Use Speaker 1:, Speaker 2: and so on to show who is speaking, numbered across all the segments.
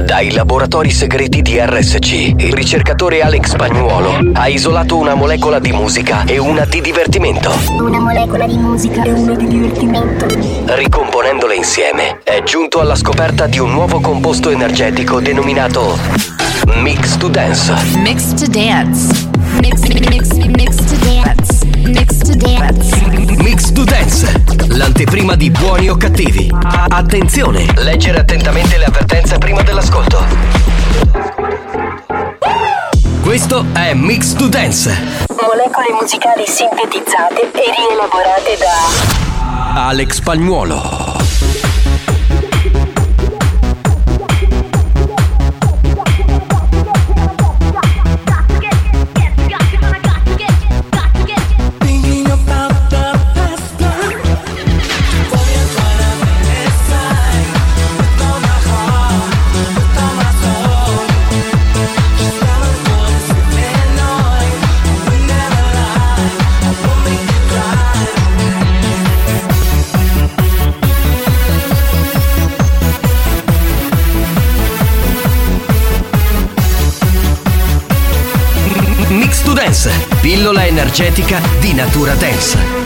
Speaker 1: Dai laboratori segreti di RSC, il ricercatore Alex Spagnuolo ha isolato una molecola di musica e una di divertimento.
Speaker 2: Una molecola di musica e una di divertimento.
Speaker 1: Ricomponendole insieme, è giunto alla scoperta di un nuovo composto energetico denominato Mix to Dance.
Speaker 3: Mix to Dance. Mix to Dance. Mix to Dance.
Speaker 1: Mix to Dance, l'anteprima di Buoni o Cattivi. Attenzione, leggere attentamente le avvertenze prima dell'ascolto. Questo è Mix to Dance.
Speaker 2: Molecole musicali sintetizzate e rielaborate da
Speaker 1: Alex Spagnuolo. Mix to Dance, pillola energetica di Natura Dance.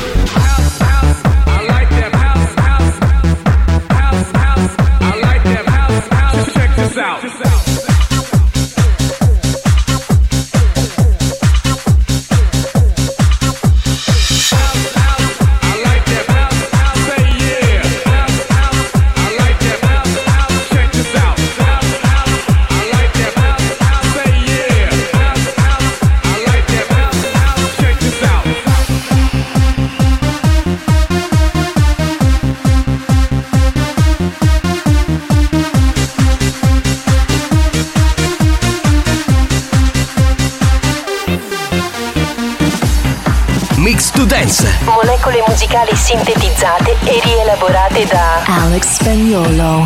Speaker 1: Mix to Dance.
Speaker 2: molecole musicali sintetizzate e rielaborate da
Speaker 3: Alex Spagnuolo.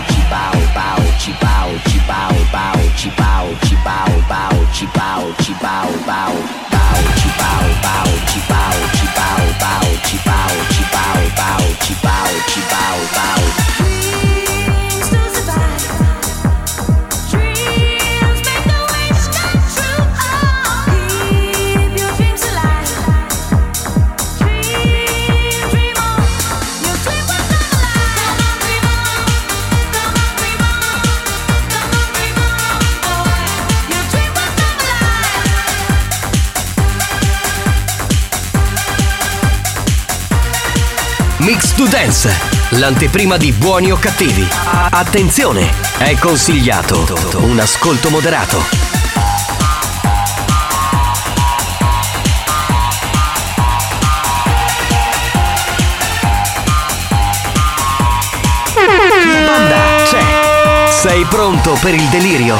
Speaker 1: Mix to Dance, l'anteprima di Buoni o Cattivi. Attenzione, è consigliato un ascolto moderato. La banda c'è. Sei pronto per il delirio?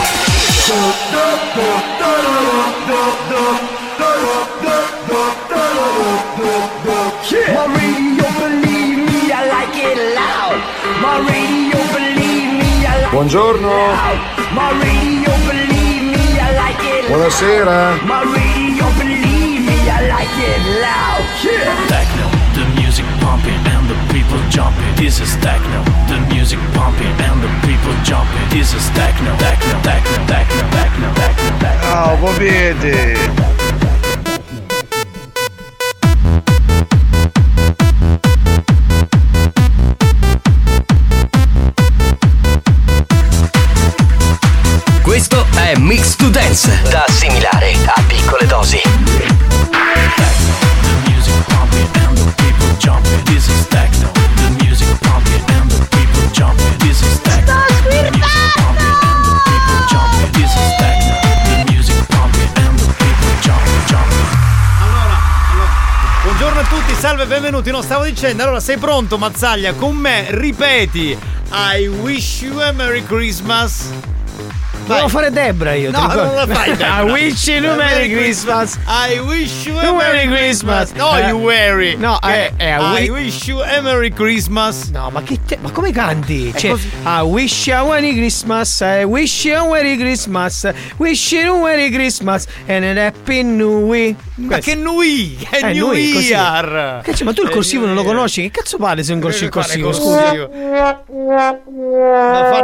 Speaker 4: Buongiorno. Buonasera.
Speaker 5: Techno, the music pumping and the people jumping. This is techno, the music pumping and the people jumping. This is techno, techno, techno, techno, techno, techno, techno.
Speaker 4: Ciao, popete.
Speaker 1: Questo è Mix to Dance, da assimilare a piccole dosi.
Speaker 6: Buongiorno a tutti, salve e benvenuti. No, stavo dicendo, allora sei pronto, Mazzaglia? Con me ripeti I wish you a Merry Christmas.
Speaker 7: Devo fare Debra io.
Speaker 6: No, non la fai Debra.
Speaker 7: I wish you a Merry Christmas.
Speaker 6: I wish you a Merry Christmas. No, you weary.
Speaker 7: No,
Speaker 6: I wish you a Merry Christmas.
Speaker 7: No, ma ma come canti?
Speaker 6: È
Speaker 7: Cioè,
Speaker 6: così.
Speaker 7: I wish you a Merry Christmas. I wish you a Merry Christmas. Wish you a Merry Christmas and a Happy New Year.
Speaker 6: Ma che New
Speaker 7: così.
Speaker 6: Year.
Speaker 7: Cazzo, ma tu il corsivo non lo conosci? Che cazzo vale se non conosci il corsivo?
Speaker 6: Scusi. Ma fatemi il piacere.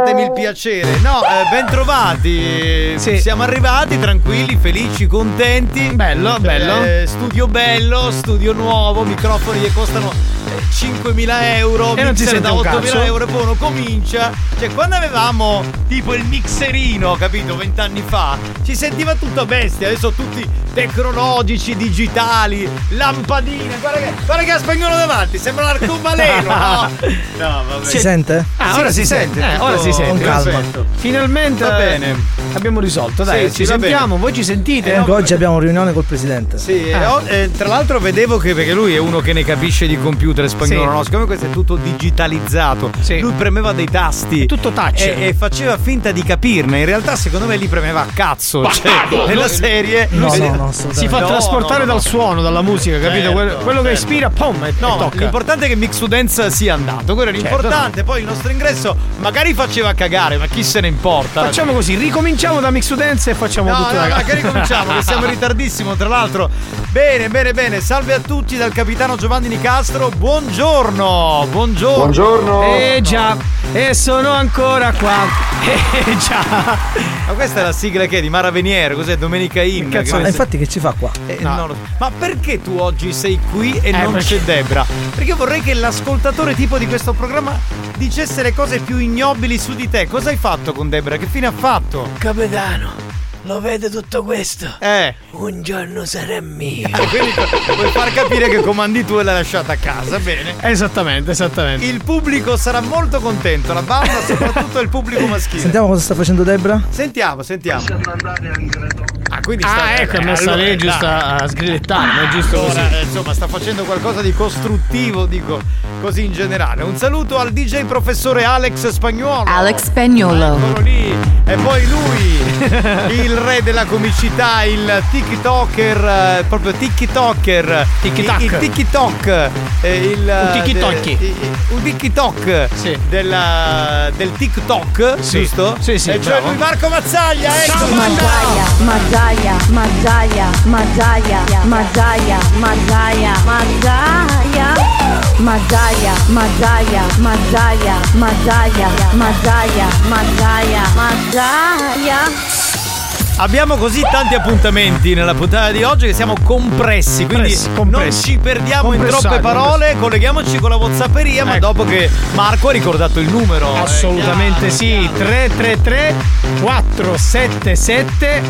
Speaker 6: piacere. No, ben trovati.
Speaker 7: Sì.
Speaker 6: Siamo arrivati tranquilli, felici, contenti.
Speaker 7: Bello.
Speaker 6: Studio bello, studio nuovo, microfoni che costano 5.000 euro,
Speaker 7: E non si
Speaker 6: mixer
Speaker 7: sente
Speaker 6: da
Speaker 7: un
Speaker 6: 8.000
Speaker 7: cazzo.
Speaker 6: euro, e poi uno comincia. Cioè, quando avevamo tipo il mixerino, capito, 20 anni fa, ci sentiva tutto bestia. Adesso tutti tecnologici, digitali, lampadine. Guarda che ha Spagnolo davanti, sembra l'arcobaleno. No, vabbè.
Speaker 8: Si sente?
Speaker 7: Ora si sente. Ora si sente.
Speaker 8: Con calma.
Speaker 6: Perfetto.
Speaker 7: Finalmente
Speaker 6: Va bene.
Speaker 7: abbiamo risolto. Dai,
Speaker 6: Sì,
Speaker 7: ci
Speaker 6: va
Speaker 7: sentiamo,
Speaker 6: bene.
Speaker 7: voi ci sentite?
Speaker 8: Anche oggi abbiamo riunione col presidente.
Speaker 6: Sì, tra l'altro vedevo che, perché lui è uno che ne capisce di computer Spagnolo,
Speaker 7: Sì.
Speaker 6: no? Siccome questo è tutto digitalizzato,
Speaker 7: Sì.
Speaker 6: lui premeva dei tasti,
Speaker 7: È tutto touch.
Speaker 6: e faceva finta di capirne. In realtà secondo me li premeva a cazzo, cioè nella serie
Speaker 8: No,
Speaker 6: lui
Speaker 7: Si fa
Speaker 6: No,
Speaker 7: trasportare
Speaker 6: no.
Speaker 7: dal suono, dalla musica, capito?
Speaker 6: Certo,
Speaker 7: quello che
Speaker 6: certo.
Speaker 7: ispira, pom, e
Speaker 6: No,
Speaker 7: tocca.
Speaker 6: l'importante è che Mix to Dance sia andato, quello è l'importante. Poi il nostro ingresso magari faceva cagare, ma chi se ne importa?
Speaker 7: Facciamo così, ricominciamo da Mix to Dance e facciamo tutto da
Speaker 6: magari cominciamo, che siamo in ritardissimo, tra l'altro. Bene. Salve a tutti dal capitano Giovanni Nicastro. Buongiorno.
Speaker 7: Già, e sono ancora qua. Già.
Speaker 6: Ma questa è la sigla che è di Mara Venier, cos'è? Domenica In.
Speaker 7: Che cazzo
Speaker 8: Ma infatti che ci fa qua?
Speaker 6: Non lo so. Ma perché tu oggi sei qui e non
Speaker 7: perché-
Speaker 6: c'è Debra? Perché io vorrei che l'ascoltatore tipo di questo programma dicesse le cose più ignobili su di te. Cosa hai fatto con Debra? Che fine ha fatto?
Speaker 7: Capitano, lo vede tutto questo? Un giorno sarà mio.
Speaker 6: Quindi vuoi far capire che comandi tu e l'hai lasciata a casa, bene?
Speaker 7: Esattamente.
Speaker 6: Il pubblico sarà molto contento, la banda, soprattutto il pubblico maschile.
Speaker 8: Sentiamo cosa sta facendo Debra?
Speaker 6: Sentiamo. Quindi sta,
Speaker 7: ecco, è messa lì giusto a sgrillettare, non è giusto così.
Speaker 6: Allora, insomma, sta facendo qualcosa di costruttivo, dico così in generale. Un saluto al DJ professore Alex Spagnuolo.
Speaker 2: Alex Spagnuolo.
Speaker 6: Eccolo lì. E poi lui, il re della comicità, il TikToker, proprio TikToker.
Speaker 7: Tic-tac.
Speaker 6: Il TikTok.
Speaker 7: Un tiki-toki.
Speaker 6: Un TikTok
Speaker 7: Sì.
Speaker 6: del TikTok,
Speaker 7: Sì.
Speaker 6: giusto?
Speaker 7: Sì, sì,
Speaker 6: E cioè
Speaker 7: bravo.
Speaker 6: lui Marco Mazzaglia, ecco. Abbiamo così tanti appuntamenti nella puntata di oggi che siamo compressi, quindi non ci perdiamo in troppe parole, colleghiamoci con la WhatsApperia, ma dopo che Marco ha ricordato il numero.
Speaker 7: Assolutamente sì, 333 477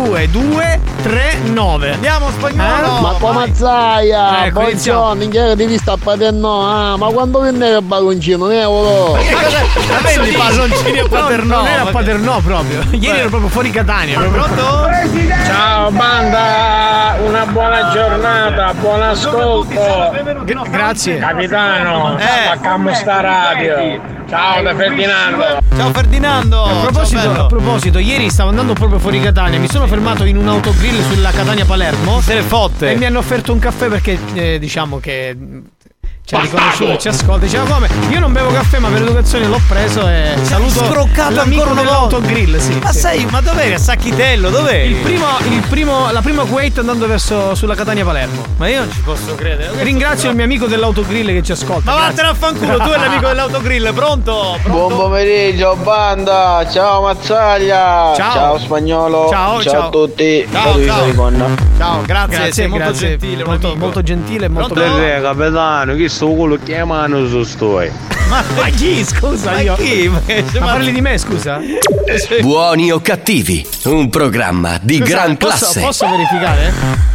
Speaker 7: 2239.
Speaker 6: Andiamo Spagnolo.
Speaker 9: Ma come Mazzaia,
Speaker 7: Ecco, iniziamo.
Speaker 9: buongiorno, che devi stare paternò, ma quando viene il balloncino, ne euro?
Speaker 6: Ma vendi palloncini a Paternò?
Speaker 7: Non era a Paternò proprio. Ieri ero proprio fuori Catania.
Speaker 6: Pronto?
Speaker 9: Ciao banda, una buona giornata, buon ascolto.
Speaker 7: Grazie.
Speaker 9: Capitano, spaccamo sta radio. Ciao da Ferdinando.
Speaker 6: Ciao Ferdinando.
Speaker 7: A proposito, ieri stavo andando proprio fuori Catania, mi sono fermato in un autogrill sulla Catania-Palermo.
Speaker 6: Se le fotte.
Speaker 7: E mi hanno offerto un caffè perché diciamo che ci ha riconosciuto, ci ascolta. Diceva come? Io non bevo caffè, ma per educazione l'ho preso e saluto
Speaker 6: scroccato
Speaker 7: l'amico
Speaker 6: ancora una volta.
Speaker 7: dell'autogrill, sì.
Speaker 6: Ma
Speaker 7: sì.
Speaker 6: sei, ma dov'eri? A Sacchitello, dov'eri?
Speaker 7: La prima Kuwait andando verso sulla Catania-Palermo.
Speaker 6: Ma io non ci posso credere.
Speaker 7: Ringrazio il mio amico dell'autogrill che ci ascolta.
Speaker 6: Ma
Speaker 7: Grazie.
Speaker 6: vattene a fanculo, tu e l'amico dell'autogrill, pronto?
Speaker 9: Buon pomeriggio banda, ciao Mazzaglia.
Speaker 7: Ciao.
Speaker 9: Spagnolo.
Speaker 7: Ciao.
Speaker 9: a tutti.
Speaker 6: Ciao, ciao.
Speaker 9: Ricordo.
Speaker 6: Ciao, grazie, sei molto
Speaker 7: grazie.
Speaker 6: gentile. un
Speaker 7: molto,
Speaker 6: amico.
Speaker 7: molto gentile e molto
Speaker 6: Pronto?
Speaker 9: Capitano, che sto quello chiamano su stoi.
Speaker 6: Ma
Speaker 7: chi? Scusa,
Speaker 6: Ma
Speaker 7: io.
Speaker 6: chi?
Speaker 7: Ma parli di me, scusa?
Speaker 1: Buoni o cattivi, un programma di
Speaker 7: Scusa,
Speaker 1: gran
Speaker 7: posso-
Speaker 1: classe.
Speaker 7: Posso verificare?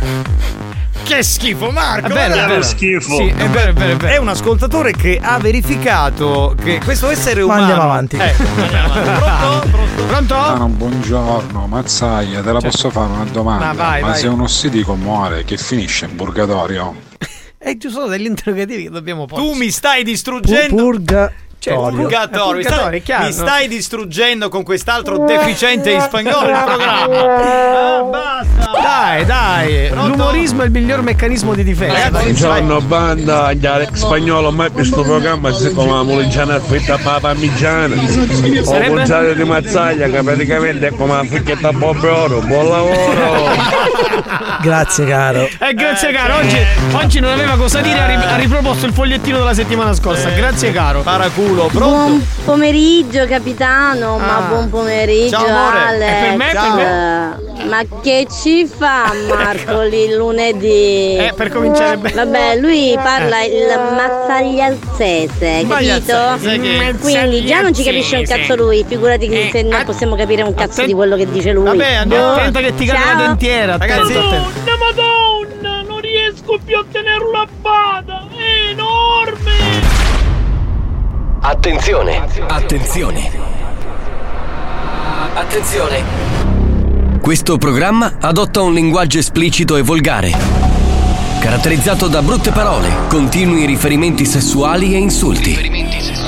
Speaker 6: Che schifo, Marco!
Speaker 7: È vero,
Speaker 6: ma
Speaker 7: è vero.
Speaker 9: schifo.
Speaker 7: Sì, è vero, è vero, è vero.
Speaker 6: È un ascoltatore che ha verificato che questo essere
Speaker 8: Ma
Speaker 6: umano.
Speaker 8: andiamo avanti.
Speaker 6: Andiamo avanti. Pronto?
Speaker 7: Pronto?
Speaker 10: Buongiorno, Mazzaia, te la posso fare una domanda?
Speaker 7: Ma vai.
Speaker 10: se uno ossidico muore, che finisce in purgatorio?
Speaker 7: È giusto degli interrogativi che dobbiamo porci.
Speaker 6: Tu mi stai distruggendo. Purgatorio.
Speaker 7: È chiaro.
Speaker 6: Mi stai distruggendo con quest'altro deficiente in spagnolo il programma. Basta.
Speaker 7: Dai.
Speaker 6: Pronto?
Speaker 7: L'umorismo è il miglior meccanismo di difesa.
Speaker 9: Buongiorno banda, gli Alex Spagnolo, ma questo programma si come la moleggiana affetta a parmigiana. O
Speaker 7: Sarebbe?
Speaker 9: contrario di Mazzaglia, che praticamente è come la fricchetta a Bobbero. Buon lavoro!
Speaker 8: Grazie caro.
Speaker 7: Grazie caro, oggi non aveva cosa dire, ha riproposto il fogliettino della settimana scorsa. Grazie caro.
Speaker 6: Paraculo. culo. Pronto?
Speaker 11: Buon pomeriggio capitano, ma buon pomeriggio
Speaker 6: Ciao, amore.
Speaker 11: Alex.
Speaker 6: È per me,
Speaker 11: Ciao.
Speaker 6: per me.
Speaker 11: Ma che ci fa Marco lì lunedì?
Speaker 7: Per cominciare bene.
Speaker 11: Vabbè, lui parla il mazzaglialzese, capito? Quindi già non ci capisce un cazzo lui, figurati che se non possiamo capire un cazzo di quello che dice lui.
Speaker 7: Vabbè, andiamo attenta che ti cade la dentiera.
Speaker 6: Ragazzi,
Speaker 12: Madonna, non riesco più a tenerlo a bada, è enorme!
Speaker 1: Attenzione. Attenzione. Attenzione. Questo programma adotta un linguaggio esplicito e volgare, caratterizzato da brutte parole, continui riferimenti sessuali e insulti.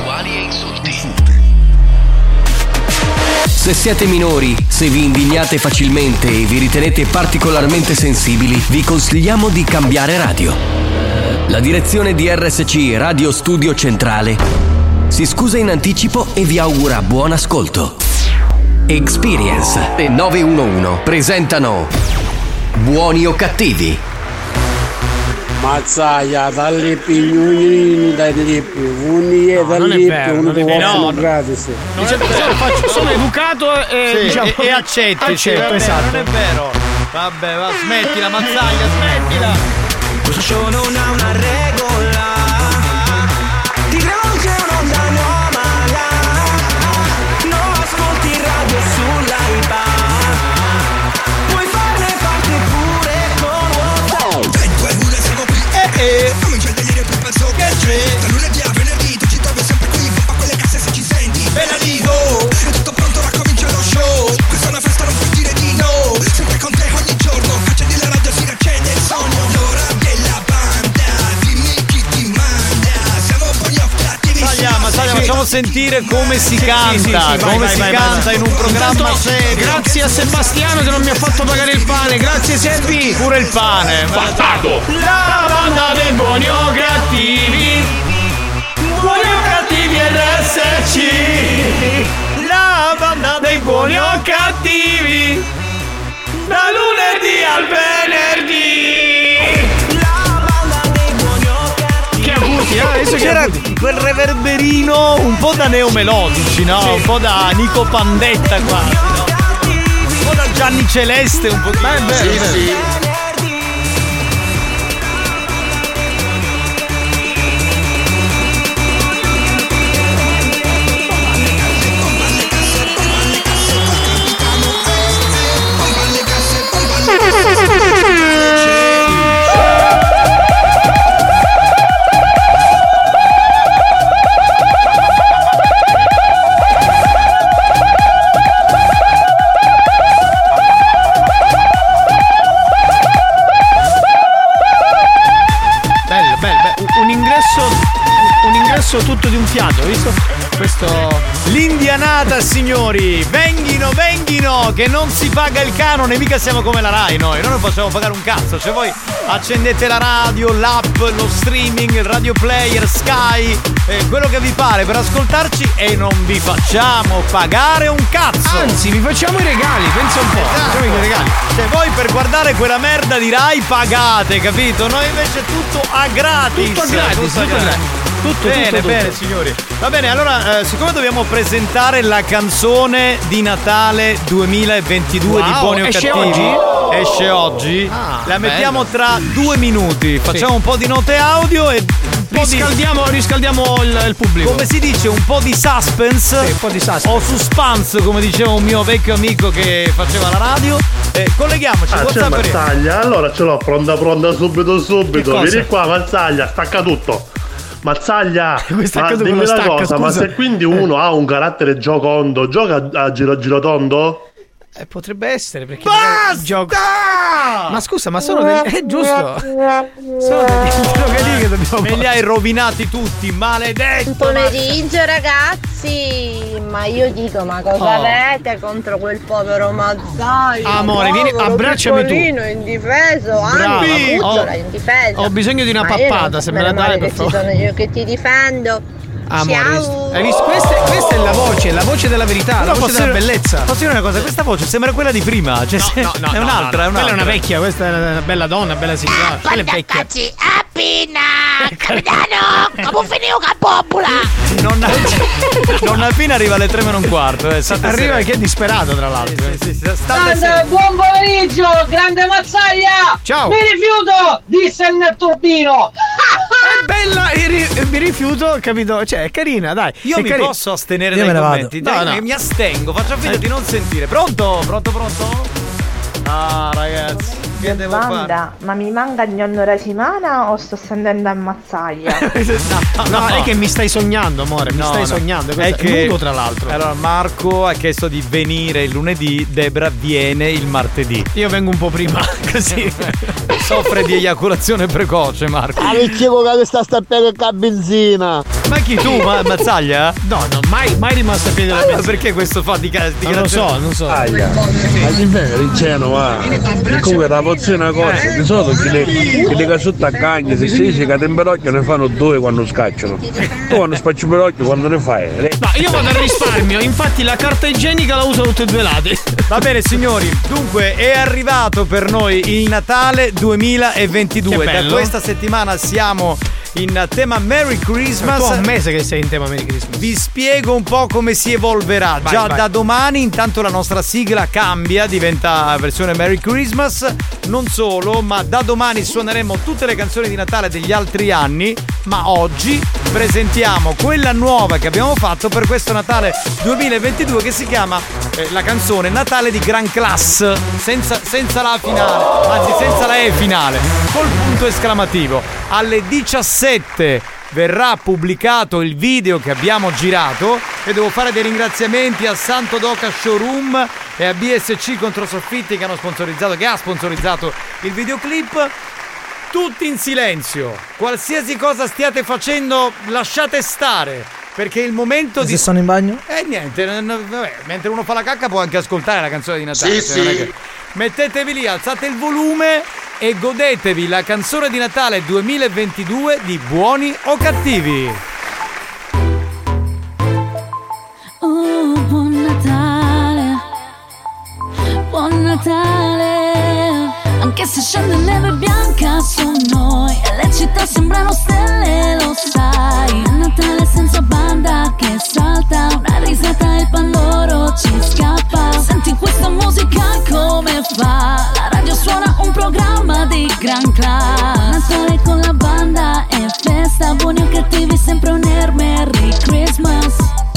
Speaker 1: Se siete minori, se vi indignate facilmente e vi ritenete particolarmente sensibili, vi consigliamo di cambiare radio. La direzione di RSC Radio Studio Centrale si scusa in anticipo e vi augura buon ascolto. Experience e 911 presentano Buoni o Cattivi.
Speaker 13: Mazzaia, dalle pignolini, dai lippi, uno gratis.
Speaker 7: Sono educato e
Speaker 6: accetto,
Speaker 7: esatto.
Speaker 6: Non è vero. Vabbè, va, smettila, Mazzaglia, smettila.
Speaker 14: Questo show non ha una regola. Ti rivolge un'onda anomala. Non ascolti radio sull'iPad. Puoi farne parte pure con WhatsApp.
Speaker 12: Fammi scegliere più penso che c'è. Da lunedì a venerdì tu ci trovi sempre qui. Fa quelle casse se ci senti. Bella Lido. È tutto pronto, ora comincia lo show. Questa è una festa, non puoi dire di no. Sempre con te ogni giorno. Accendi la radio, si riaccende il sogno. L'ora della banda. Dimmi chi ti manda. Siamo buoni o cattivi.
Speaker 6: Mazzaglia, facciamo sentire come si canta. Come si canta in un programma serio.
Speaker 7: Grazie a Sebastiano che non mi ha fatto pagare il pane. Grazie Sebbi.
Speaker 6: Pure il pane.
Speaker 12: Bastardo.
Speaker 7: La banda dei buoni o cattivi. Buoni o cattivi RSC.
Speaker 6: La banda dei buoni o
Speaker 7: cattivi. Da lunedì al venerdì. La banda dei buoni o cattivi. Che acuti, adesso
Speaker 6: c'era quel reverberino un po' da neomelodici, no?
Speaker 7: Sì.
Speaker 6: Un po' da Nico Pandetta quasi, no? Un po' da Gianni Celeste, un po'.
Speaker 13: Sì.
Speaker 7: un ingresso tutto di un fiato, visto? Questo
Speaker 6: l'indianata, signori, venghino, che non si paga il canone, mica siamo come la Rai noi non facciamo pagare un cazzo, cioè voi accendete la radio, l'app, lo streaming, il radio player, Sky, quello che vi pare per ascoltarci e non vi facciamo pagare un cazzo.
Speaker 7: Anzi, vi facciamo i regali, pensa un po'.
Speaker 6: Facciamo i regali. Cioè voi per guardare quella merda di Rai pagate, capito? Noi invece tutto a gratis.
Speaker 7: Tutto gratis.
Speaker 6: Bene, signori. Va bene, allora, siccome dobbiamo presentare la canzone di Natale 2022 di Buoni o Cattivi, esce oggi. La mettiamo tra 2 minuti. Facciamo un po' di note audio e
Speaker 7: riscaldiamo il pubblico.
Speaker 6: Come si dice, un po' di suspense.
Speaker 7: Sì, un po' di suspense.
Speaker 6: O suspense, come diceva un mio vecchio amico che faceva la radio. Colleghiamoci,
Speaker 15: c'è Mazzaglia, allora ce l'ho pronta subito. Vieni qua, Mazzaglia, stacca tutto. Mazzaglia, ma dimmi una cosa, ma se quindi uno ha un carattere giocondo, gioca a girotondo?
Speaker 7: Potrebbe essere, perché
Speaker 6: basta!
Speaker 7: Ma scusa, ma sono è giusto. Sono dei che dobbiamo.
Speaker 6: Me li hai rovinati tutti, maledetto.
Speaker 11: Buon pomeriggio ragazzi. Ma io dico, ma cosa avete contro quel povero Mazzaglia?
Speaker 7: Amore, vieni, abbracciami tu.
Speaker 11: Indifeso,
Speaker 7: Brava.
Speaker 11: indifeso.
Speaker 7: Ho bisogno di una pappata, se me la dai per favore.
Speaker 11: Sono io che ti difendo.
Speaker 7: Amore. Hai visto? Questa è la voce della verità, la voce della bellezza.
Speaker 6: Posso dire una cosa? Questa voce sembra quella di prima. Cioè, è un'altra.
Speaker 7: Quella è una vecchia, questa è una bella donna, bella signora. Quella è vecchia.
Speaker 14: Capitano, come finito capopula?
Speaker 6: Non appena arriva alle 3:15.
Speaker 7: Arriva che è disperato, tra l'altro.
Speaker 16: Grande, buon pomeriggio, grande Mazzaglia!
Speaker 7: Ciao!
Speaker 16: Mi rifiuto, disse il netturbino!
Speaker 7: È bella, mi rifiuto, capito? Cioè, è carina, dai.
Speaker 6: Io mi posso astenere dai commenti? Dai,
Speaker 7: no.
Speaker 6: mi astengo, faccio finta di non sentire. Pronto? Ah, ragazzi. Che devo fare?
Speaker 17: Ma mi manca il nonno Racimana o sto stendendo a Mazzaglia?
Speaker 7: No, è che mi stai sognando, amore. Mi stai sognando.
Speaker 6: È che
Speaker 7: nudo, tra l'altro.
Speaker 6: Allora, Marco ha chiesto di venire il lunedì, Debra viene il martedì.
Speaker 7: Io vengo un po' prima, così.
Speaker 6: Soffre di eiaculazione precoce, Marco.
Speaker 13: Ah, che sta stappendo la benzina.
Speaker 6: Ma chi tu, Mazzaglia?
Speaker 7: No, mai rimasto a piedi della benzina.
Speaker 6: Perché questo fa di
Speaker 7: non lo so.
Speaker 9: Aia. Ma di vero, in Genova. Comunque la pozione è una cosa, di solito chi le casutta a cagna, se si dice che temperocchio ne fanno 2 quando scacciano. Tu quando spacci perocchio quando ne fai?
Speaker 7: No, io vado al risparmio, infatti la carta igienica la uso tutte e 2 lati.
Speaker 6: Va bene signori, dunque è arrivato per noi il Natale 2022. Da questa settimana siamo in tema Merry Christmas.
Speaker 7: È un mese che sei in tema Merry Christmas.
Speaker 6: Vi spiego un po' come si evolverà. Vai. Da domani intanto la nostra sigla cambia, diventa versione Merry Christmas. Non solo, ma da domani suoneremo tutte le canzoni di Natale degli altri anni, ma oggi presentiamo quella nuova che abbiamo fatto per questo Natale 2022 che si chiama la canzone Natale di Gran Class, senza la finale, anzi senza la E finale, col punto esclamativo. Alle 17 verrà pubblicato il video che abbiamo girato e devo fare dei ringraziamenti a Santo Doca Showroom e a BSC Controsoffitti che ha sponsorizzato il videoclip. Tutti in silenzio, qualsiasi cosa stiate facendo lasciate stare, perché il momento
Speaker 8: Se sono in bagno?
Speaker 6: Niente, vabbè, mentre uno fa la cacca può anche ascoltare la canzone di Natale. Sì. Mettetevi lì, alzate il volume e godetevi la canzone di Natale 2022 di Buoni o Cattivi.
Speaker 18: Oh, buon Natale, anche se scende neve bianca su noi e le città sembrano stelle, lo sai. Un Natale senza banda che salta, una risata e il pandoro ci scappa. Senti questa musica come fa? La radio suona un programma di gran class. Natale con la banda e festa, buoni o cattivi sempre un air Merry Christmas.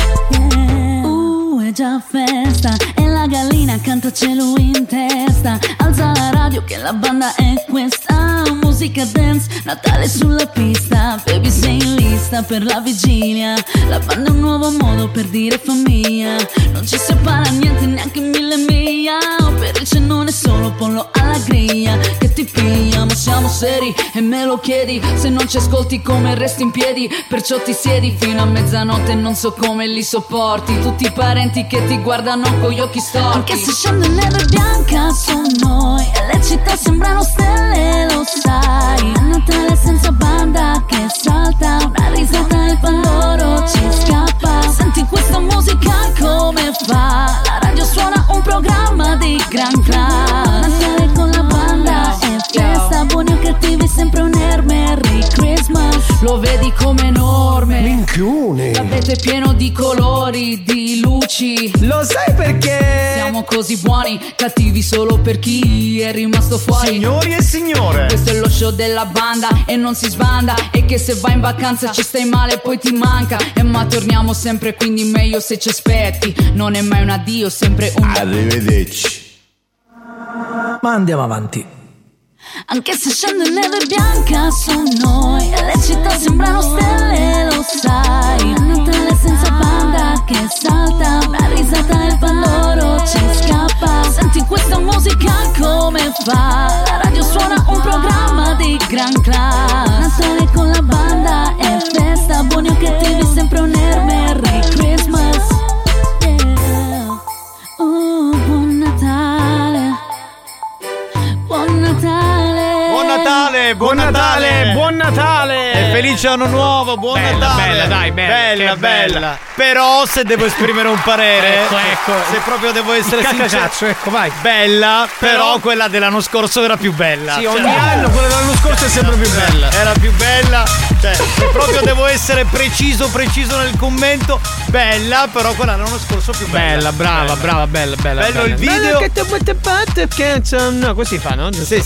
Speaker 18: È già festa e la gallina canta cielo in testa. Alza la radio che la banda è questa. Musica dance, Natale sulla pista. Baby sei in lista per la vigilia. La banda è un nuovo modo per dire famiglia. Non ci separa niente, neanche 1000 miglia. Per il cenone solo pollo alla griglia che ti piglia, ma siamo seri e me lo chiedi. Se non ci ascolti come resti in piedi, perciò ti siedi fino a mezzanotte e non so come li sopporti. Tutti i parenti che ti guardano con gli occhi storti. Anche se scende neve bianca su noi e le città sembrano stelle, lo sai. Un Natale senza banda che salta, una risata e il pandoro ci scappa. Senti questa musica come fa? La radio suona un programma di gran class. Natale con la banda e festa, buoni o cattivi sempre un air Merry Christmas. Lo vedi come enorme,
Speaker 7: minchione.
Speaker 18: L'abete pieno di colori, di luci.
Speaker 7: Lo sai perché?
Speaker 18: Siamo così buoni, cattivi solo per chi è rimasto fuori.
Speaker 6: Signori e signore,
Speaker 18: questo è lo show della banda e non si sbanda. E che se vai in vacanza ci stai male poi ti manca. Ma torniamo sempre, quindi meglio se ci aspetti. Non è mai un addio, sempre un
Speaker 8: arrivederci. Ma andiamo avanti.
Speaker 18: Anche se scende neve bianca su noi e le città sembrano stelle, lo sai. Un Natale senza banda che salta, una risata e il pandoro ci scappa. Senti questa musica come fa? La radio suona un programma di gran class. Natale con la banda e festa, buoni o cattivi sempre un air Merry Christmas. Oh, buon Natale. Buon Natale.
Speaker 6: Buon Natale! Giuseppe, buon Natale.
Speaker 7: Buon Natale.
Speaker 6: E felice anno nuovo, buon Natale. Bella. Però se devo esprimere un parere,
Speaker 7: ecco.
Speaker 6: se proprio devo essere sincero,
Speaker 7: cazzo, ecco, vai.
Speaker 6: Bella, però quella dell'anno scorso era più bella.
Speaker 7: Sì, ogni anno quella dell'anno scorso è sempre più bella.
Speaker 6: Era più bella. Cioè, se proprio devo essere preciso nel commento, bella, però quella dell'anno scorso più bella.
Speaker 7: Brava, bella.
Speaker 6: Bello il video.
Speaker 7: No, così fa, no?
Speaker 6: Sì.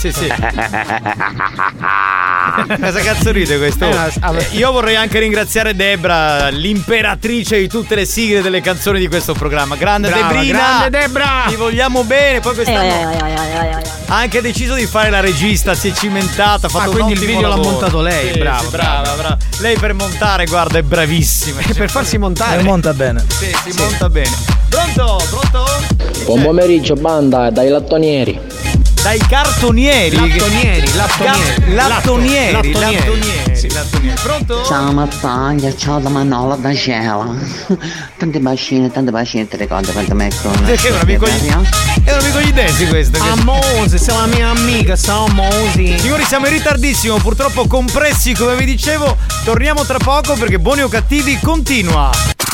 Speaker 6: Cosa cazzo ride questo? Io vorrei anche ringraziare Debra, l'imperatrice di tutte le sigle delle canzoni di questo programma. Grande Debrina.
Speaker 7: Grande Debra.
Speaker 6: Ti vogliamo bene. Poi quest'anno ha anche deciso di fare la regista, si è cimentata, ha fatto un
Speaker 7: quindi il
Speaker 6: ottimo
Speaker 7: video
Speaker 6: lavoro.
Speaker 7: l'ha montato lei.
Speaker 6: Sì, brava. Lei per montare, guarda, è bravissima.
Speaker 7: Per farsi montare.
Speaker 8: Monta bene.
Speaker 6: Sì, si monta bene. Pronto?
Speaker 19: Buon pomeriggio, banda, dai lattonieri.
Speaker 6: Dai cartonieri. Lattonieri. Pronto?
Speaker 20: Ciao Mazzaglia, ciao da Manola da Gela. Tante bacine, te ricordi quanto me con.
Speaker 6: Perché è un amico di Desi questo.
Speaker 7: Mose, sei la mia amica, ciao Mosi.
Speaker 6: Signori, siamo in ritardissimo, purtroppo compressi come vi dicevo. Torniamo tra poco perché Buoni o Cattivi continua.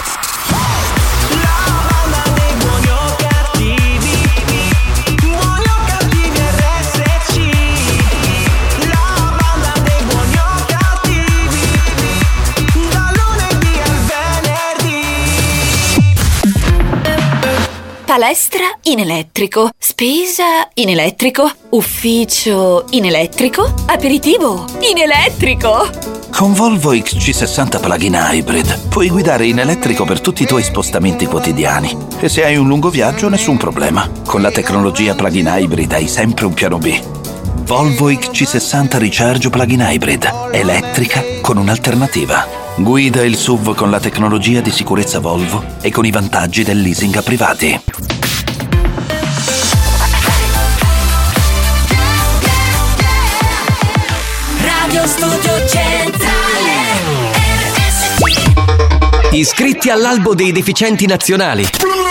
Speaker 2: Palestra in elettrico, spesa in elettrico, ufficio in elettrico, aperitivo in elettrico.
Speaker 21: Con Volvo XC60 Plug-in Hybrid puoi guidare in elettrico per tutti i tuoi spostamenti quotidiani. E se hai un lungo viaggio, nessun problema. Con la tecnologia Plug-in Hybrid hai sempre un piano B. Volvo XC60 Recharge Plug-in Hybrid. Elettrica con un'alternativa. Guida il SUV con la tecnologia di sicurezza Volvo e con i vantaggi del leasing a privati.
Speaker 2: Radio Studio Centrale RSC.
Speaker 1: Iscritti all'albo dei deficienti nazionali.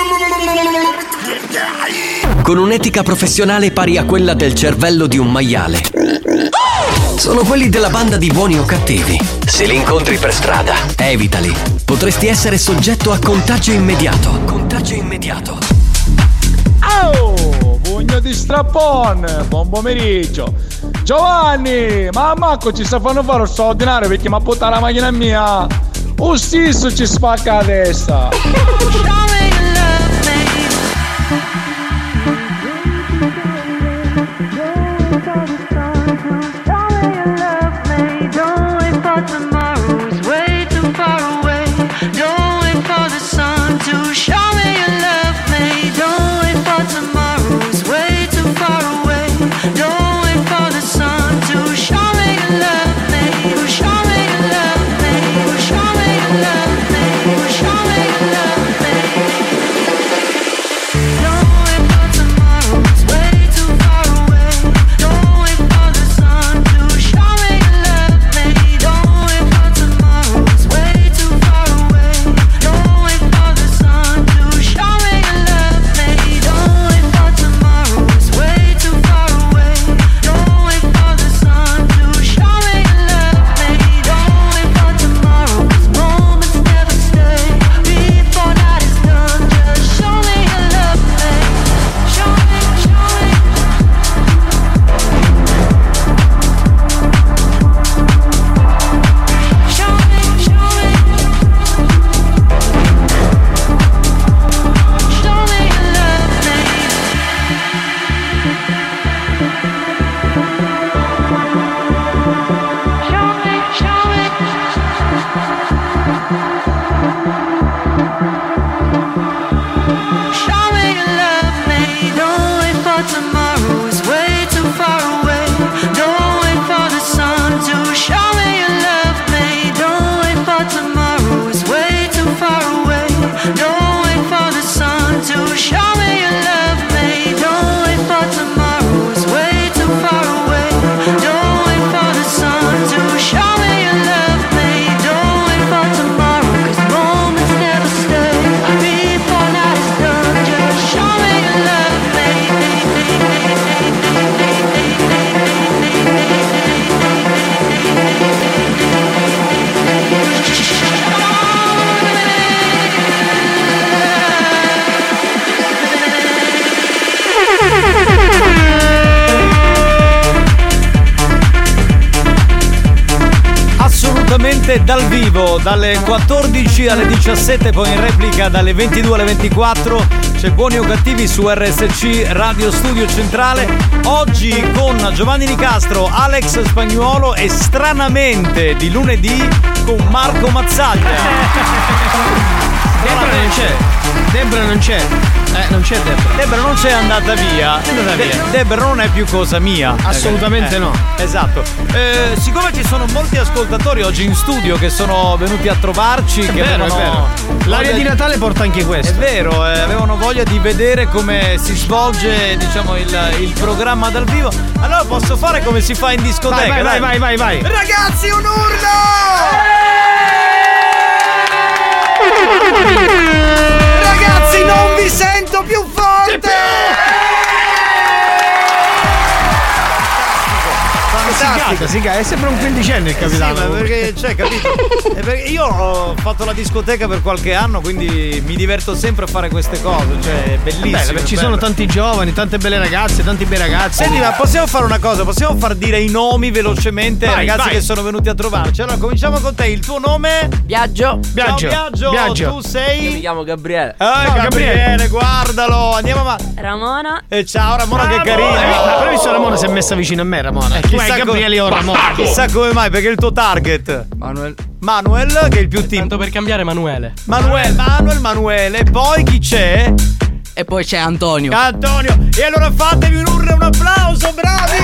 Speaker 1: Con un'etica professionale pari a quella del cervello di un maiale. Sono quelli della banda di Buoni o Cattivi. Se li incontri per strada, evitali. Potresti essere soggetto a contagio immediato.
Speaker 10: Oh, pugno di strappone, buon pomeriggio. Giovanni, ma Marco ci sta fanno fare un straordinario perché mi ha buttato la macchina mia. O stesso ci spacca la testa.
Speaker 6: esclusivamente dal vivo dalle 14 alle 17, poi in replica dalle 22 alle 24. C'è Buoni o Cattivi su RSC Radio Studio Centrale. Oggi con Giovanni Nicastro, Alex Spagnuolo e stranamente di lunedì con Marco Mazzaglia.
Speaker 7: Debra non c'è. Non c'è Debra.
Speaker 6: Debra non c'è, andata via. Debra non è più cosa mia.
Speaker 7: Assolutamente no.
Speaker 6: Esatto. Siccome ci sono molti ascoltatori oggi in studio che sono venuti a trovarci,
Speaker 7: è
Speaker 6: che
Speaker 7: vero. L'aria di Natale porta anche questo.
Speaker 6: È vero, avevano voglia di vedere come si svolge, diciamo, il programma dal vivo. Allora posso fare come si fa in discoteca.
Speaker 7: Vai.
Speaker 6: Ragazzi, un urlo! Ragazzi, non vi sento più forte!
Speaker 7: Si è sempre un quindicenne il capitano.
Speaker 6: Sì, ma perché, cioè, capito? Perché io ho fatto la discoteca per qualche anno, quindi mi diverto sempre a fare queste cose, cioè è bellissimo.
Speaker 7: Perché ci sono tanti giovani, tante belle ragazze, tanti bei ragazzi.
Speaker 6: Senti, ma possiamo fare una cosa? Possiamo far dire i nomi velocemente ai ragazzi che sono venuti a trovarci. Allora, cominciamo con te. Il tuo nome?
Speaker 3: Viaggio.
Speaker 6: Viaggio. Tu sei?
Speaker 3: Io mi chiamo Gabriele.
Speaker 6: Gabriele, guardalo. Andiamo avanti.
Speaker 3: Ramona.
Speaker 6: E ciao Ramona, che carina.
Speaker 7: Ma però visto Ramona si è messa vicino a me, Ramona. Tu hai Gabriele o Ramona.
Speaker 6: Chissà come mai, perché il tuo target Manuel, che è il più team.
Speaker 3: Tanto per cambiare Manuele.
Speaker 6: Manuele. E poi chi c'è?
Speaker 3: E poi c'è Antonio.
Speaker 6: E allora fatevi un urlo e un applauso, bravi!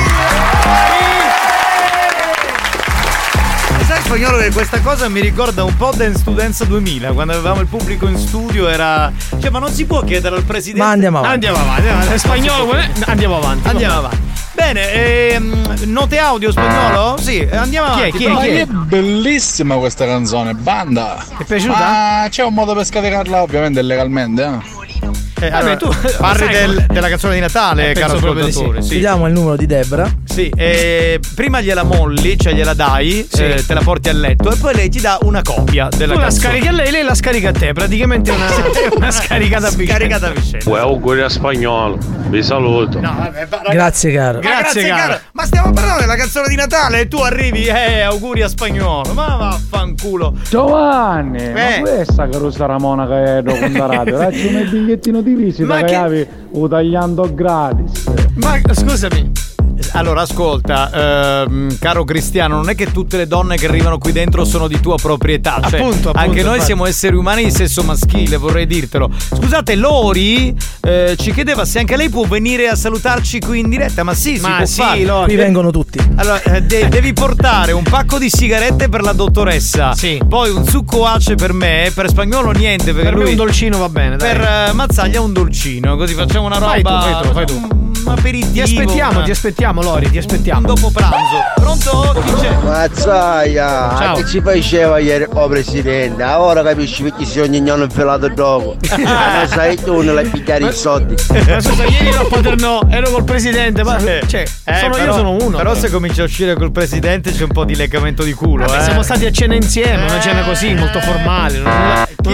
Speaker 6: Sai, Spagnolo, che questa cosa mi ricorda un po' Dance to Dance 2000, quando avevamo il pubblico in studio. Era, cioè, ma non si può chiedere al presidente.
Speaker 8: Ma andiamo avanti.
Speaker 7: Spagnolo, andiamo avanti.
Speaker 6: Bene, note audio, Spagnolo? Sì, andiamo avanti.
Speaker 10: Chi è? È bellissima questa canzone, banda.
Speaker 7: Ti è piaciuta?
Speaker 10: Ma c'è un modo per scaricarla, ovviamente legalmente,
Speaker 6: allora, tu parli della canzone di Natale, caro ascoltatore. Sì.
Speaker 8: Ti diamo il numero di Debra.
Speaker 6: Sì, prima gliela molli, cioè gliela dai, te la porti a letto e poi lei ti dà una copia della
Speaker 7: canzone. Tu la
Speaker 6: scarichi
Speaker 7: a lei la scarica a te, praticamente una scaricata a vicenda.
Speaker 15: Auguri a Spagnolo, vi saluto.
Speaker 6: No, vabbè,
Speaker 8: grazie caro.
Speaker 6: Grazie caro. Ma stiamo parlando della canzone di Natale e tu arrivi, auguri a Spagnolo. Ma vaffanculo.
Speaker 10: Giovanni, ma questa carusa Ramona che è documentato, dacci un bigliettino di visita che avevi tagliando gratis.
Speaker 6: Ma scusami. Allora ascolta, caro Cristiano, non è che tutte le donne che arrivano qui dentro sono di tua proprietà, cioè, appunto, anche noi siamo esseri umani di sesso maschile, vorrei dirtelo. Scusate, Lori ci chiedeva se anche lei può venire a salutarci qui in diretta. Ma sì, si può fare.
Speaker 8: Lori. Qui vengono tutti.
Speaker 6: Allora devi portare un pacco di sigarette per la dottoressa, poi un succo ace per me, per Spagnolo niente, perché
Speaker 7: per
Speaker 6: lui
Speaker 7: me un dolcino va bene, dai.
Speaker 6: Per Mazzaglia un dolcino, così facciamo una roba.
Speaker 7: Fai tu.
Speaker 6: Un aperitivo.
Speaker 7: Ti aspettiamo Lori, ti aspettiamo.
Speaker 6: Un dopo pranzo. Pronto? Chi c'è?
Speaker 13: Mazzaia, che ci faceva ieri, presidente? Ora capisci perché si ogni anno filato dopo. Ma sai tu non l'hai pigliare i soldi.
Speaker 7: Ma scusa, ieri ero col presidente, ma io sono uno.
Speaker 6: Però se cominci a uscire col presidente c'è un po' di leccamento di culo.
Speaker 7: Siamo stati a cena insieme, una cena così, molto formale.
Speaker 6: Chi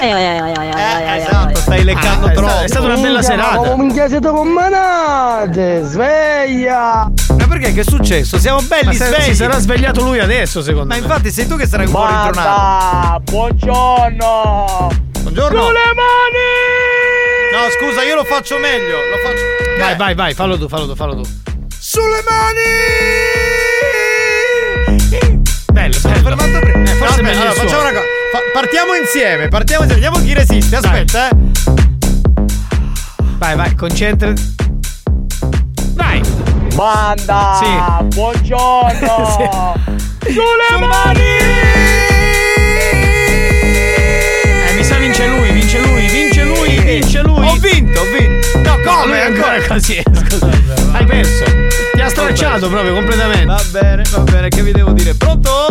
Speaker 6: è? Esatto, stai leccando troppo.
Speaker 7: È stata una bella serata.
Speaker 13: Minchia siete commanate, sveglia!
Speaker 6: Ma perché? Che è successo? Siamo belli svegli.
Speaker 7: Si sarà svegliato lui adesso, secondo me.
Speaker 6: Ma infatti sei tu che sarai un po' ritronato.
Speaker 13: Buongiorno!
Speaker 6: Buongiorno!
Speaker 13: Sulle mani!
Speaker 6: No, scusa, io lo faccio meglio.
Speaker 7: Vai, fallo tu.
Speaker 6: Sulle mani!
Speaker 7: Bello.
Speaker 6: Fermato prima.
Speaker 7: Forse meglio.
Speaker 6: Allora, facciamo una cosa. Partiamo insieme. Vediamo chi resiste. Aspetta,
Speaker 7: Vai, concentrati. Vai.
Speaker 13: Banda!
Speaker 7: Sì.
Speaker 13: Buongiorno! Sulle mani!
Speaker 7: Mi sa vince lui.
Speaker 6: Ho vinto. No, come?
Speaker 7: Ancora così. Scusa. Hai perso. Ti ha stracciato proprio completamente.
Speaker 6: Va bene, che vi devo dire? Pronto?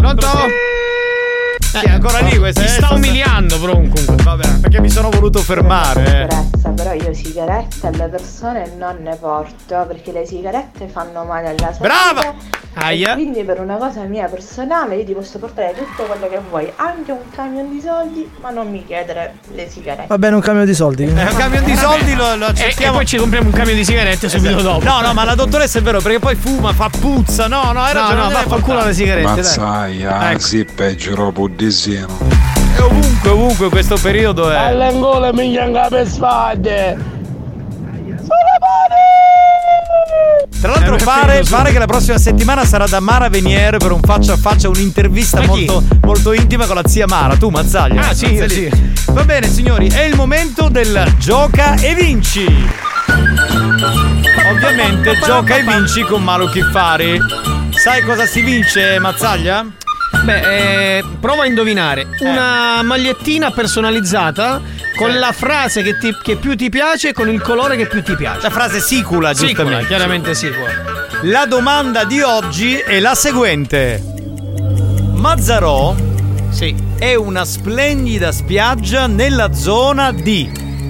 Speaker 6: Ancora lì questa.
Speaker 7: Ti sta umiliando, comunque.
Speaker 6: Vabbè, perché mi sono voluto fermare.
Speaker 17: però io sigarette alle persone non ne porto perché le sigarette fanno male alla salute.
Speaker 6: Brava!
Speaker 17: E quindi per una cosa mia personale io ti posso portare tutto quello che vuoi, anche un camion di soldi, ma non mi chiedere le sigarette.
Speaker 8: Va bene, un camion di soldi.
Speaker 6: Un camion di soldi lo accettiamo.
Speaker 3: E poi ci compriamo un camion di sigarette subito dopo.
Speaker 6: No, ma la dottoressa è vero, perché poi fuma, fa puzza. No, hai ragione.
Speaker 3: No, va a culo le sigarette.
Speaker 5: Mazzaia, sì, peggio robo disino.
Speaker 6: E ovunque questo periodo è.
Speaker 10: All'angolo mi chianga per spade.
Speaker 6: Tra l'altro pare che la prossima settimana sarà da Mara Venier per un faccia a faccia, un'intervista molto intima con la zia Mara. Tu Mazzaglia.
Speaker 3: Ah sì, sì.
Speaker 6: Va bene signori, è il momento del gioca e vinci. Ovviamente gioca e vinci con Malu Kiffari. Sai cosa si vince, Mazzaglia?
Speaker 3: Beh, prova a indovinare. Una magliettina personalizzata con la frase che più ti piace e con il colore che più ti piace.
Speaker 6: La frase sicula, giustamente.
Speaker 3: Chiaramente sicula.
Speaker 6: La domanda di oggi è la seguente. Mazzarò è una splendida spiaggia nella zona di.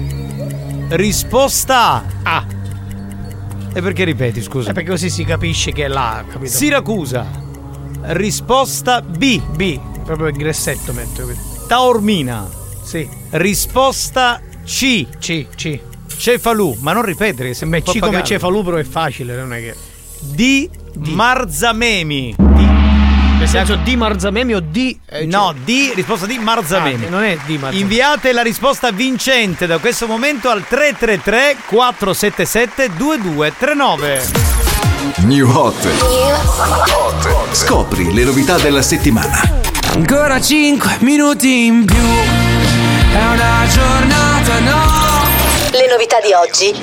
Speaker 6: Risposta A. E perché ripeti, scusa?
Speaker 3: Perché così si capisce che è là, capito?
Speaker 6: Siracusa. Risposta B.
Speaker 3: Proprio il gressetto metto.
Speaker 6: Taormina.
Speaker 3: Sì.
Speaker 6: Risposta C. Cefalù. Ma non ripetere che sembra
Speaker 3: C come Cefalù, però è facile, non è che.
Speaker 6: D. Marzamemi.
Speaker 3: Nel senso di Marzamemi o di.
Speaker 6: No, risposta di Marzamemi.
Speaker 3: Non è di Marzamemi.
Speaker 6: Inviate la risposta vincente da questo momento al 333 477 2239.
Speaker 22: New Hot. Scopri le novità della settimana.
Speaker 7: Ancora 5 minuti in più. È una giornata, no.
Speaker 2: Le novità di oggi.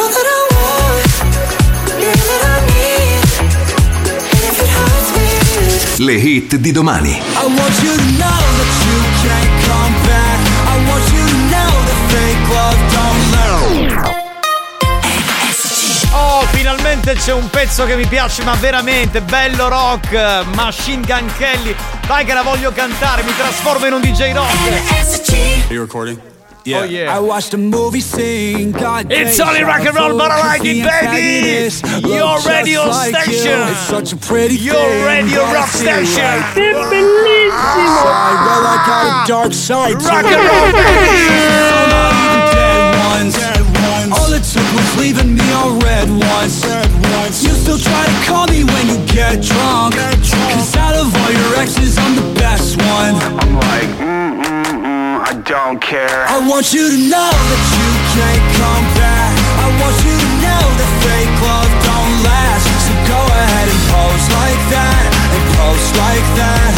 Speaker 22: Le hit di domani.
Speaker 7: I want you to know that you can't come back. I want you to know that fake love don't learn.
Speaker 6: Oh, finalmente c'è un pezzo che mi piace, ma veramente bello rock. Machine Gun Kelly. Vai che la voglio cantare, mi trasformo in un DJ rock.
Speaker 5: Are you recording?
Speaker 6: Yeah. Oh yeah.
Speaker 7: I watched a movie scene.
Speaker 6: It's only rock and roll, but I like it, baby. Your radio station.
Speaker 7: It's such a pretty
Speaker 6: Your radio rock station.
Speaker 7: È bellissimo. Well, I got a dark side.
Speaker 6: Rock and roll, baby.
Speaker 7: All it took was leaving me on red ones. You still try to call me when you get drunk. Cause out of all your exes, I'm the best one.
Speaker 4: I'm like, I don't care.
Speaker 7: I want you to know that you can't come back. I want you to know that fake love don't last. So go ahead and pose like that. And post like that.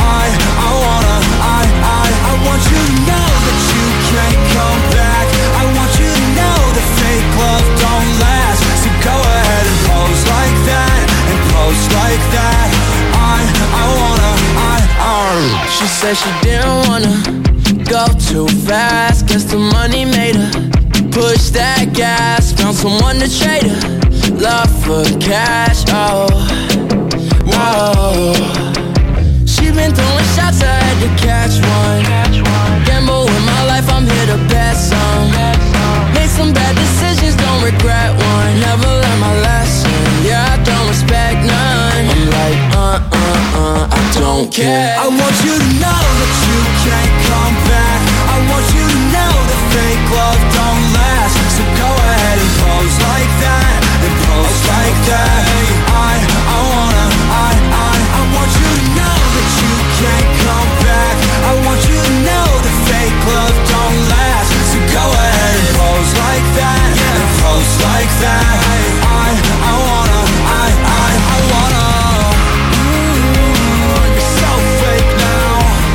Speaker 7: I want you to know that you can't come back. I want you to know that fake love don't last. So go ahead and pose like that. And post like that. She said she didn't wanna go too fast. Guess the money made her push that gas. Found someone to trade her love for cash. Oh. She been throwing shots, I had to catch one. Gamble with my life, I'm here to bet some. Made some bad decisions, don't regret one. Never learned my lesson, yeah, I don't respect none. I'm like, I don't care. I want you to know that you can't come back. I want you to know that fake love don't last. So go ahead and pose like that. And pose like that. I want you to know that you can't come back. I want you to know that fake love don't last. So go ahead and pose like that. And pose like that. I wanna. You're so fake now.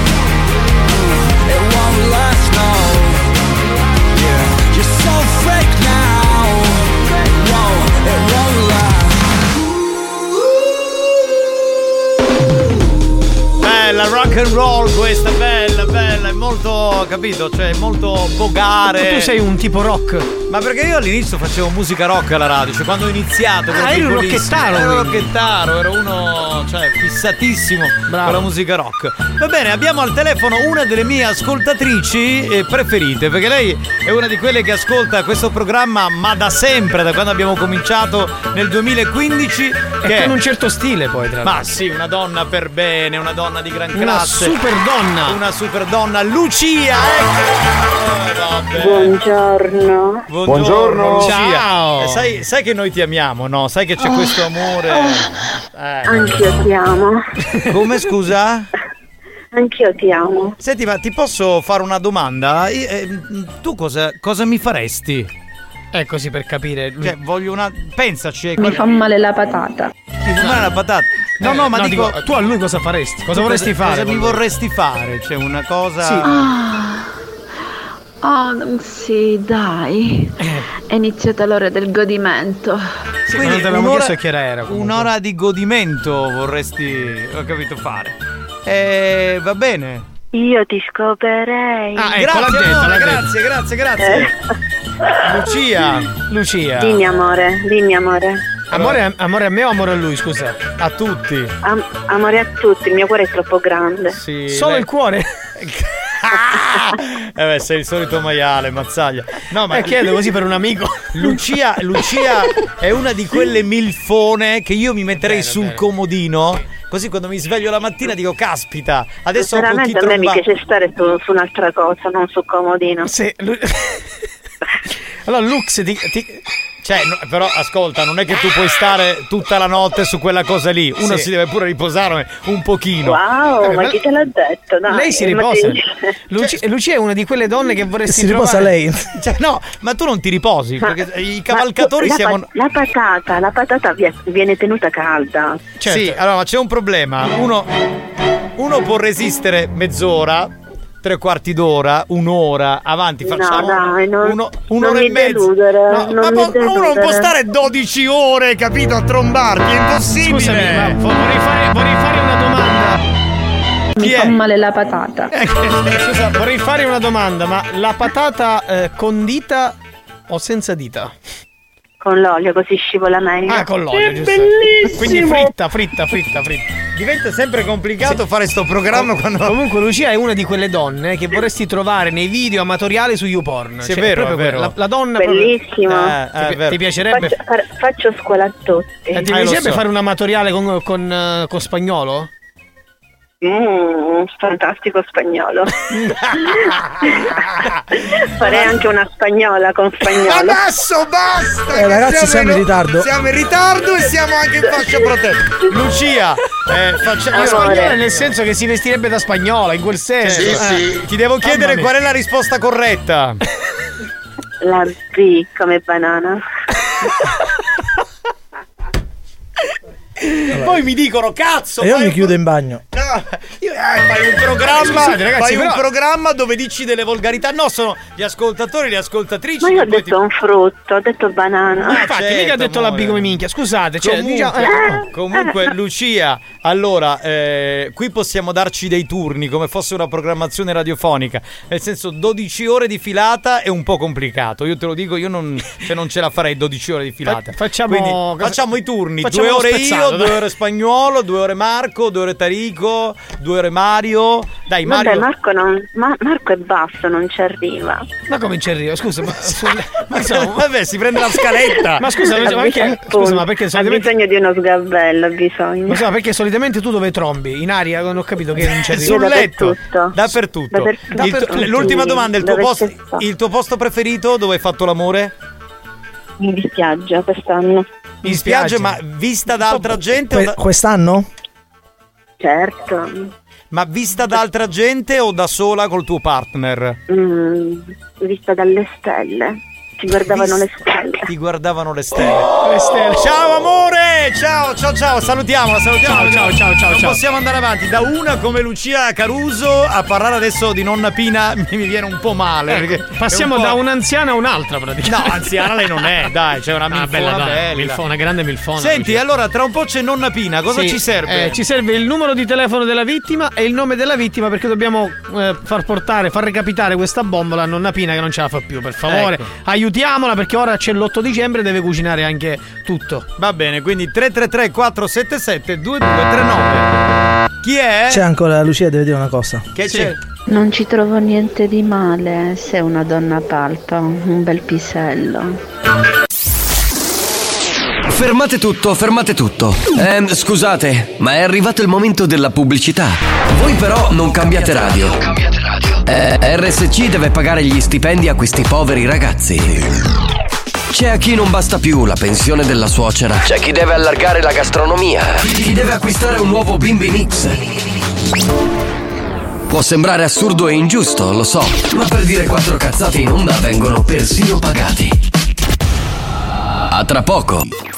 Speaker 7: It won't last, no. Yeah, you're so fake now. Whoa, it won't last.
Speaker 6: Bella rock and roll questa, bella. bella, è molto, capito? Cioè, molto vogare.
Speaker 3: Tu sei un tipo rock.
Speaker 6: Ma perché io all'inizio facevo musica rock alla radio, cioè quando ho iniziato.
Speaker 3: Eri un rocchettaro.
Speaker 6: Ero rocchettaro, ero uno, cioè, fissatissimo con la musica rock. Va bene, abbiamo al telefono una delle mie ascoltatrici preferite, perché lei è una di quelle che ascolta questo programma, ma da sempre, da quando abbiamo cominciato nel 2015.
Speaker 3: E con un certo stile poi, tra l'altro.
Speaker 6: Ma sì, una donna per bene, una donna di gran classe. Una super donna, Lucia,
Speaker 11: Buongiorno.
Speaker 6: Buongiorno.
Speaker 11: Ciao.
Speaker 6: Sai che noi ti amiamo, no? Sai che c'è questo amore.
Speaker 11: Anch'io ti amo.
Speaker 6: Come, scusa?
Speaker 11: Anch'io ti amo.
Speaker 6: Senti, ma ti posso fare una domanda? Tu cosa mi faresti?
Speaker 3: Così per capire.
Speaker 6: Cioè, voglio una. Pensaci.
Speaker 11: Mi fa male la patata.
Speaker 6: Mi fa male la patata. No, ma dico,
Speaker 3: tu a lui cosa faresti? Cosa vorresti fare?
Speaker 6: Cosa mi vorresti fare? Cioè, una cosa.
Speaker 3: Sì.
Speaker 11: Sì, dai. È iniziata l'ora del godimento.
Speaker 3: Sì, quindi non te l'avevamo chiesto che era. Comunque.
Speaker 6: Un'ora di godimento vorresti, ho capito, fare. Va bene.
Speaker 11: Io ti scoperei.
Speaker 6: Grazie. Lucia.
Speaker 11: Dimmi amore.
Speaker 3: Amore a me o amore a lui, scusa?
Speaker 6: A tutti.
Speaker 11: Amore a tutti, il mio cuore è troppo grande.
Speaker 6: Sì,
Speaker 3: solo il cuore?
Speaker 6: Sei il solito maiale, mazzaglia. No, ma
Speaker 3: chiedo così per un amico.
Speaker 6: Lucia è una di quelle milfone che io mi metterei sul comodino. Così quando mi sveglio la mattina dico, caspita, adesso
Speaker 11: veramente a me mi piace stare su un'altra cosa, non sul comodino.
Speaker 3: Sì. Allora Lux
Speaker 6: Cioè, però ascolta, non è che tu puoi stare tutta la notte su quella cosa lì. Uno si deve pure riposare un pochino.
Speaker 11: Wow, ma chi te l'ha detto? Dai,
Speaker 3: lei si riposa. Lucia è una di quelle donne che vorresti
Speaker 8: si riposa lei.
Speaker 6: Cioè, no, ma tu non ti riposi, perché i cavalcatori siamo.
Speaker 11: La patata viene tenuta calda.
Speaker 6: Certo. Sì, allora c'è un problema. Uno può resistere mezz'ora, 3/4 d'ora, un'ora, avanti, facciamo un'ora e mezza. Ma uno non può stare 12 ore, capito, a trombarti, è impossibile.
Speaker 3: Scusami, ma vorrei fare una domanda.
Speaker 11: Mi fa male la patata.
Speaker 3: Scusa, vorrei fare una domanda, ma la patata condita o senza dita?
Speaker 11: Con l'olio, così scivola meglio.
Speaker 3: Con l'olio,
Speaker 11: è
Speaker 3: giusto.
Speaker 11: Bellissimo.
Speaker 3: Quindi fritta.
Speaker 6: Diventa sempre complicato fare sto programma quando.
Speaker 3: Comunque Lucia è una di quelle donne che vorresti trovare nei video amatoriali su YouPorn.
Speaker 6: Sì, è vero.
Speaker 3: La donna
Speaker 11: bellissima.
Speaker 3: Ti piacerebbe?
Speaker 11: Faccio scuola a tutti.
Speaker 3: Ti piacerebbe fare un amatoriale con Spagnolo?
Speaker 11: Fantastico spagnolo. Farei anche una spagnola con spagnolo.
Speaker 6: Adesso basta!
Speaker 8: Ragazzi, siamo in ritardo.
Speaker 6: Siamo in ritardo e siamo anche in fascia protetta. Lucia, facciamo
Speaker 3: spagnola nel senso che si vestirebbe da spagnola, in quel senso.
Speaker 6: Sì. Ti devo chiedere qual è la risposta corretta.
Speaker 11: La B come banana.
Speaker 6: Poi mi dicono cazzo.
Speaker 8: E io mi chiudo in bagno.
Speaker 6: Fai un programma. Scusate, ragazzi, un programma dove dici delle volgarità. No, sono gli ascoltatori e le ascoltatrici.
Speaker 11: Ma io ho detto un frutto, ho detto banana.
Speaker 3: Infatti, mica ho detto la B come minchia. Scusate,
Speaker 6: comunque Lucia, allora qui possiamo darci dei turni come fosse una programmazione radiofonica. Nel senso, 12 ore di filata è un po' complicato. Io te lo dico, io non ce la farei 12 ore di filata.
Speaker 3: Facciamo
Speaker 6: i turni. 2 ore io, 2 ore Spagnolo, 2 ore Marco, 2 ore Tarico, 2 ore Mario. Dai, Mario.
Speaker 11: Vabbè, Marco è basso, non ci arriva.
Speaker 3: Ma come ci arriva? Scusa,
Speaker 6: vabbè, si prende la scaletta.
Speaker 3: Ma scusa, perché
Speaker 11: solitamente ha bisogno di uno sgabello,
Speaker 3: Ma so, perché solitamente tu dove trombi? In aria? Non ho capito che non ci arriva.
Speaker 6: Sul letto. Dappertutto. L'ultima domanda, il tuo posto preferito dove hai fatto l'amore?
Speaker 11: In spiaggia quest'anno.
Speaker 6: In spiaggia, ma vista da altra gente?
Speaker 8: Quest'anno?
Speaker 11: Certo.
Speaker 6: Ma vista da altra gente o da sola col tuo partner?
Speaker 11: Vista dalle stelle. Ti guardavano le stelle.
Speaker 6: Ti guardavano le stelle. Ciao amore! ciao, salutiamola. Non possiamo andare avanti da una come Lucia Caruso a parlare adesso di nonna Pina, mi viene un po' male. Perché
Speaker 3: passiamo da un'anziana a un'altra praticamente.
Speaker 6: No, anziana lei non è, dai, c'è una milfona bella.
Speaker 3: Una grande milfona.
Speaker 6: Senti, Lucia. Allora tra un po' c'è nonna Pina, cosa ci serve?
Speaker 3: Ci serve il numero di telefono della vittima e il nome della vittima, perché dobbiamo far recapitare questa bombola a nonna Pina che non ce la fa più, per favore. Aiutiamola, perché ora c'è l'8 dicembre e deve cucinare anche tutto.
Speaker 6: Va bene, quindi 333 477 2239. Chi è?
Speaker 8: C'è ancora Lucia, deve dire una cosa.
Speaker 6: Che c'è?
Speaker 11: Non ci trovo niente di male se una donna palpa un bel pisello.
Speaker 1: Fermate tutto. Scusate, ma è arrivato il momento della pubblicità. Voi però non cambiate radio. RSC deve pagare gli stipendi a questi poveri ragazzi. C'è a chi non basta più la pensione della suocera. C'è chi deve allargare la gastronomia. Chi deve acquistare un nuovo Bimbi Mix. Può sembrare assurdo e ingiusto, lo so, ma per dire 4 cazzate in onda vengono persino pagati. A tra poco.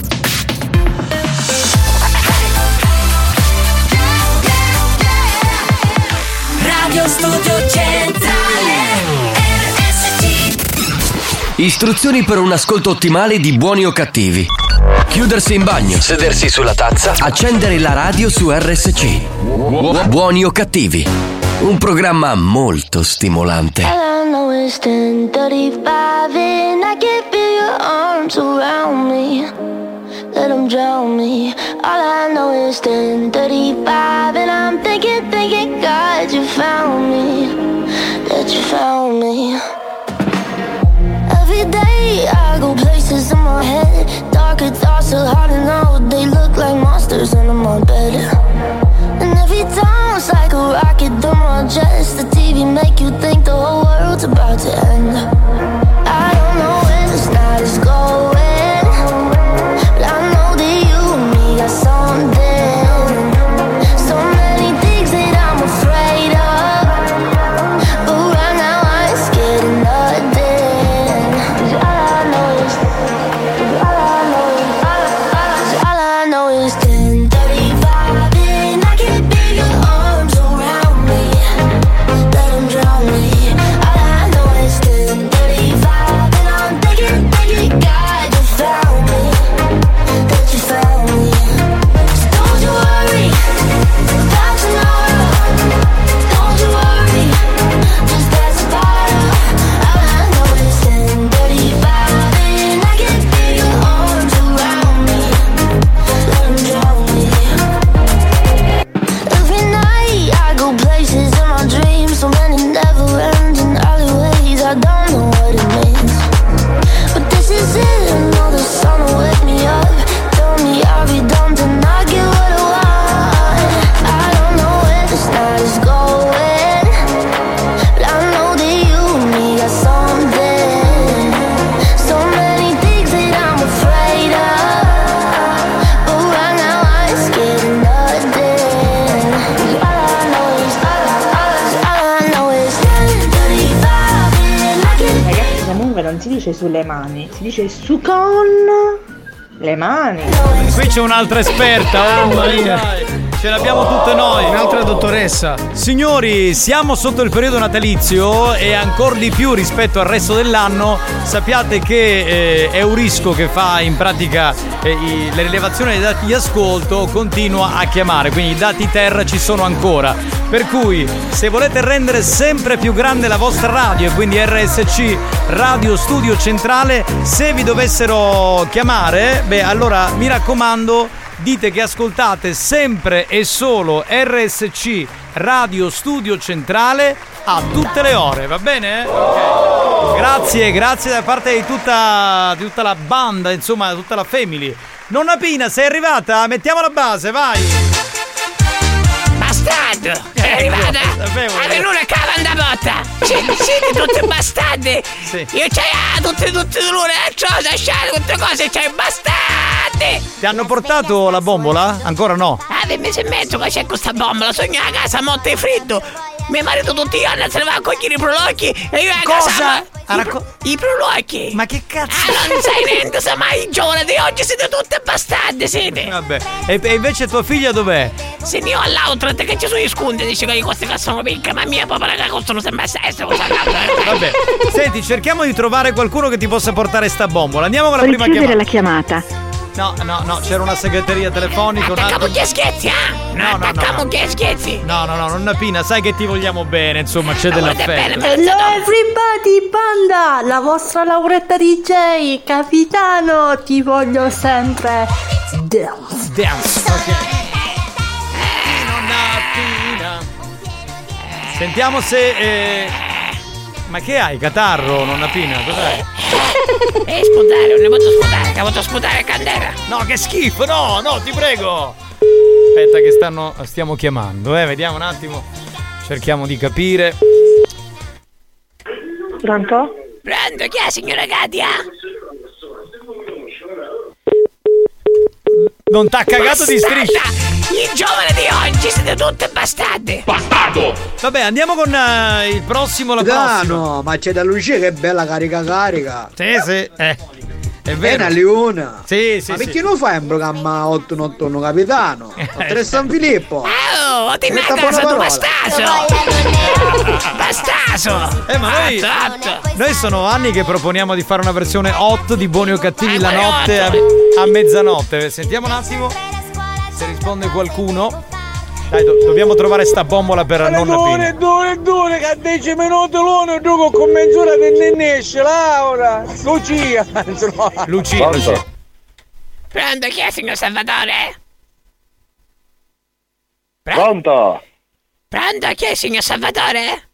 Speaker 7: Radio Studio Centrale RSC.
Speaker 1: Istruzioni per un ascolto ottimale di Buoni o Cattivi. Chiudersi in bagno, sedersi sulla tazza, accendere la radio su RSC. Buoni o Cattivi, un programma molto stimolante.
Speaker 7: All I know is 10:35 and I can feel your arms around me. Let them drown me. All I know is 10:35 and I'm thinking, God, you found me. That you found me. Every day I go places in my head. Darker thoughts are hard to know. They look like monsters under my bed. And every time it's like a rocket through my chest. The TV make you think the whole world's about to end. I don't know where this night is going, but I know that you and me got something. So many things that I'm afraid of, but right now I ain't scared of nothing. 'Cause all I know is 10:35 and I can feel your arms around me. Let them drown me. All I know is 10:35 and I'm thinking, God, you found me. That you found me. So don't you worry about tomorrow. Don't you worry, just that's about it. All I know is 10:35 and I can feel your arms around me. Let them drown me. Every night I go places in my dreams, so many never-ending alleyways. I don't know what it means, but this is it. I know the sun will wake me up. Tell me I'll be done to not get what I want. I don't know where this night is going, but I know that you and me got something. So many things that I'm afraid of, but right now I ain't scared of nothing. 'Cause all I know is 10:35 and I can.
Speaker 17: Ragazzi, comunque non si dice sulle mani, si dice su con le mani.
Speaker 6: Qui c'è un'altra esperta, oh Maria. Ce l'abbiamo tutte noi.
Speaker 3: Un'altra dottoressa.
Speaker 6: Signori, siamo sotto il periodo natalizio e ancora di più rispetto al resto dell'anno. Sappiate che Eurisco, che fa in pratica le rilevazioni dei dati di ascolto, continua a chiamare, quindi i dati terra ci sono ancora. Per cui se volete rendere sempre più grande la vostra radio, e quindi RSC Radio Studio Centrale, se vi dovessero chiamare, allora mi raccomando, dite che ascoltate sempre e solo RSC Radio Studio Centrale a tutte le ore, va bene? Okay. Grazie da parte di tutta la banda, insomma, tutta la family. Nonna Pina, sei arrivata? Mettiamo la base, vai!
Speaker 12: Bastardo! È arrivata? È venuta a cavanda botta! Siete tutti bastardi!
Speaker 6: Sì.
Speaker 12: Io c'hai tutti dolore, tutte cose, c'hai bastardi!
Speaker 6: Ti hanno portato la bombola? Ancora no?
Speaker 12: Un mese e mezzo che c'è questa bombola, sogno a casa morte di freddo! mio marito tutti gli anni se ne va a cogliere i prolocchi e io a casa. I prolocchi?
Speaker 6: Ma che cazzo?
Speaker 12: Non sai niente, se mai i giovani di oggi siete tutte bastardi, siete.
Speaker 6: Vabbè. E invece tua figlia dov'è?
Speaker 12: Se io all'outlet che ci sono gli sconti dice che i costi che sono piccoli, ma mia papà che costano sempre stesso.
Speaker 6: Vabbè. Senti, cerchiamo di trovare qualcuno che ti possa portare sta bombola. Andiamo con la prima chiamata.
Speaker 11: la chiamata.
Speaker 6: No, c'era una segreteria telefonica.
Speaker 12: Attacchiamo gli scherzi, attacchiamo gli scherzi.
Speaker 6: No, nonna Pina, sai che ti vogliamo bene, insomma, c'è dell'affetto.
Speaker 17: Hello everybody, banda, la vostra Lauretta DJ, capitano, ti voglio sempre.
Speaker 6: Dance, ok. Nonna Pina. Sentiamo se ma che hai, catarro, nonna Pina? Cos'hai?
Speaker 12: Sputare, ne posso sputare candela.
Speaker 6: No, che schifo, no, ti prego. Aspetta che stiamo chiamando, vediamo un attimo. Cerchiamo di capire.
Speaker 17: Pronto?
Speaker 12: Pronto, chi è, signora Katia?
Speaker 6: Non t'ha cagato di striscia.
Speaker 12: I giovani di oggi siete tutte bastardi.
Speaker 6: Bastardo. Vabbè, andiamo con il prossimo, la prossima.
Speaker 14: No, ma c'è da Lucia che è bella carica.
Speaker 6: Sì. È vero.
Speaker 14: È una leona.
Speaker 6: Sì.
Speaker 14: Ma perché non fai un programma 881 capitano? Tre San Filippo.
Speaker 12: Ti metti a casa tu bastaso.
Speaker 6: Ma noi sono anni che proponiamo di fare una versione hot di Buoni o Cattivi la notte a mezzanotte. Sentiamo un attimo se risponde qualcuno. Dai, dobbiamo trovare sta bombola per nonna Pina.
Speaker 10: Due, che a 10 minuti l'uno tu con mezz'ora che ne esce, Laura. Lucia.
Speaker 12: Pronto, chi è, signor Salvatore?
Speaker 9: Pronto?
Speaker 12: Pronto, chi è, signor Salvatore?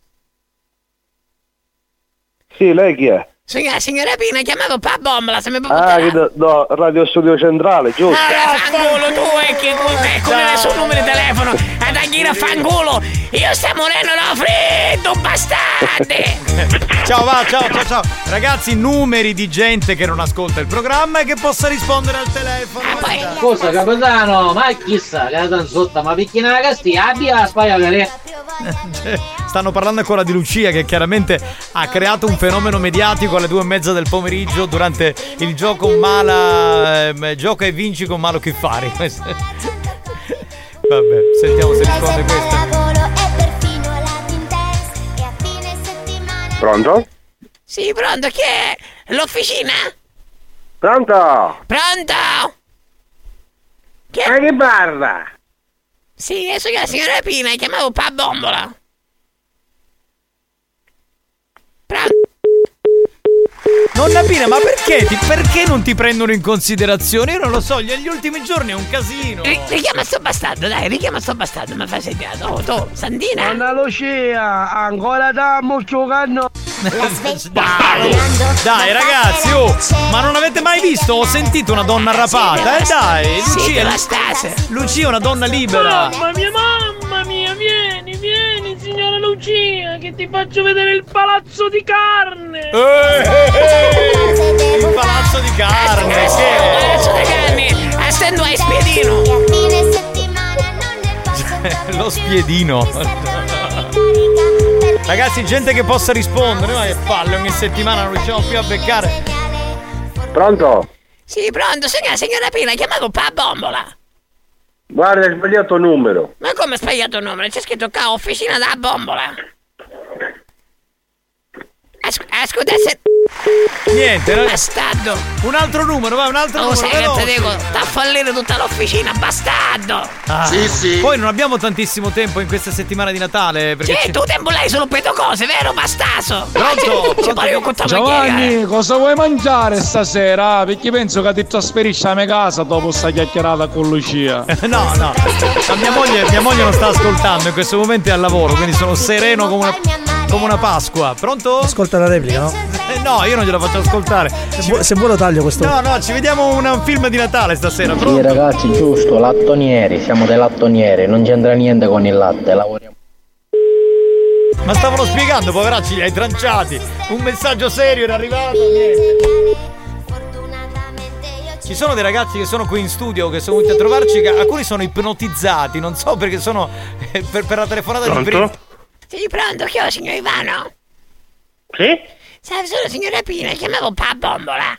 Speaker 9: Sì, lei chi è?
Speaker 12: Signora Pina, chiamavo pa bombola, se mi può buttare.
Speaker 9: No, Radio Studio Centrale, giusto?
Speaker 12: Fanculo, tu è che con nessun numero di telefono, ad aghira fanculo, io sto morendo da freddo, bastardi!
Speaker 6: Ciao. Ragazzi, numeri di gente che non ascolta il programma e che possa rispondere al telefono.
Speaker 19: Scusa, capitano, ma chissà, che la sotto, ma picchina la castia, abbia spaiare.
Speaker 6: Stanno parlando ancora di Lucia, che chiaramente ha creato un fenomeno mediatico alle 2:30 del pomeriggio durante il gioco gioca e vinci con Malo Chiffari. Vabbè, sentiamo se risponde questa.
Speaker 9: Pronto?
Speaker 12: Sì, pronto, chi è? L'officina?
Speaker 9: Pronto?
Speaker 12: Chi è?
Speaker 9: Che parla?
Speaker 12: Sì, sono la signora Pina, chiamavo pa bombola.
Speaker 6: Nonna Pina, ma perché non ti prendono in considerazione? Io non lo so, gli ultimi giorni è un casino.
Speaker 12: Richiama sto bastardo, mi fai segnato. Oh, tu, Sandina.
Speaker 14: Nonna Lucia, ancora da giocando.
Speaker 6: Dai ragazzi, ma non avete mai visto o sentito una donna rapata? Dai, Lucia è una donna libera.
Speaker 17: Mamma mia, vieni, signora Lucia, che ti faccio vedere il palazzo di carne.
Speaker 6: Il palazzo di carne,
Speaker 12: Astendo ai spiedino.
Speaker 6: Lo spiedino. Ragazzi, gente che possa rispondere, ma che palle, ogni settimana non riusciamo più a beccare.
Speaker 9: Pronto?
Speaker 12: Sì, pronto, signora Pina, chiamavo pa bombola.
Speaker 9: Guarda, hai sbagliato il numero.
Speaker 12: Ma come ho sbagliato il numero? C'è scritto qua, officina da bombola. Ascolta,
Speaker 6: niente, no?
Speaker 12: Bastardo.
Speaker 6: Un altro numero, vai, un altro numero.
Speaker 12: Sai che te dico, sta a fallire tutta l'officina, bastardo.
Speaker 6: Sì. Poi non abbiamo tantissimo tempo in questa settimana di Natale.
Speaker 12: Sì, tu tempo lei solo per due cose, vero, bastaso?
Speaker 6: Pronto?
Speaker 10: Giovanni, cosa vuoi mangiare stasera? Perché penso che ti trasferisci a mia casa dopo sta chiacchierata con Lucia.
Speaker 6: No. La mia moglie non sta ascoltando, in questo momento è al lavoro, quindi sono sereno come una Pasqua. Pronto?
Speaker 8: Ascolta la replica, no?
Speaker 6: No, io non gliela faccio ascoltare.
Speaker 8: Se vuoi lo taglio questo.
Speaker 6: No, ci vediamo un film di Natale stasera. Pronto?
Speaker 19: Sì, ragazzi, giusto, lattonieri, siamo dei lattonieri, non c'entra niente con il latte, lavoriamo.
Speaker 6: Ma stavano spiegando, poveracci, li hai tranciati. Un messaggio serio era arrivato, niente. Ci sono dei ragazzi che sono qui in studio, che sono venuti a trovarci, che alcuni sono ipnotizzati, non so perché sono per la telefonata
Speaker 15: Pronto?
Speaker 6: di prima.
Speaker 12: Sei pronto? Chi è, signor Ivano?
Speaker 16: Sì?
Speaker 12: Salve, sono signora Pina, chiamavo un po' a bombola.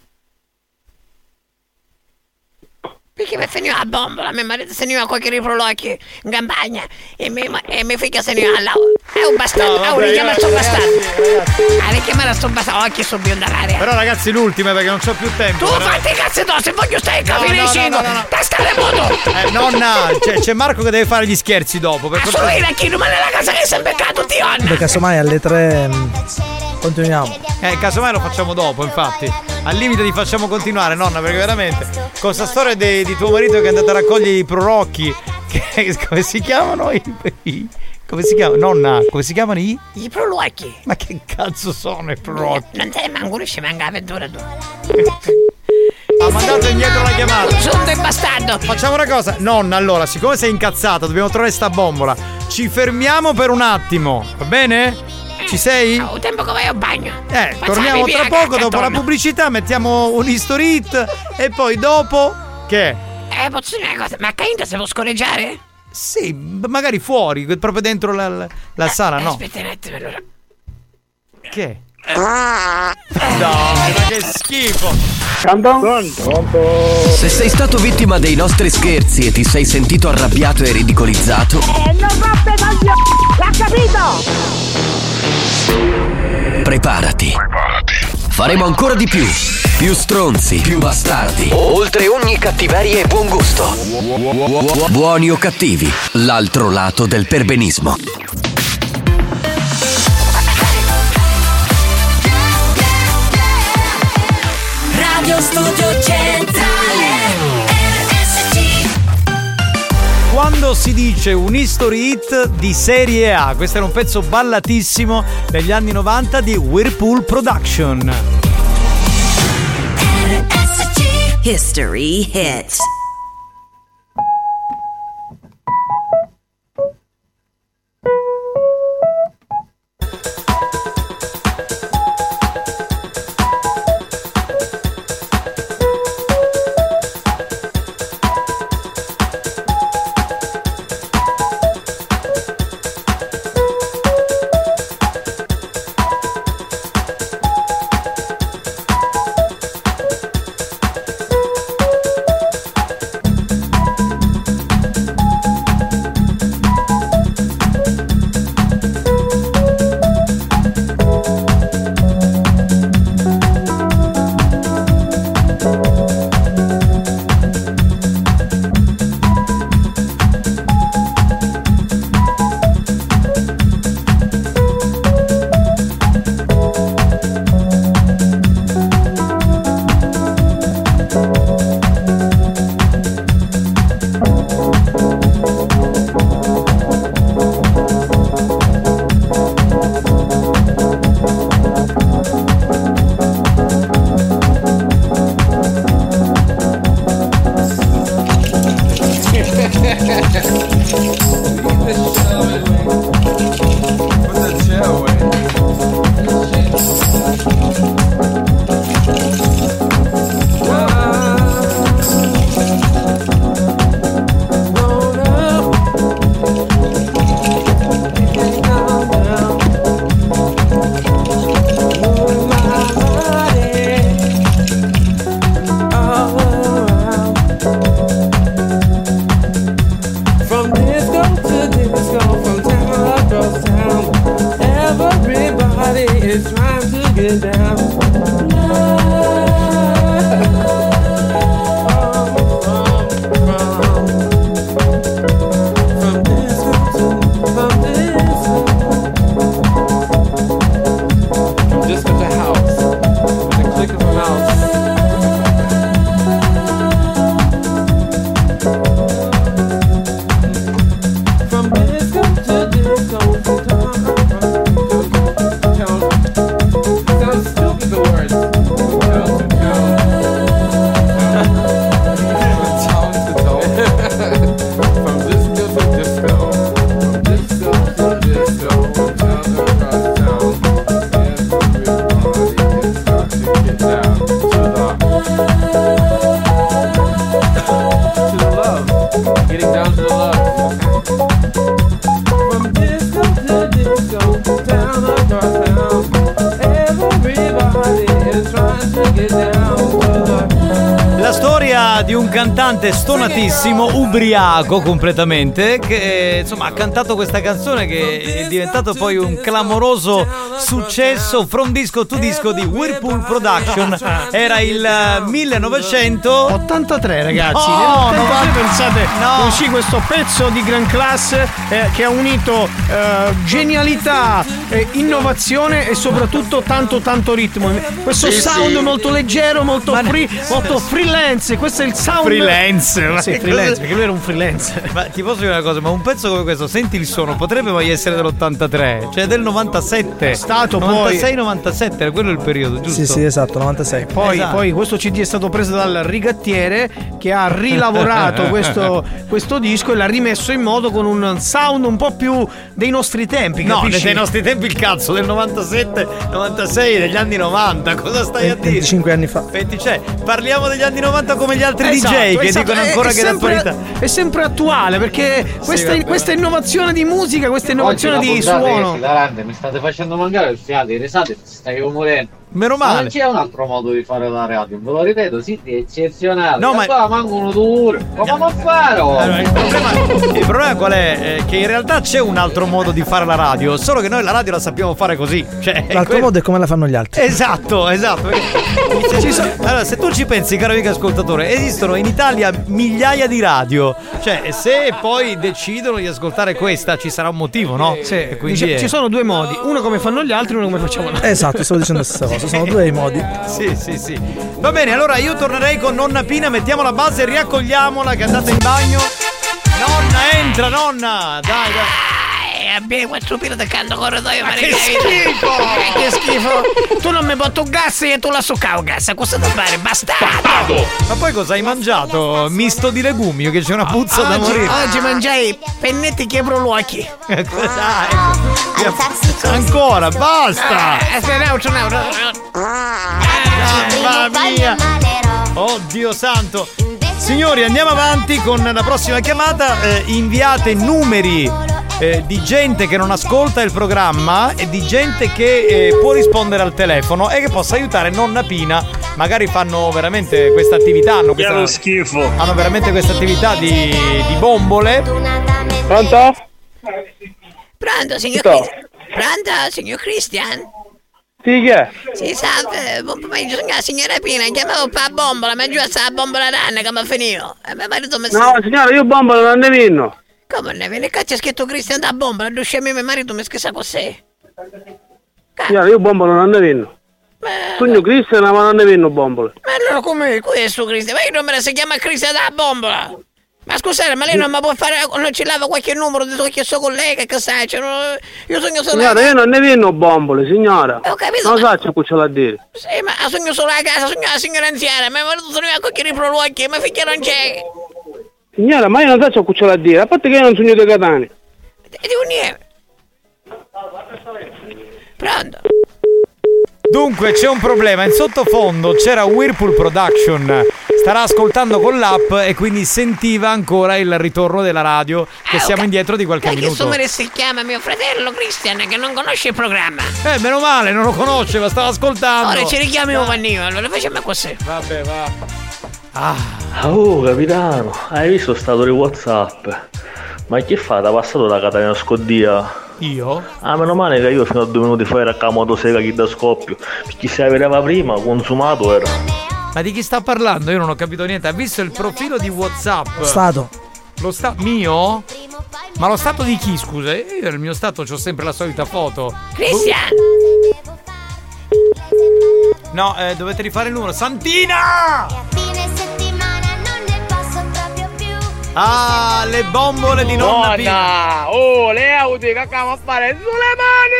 Speaker 12: Perché mi finiva a bombola, mio marito se ne va a qualche riprolocchi in campagna e mia figlia se ne va al lavoro. È un bastardo, richiama sto bastardo. Richiamare sto bastardo, occhio sto biondalare.
Speaker 6: Però ragazzi l'ultima perché non c'ho più tempo.
Speaker 12: Tu fatti i cazzi tu, se voglio stare in capire testa le moto.
Speaker 6: Nonna, c'è Marco che deve fare gli scherzi dopo.
Speaker 12: Ma solo io a chi non nella casa che sei beccato ti onna.
Speaker 8: Beh, casomai alle 3 continuiamo.
Speaker 6: Casomai lo facciamo dopo, infatti. Al limite ti facciamo continuare, nonna, perché veramente con sta storia di tuo marito che è andato a raccogliere i prorocchi, che come si chiamano? Come si chiamano? Nonna, come si chiamano i
Speaker 12: prolocchi?
Speaker 6: Ma che cazzo sono i prolocchi?
Speaker 12: Non sei manco ci manca l'avventura tu.
Speaker 6: Ha mandato indietro la chiamata.
Speaker 12: Sono del bastardo.
Speaker 6: Facciamo una cosa, nonna, allora, siccome sei incazzata, dobbiamo trovare sta bombola. Ci fermiamo per un attimo, va bene? Ci sei?
Speaker 12: Ho tempo che vai a bagno.
Speaker 6: Torniamo tra poco, dopo la pubblicità mettiamo un history hit e poi dopo che?
Speaker 12: Posso dire una cosa, ma Cainta se può scorreggiare?
Speaker 6: Sì, magari fuori, proprio dentro la sala, no?
Speaker 12: Aspetta un attimo allora.
Speaker 6: Che? No, ma che schifo.
Speaker 1: Se sei stato vittima dei nostri scherzi e ti sei sentito arrabbiato e ridicolizzato,
Speaker 18: non roppe coglioni, l'ha capito?
Speaker 1: preparati. Faremo ancora di più. Più stronzi, più bastardi. Oltre ogni cattiveria e buon gusto. Buoni o cattivi, l'altro lato del perbenismo.
Speaker 7: Radio Studio Centrale RSC.
Speaker 6: Quando si dice un history hit di serie A, questo era un pezzo ballatissimo degli anni 90 di Whirlpool Production.
Speaker 7: History Hits.
Speaker 6: di un cantante stonatissimo, ubriaco completamente, che insomma ha cantato questa canzone che è diventato poi un clamoroso successo from disco to disco di Whirlpool Production. Era il 1983,
Speaker 3: ragazzi.
Speaker 6: No,
Speaker 3: pensate, uscì questo pezzo di gran classe che ha unito genialità, innovazione e soprattutto tanto ritmo. Questo sound molto leggero, molto molto freelance. Questo è il sound
Speaker 6: freelance.
Speaker 3: Sì, freelance, perché lui era un freelance.
Speaker 6: Ma ti posso dire una cosa, ma un pezzo come questo, senti il suono, potrebbe mai essere dell'83, cioè del 97.
Speaker 3: È stato
Speaker 6: 96-97, era quello il periodo, giusto?
Speaker 8: Sì, esatto, 96.
Speaker 3: Poi questo CD è stato preso dal rigattiere che ha rilavorato questo disco e l'ha rimesso in modo con un sound un po' più dei nostri tempi, capisci?
Speaker 6: No, dei nostri tempi il cazzo, del 97, 96, degli anni 90, cosa stai a dire?
Speaker 8: 25 anni fa.
Speaker 6: Parliamo degli anni 90 come gli altri DJ che dicono ancora che l'attualità
Speaker 3: è sempre attuale, perché questa innovazione di musica, questa innovazione di suono.
Speaker 19: Mi state facendo mancare il fiato, i risate, stai morendo.
Speaker 6: Meno male.
Speaker 19: Ma non c'è un altro modo di fare la radio, ve lo ripeto, sì, è eccezionale.
Speaker 6: No, ma
Speaker 19: qua mancano 2 ore. Come a fare?
Speaker 6: Allora, il problema qual è? Che in realtà c'è un altro modo di fare la radio, solo che noi la radio la sappiamo fare così. Cioè,
Speaker 8: l'altro modo è come la fanno gli altri.
Speaker 6: Esatto. Allora, se tu ci pensi, caro amico ascoltatore, esistono in Italia migliaia di radio. Cioè, se poi decidono di ascoltare questa, ci sarà un motivo, no?
Speaker 3: Sì. Quindi ci sono 2 modi, uno come fanno gli altri, uno come facciamo noi.
Speaker 8: Esatto, stavo dicendo la stessa cosa. Sono 2 i modi.
Speaker 6: Sì. Va bene, allora io tornerei con nonna Pina, mettiamo la base e riaccogliamola che è andata in bagno. Nonna, entra, nonna! Dai.
Speaker 12: Abbiamo 4 pilo del canto corridoio.
Speaker 6: Ma che schifo!
Speaker 12: Che schifo! Tu non mi porto gas e tu la succavo gas. Cosa devo fare? Bastardo!
Speaker 6: Ma poi cosa hai mangiato? Misto di legumi, che c'è una puzza da morire.
Speaker 12: Oggi mangiai pennetti che proluochi.
Speaker 6: Ancora, basta! Mamma mia! Oddio santo! Signori, andiamo avanti con la prossima chiamata. Inviate numeri di gente che non ascolta il programma e di gente che può rispondere al telefono e che possa aiutare nonna Pina. Magari fanno veramente questa attività, hanno veramente questa attività di bombole.
Speaker 9: Pronto?
Speaker 12: Pronto, signor Cristian? Pronto, signor Cristian?
Speaker 9: Sì, che è?
Speaker 12: Sì, salve, buon pomeriggio, signora Pina, chiamavo per la bombola, ma giù sta la bombola ranna che mi ha finito.
Speaker 9: No, signora, io bombola non ne vinno.
Speaker 12: Come ne viene? Cazzo, è scritto Cristian da bombola, non scemi mio marito mi schisa così.
Speaker 9: Signora, io bombola non ne vinno. Sogno Cristian, ma non ne vinno bombole.
Speaker 12: Ma allora come questo Cristian? Ma io non me la si chiama Cristian da bombola. Ma scusate, ma lei non mi può fare, non ci lava qualche numero di qualche suo collega che sai, cioè, io sogno solo.
Speaker 9: Signora, io non ne vinno bombole, signora.
Speaker 12: Ho capito.
Speaker 9: Non so c'è cucciolo a dire.
Speaker 12: Sì, ma sogno solo a casa, sogno la signora anziana, ma io sono a qualche riproluocchi, ma finché non c'è.
Speaker 9: Signora, ma io non so c'è cucciolo a dire, a parte che io non sogno dei catani.
Speaker 12: Devo niente. Pronto?
Speaker 6: Dunque c'è un problema, in sottofondo c'era Whirlpool Production, starà ascoltando con l'app e quindi sentiva ancora il ritorno della radio, che siamo indietro di qualche minuto.
Speaker 12: Che si chiama mio fratello Cristian, che non conosce il programma.
Speaker 6: Meno male, non lo conosce, ma stava ascoltando.
Speaker 12: Ora ci richiamiamo Vannino, allora facciamo così.
Speaker 6: Vabbè, va.
Speaker 16: Capitano, hai visto lo stato di WhatsApp? Ma che fa? T'ha passato la catena scoddia?
Speaker 6: Io?
Speaker 16: Meno male che io fino a 2 minuti fa era a motosega chi da scoppio. Perché se aveva prima, consumato era.
Speaker 6: Ma di chi sta parlando? Io non ho capito niente. Ha visto il profilo di WhatsApp?
Speaker 8: Stato.
Speaker 6: Lo stato mio? Ma lo stato di chi, scusa? Io nel mio stato c'ho sempre la solita foto.
Speaker 12: Cristian!
Speaker 6: No, dovete rifare il numero. Santina! Le bombole di nonna Pina.
Speaker 9: Oh, le auto che acabbiamo a fare sulle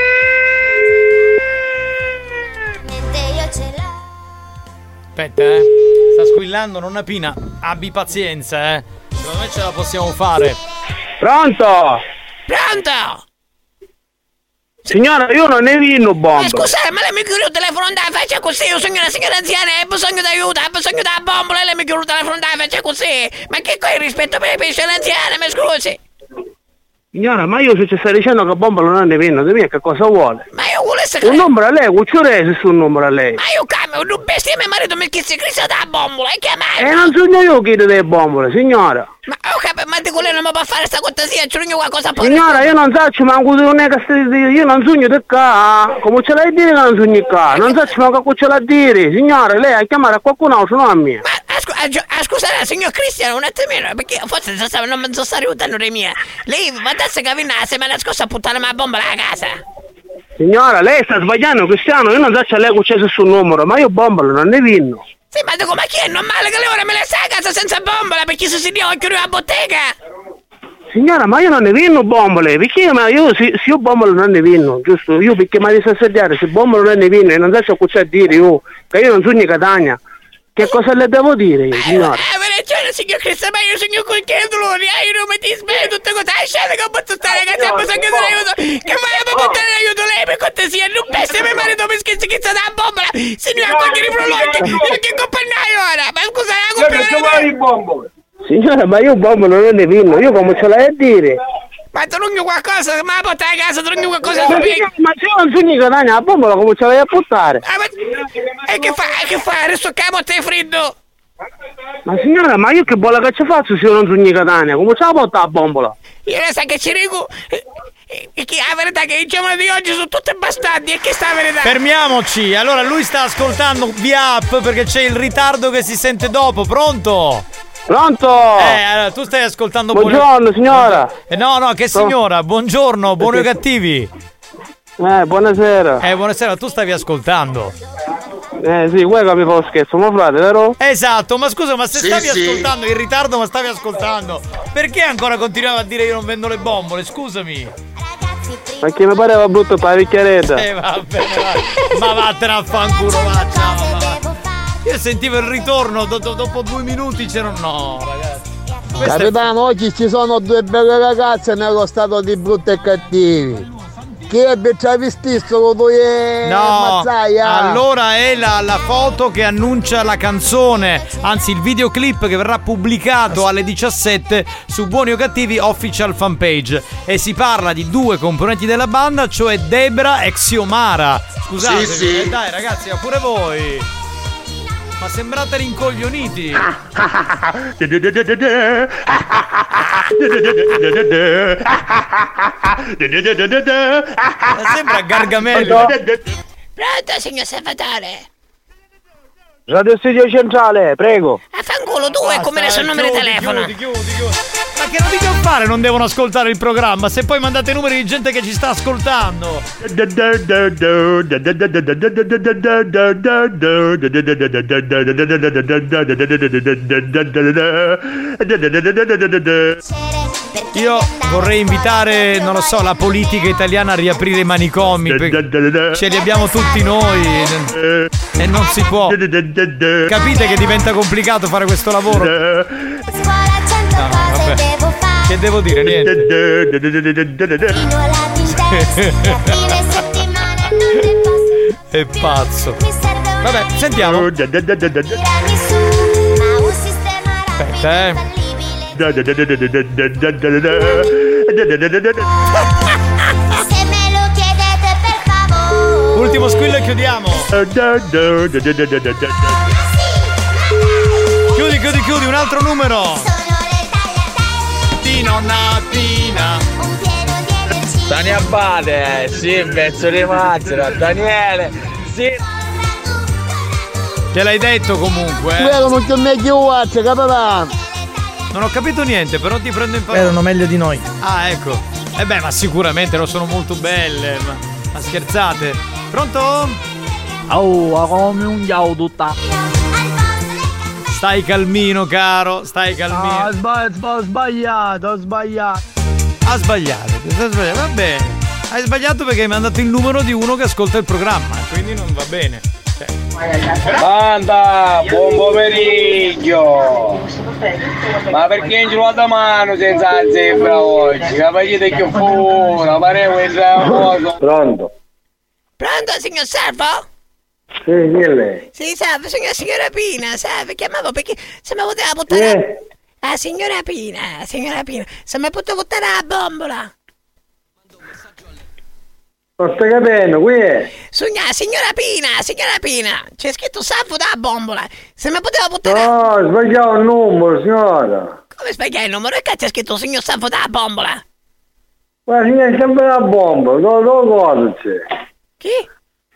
Speaker 9: mani.
Speaker 6: Aspetta, sta squillando nonna Pina. Abbi pazienza, secondo me ce la possiamo fare.
Speaker 9: Pronto?
Speaker 12: Pronto?
Speaker 9: Signora, io non ne vinno bomba.
Speaker 12: Scusate, ma lei mi chiude il telefono da faccia così. Io sono una signora anziana e ho bisogno di aiuto, ho bisogno della bombola e lei mi chiude il telefono da faccia così. Ma che qua è il rispetto per le persone anziane, mi scusi?
Speaker 13: Signora, ma io se ci stai dicendo che bombola non ne venno, di me che cosa vuole?
Speaker 12: Ma io vuole
Speaker 13: un numero a lei, cucciorese su un numero a lei.
Speaker 12: Ma io cambio, un bestia mio marito mi chiese Cristo da bombola, e chiamare.
Speaker 13: E non sogno io chi delle bombole, signora.
Speaker 12: Ma ma di quello non mi può fare sta cortesia, c'è qualcosa a
Speaker 13: signora, io non so, ma non è che io non sogno di qua. Come ce l'hai a dire che non sogni qua? Non so, ma che ce l'ha a dire, signora, lei ha chiamato a qualcun altro, non a me.
Speaker 12: Scusate, signor Cristiano, un attimino, perché forse non mi sto aiutando le mie. Lei va a che venne la settimana scorsa a puttare la bombola a casa.
Speaker 13: Signora, lei sta sbagliando, Cristiano, io non so se lei c'è sul numero, ma io bombolo non ne vinno.
Speaker 12: Sì, ma dico, ma chi è normale che lei ora me la sa a casa senza bombola, perché se si dio chiude la bottega?
Speaker 13: Signora, ma io non ne vinno bombole, perché se io bombolo non ne vinno, giusto? Io perché mi devo assediare, se bombolo non ne vinno, e non so cosa a dire io, che io non sogno Catania. Che cosa le devo dire io, signora?
Speaker 12: Ma ragione, signor Cristo, ma io sogno con che dolori, i reumatismi e tutte cose. Scende che ho potuto stare ragazzi, ho bisogno di aiuto. Che vai a portare l'aiuto lei per cortesia, non peste mio marito mi scherzi che sta da bombola. Signora, qualche riprologhi, io che accompagnai ora. Ma scusa, la
Speaker 13: compagnia. Signora, ma io bombolo non ne vinno, io come ce l'hai a dire?
Speaker 12: Ma trovi qualcosa, ma porta a casa, trovi qualcosa
Speaker 13: ma se io non sogni Catania, la bombola come ce l'hai a buttare?
Speaker 12: E che fa? Adesso camo a te freddo!
Speaker 13: Ma signora, ma io che bolla che ci faccio se io non sogni Catania? Come ce la porta la bombola?
Speaker 12: Io ne sa che ci dico... E che la verità è che i giovani di oggi sono tutti bastardi, e che sta la verità?
Speaker 6: Fermiamoci, allora lui sta ascoltando via app perché c'è il ritardo che si sente dopo, pronto?
Speaker 13: Pronto?
Speaker 6: Allora, tu stai ascoltando.
Speaker 13: Buongiorno signora.
Speaker 6: No, che signora, buongiorno, buoni o cattivi?
Speaker 13: Buonasera.
Speaker 6: Buonasera, tu stavi ascoltando.
Speaker 13: Sì, vuoi che mi fa lo scherzo, mio frate, vero?
Speaker 6: Esatto, ma scusa, ma se stavi ascoltando in ritardo, ma stavi ascoltando, perché ancora continuavi a dire io non vendo le bombole, scusami?
Speaker 13: Perché mi pareva brutto per la vecchiaretta.
Speaker 6: Vabbè, ma vattene a fanculo, Io sentivo il ritorno, dopo 2 minuti c'erano... No, ragazzi.
Speaker 14: Capitano, oggi ci sono 2 belle ragazze nello stato di brutti e cattivi. Che ci hai visto tu e Mazzaia?
Speaker 6: Allora è la foto che annuncia la canzone, anzi il videoclip che verrà pubblicato alle 17 su Buoni o Cattivi Official Fanpage. E si parla di 2 componenti della banda, cioè Debra e Xiomara. Scusate, sì. Dai ragazzi, ma pure voi. Ma sembrate rincoglioniti. Sembra Gargamella.
Speaker 12: Pronto, signor Salvatore?
Speaker 13: Radio Studio Centrale, prego.
Speaker 12: Affanculo, tu e come ne so il numero di telefono.
Speaker 6: Chiudi. Ma che non dico fare, non devono ascoltare il programma. Se poi mandate numeri di gente che ci sta ascoltando. Io vorrei invitare, non lo so, la politica italiana a riaprire i manicomi, perché ce li abbiamo tutti noi e non si può. Capite che diventa complicato fare questo lavoro? No, vabbè. Che devo dire? Niente. È pazzo. Vabbè, sentiamo. Aspetta, Ultimo squillo e chiudiamo. Chiudi, un altro numero. Nonnatina.
Speaker 20: Stani a bade, sì, pezzo di mazzera, Daniele, sì.
Speaker 6: Te l'hai detto comunque.
Speaker 14: Non c'è meglio capitano.
Speaker 6: Non ho capito niente, però ti prendo in parola.
Speaker 8: Erano meglio di noi.
Speaker 6: Ah, ecco. Ma sicuramente non sono molto belle, ma scherzate. Pronto?
Speaker 20: Come un giau tutta.
Speaker 6: Stai calmino, caro, stai calmino.
Speaker 14: Ho sbagliato.
Speaker 6: Ha sbagliato, va bene. Hai sbagliato perché hai mandato il numero di uno che ascolta il programma, quindi non va bene.
Speaker 20: Banda, buon pomeriggio. Ma perché in giro da mano senza la zebra oggi? Capite che fuori, parevo il modo.
Speaker 13: Pronto,
Speaker 12: signor Salvo?
Speaker 13: Sì, lei.
Speaker 12: Sì, salve, signora Pina, salve, chiamavo perché se mi poteva buttare... signora Pina, se mi poteva buttare la bombola.
Speaker 14: Non stai capendo, qui è.
Speaker 12: Signora Pina, c'è scritto Sanfo da bombola. Se mi poteva buttare.
Speaker 14: No, sbagliavo il numero, signora.
Speaker 12: Come sbagliai il numero? E che c'è scritto signor Sanfo da bombola?
Speaker 14: Ma signora, sempre la bomba, dove cosa c'è?
Speaker 12: Chi?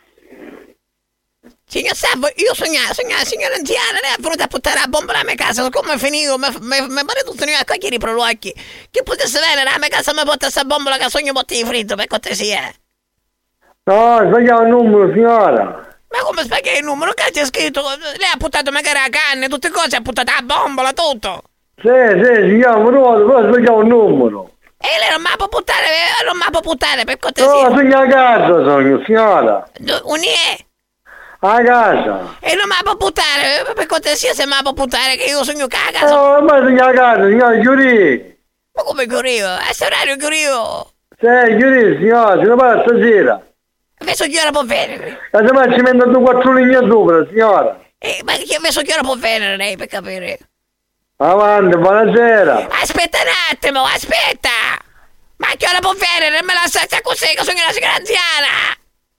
Speaker 12: Signor Sanfo, io signora anziana, lei è venuta a buttare la bombola a mia casa. Come è finito? Mi pare tutto a cogliere i prolocchi. Che potesse venire a mia casa e mi porta questa bombola che sogno botti di fritto, per cortesia.
Speaker 14: No, sbagliavo il numero, signora.
Speaker 12: Ma come sbagliai il numero? Che c'è scritto? Lei ha buttato magari la canna, tutte cose, ha buttato la bombola, tutto.
Speaker 14: Sì, signora, però sbagliavo il numero.
Speaker 12: E lei non mi può buttare, per cortesia.
Speaker 14: No, sogno a casa, sogno, signora.
Speaker 12: Un'è?
Speaker 14: A casa.
Speaker 12: E non mi può buttare, per cortesia, se mi può buttare, che io sogno a casa.
Speaker 14: No, ma sogno a casa, signora, chiudi.
Speaker 12: Ma come chiudivo? A questo orario chiudivo.
Speaker 14: Sì, chiudi, signora, se ne parla stasera.
Speaker 12: Adesso che ora può venire?
Speaker 14: La settimana ci metto 4 linee sopra, signora.
Speaker 12: Ma adesso che ora può venire lei, per capire?
Speaker 14: Avanti, buonasera.
Speaker 12: Aspetta un attimo, aspetta! Ma che ora può venire? Me la sta così, che sono una signora anziana!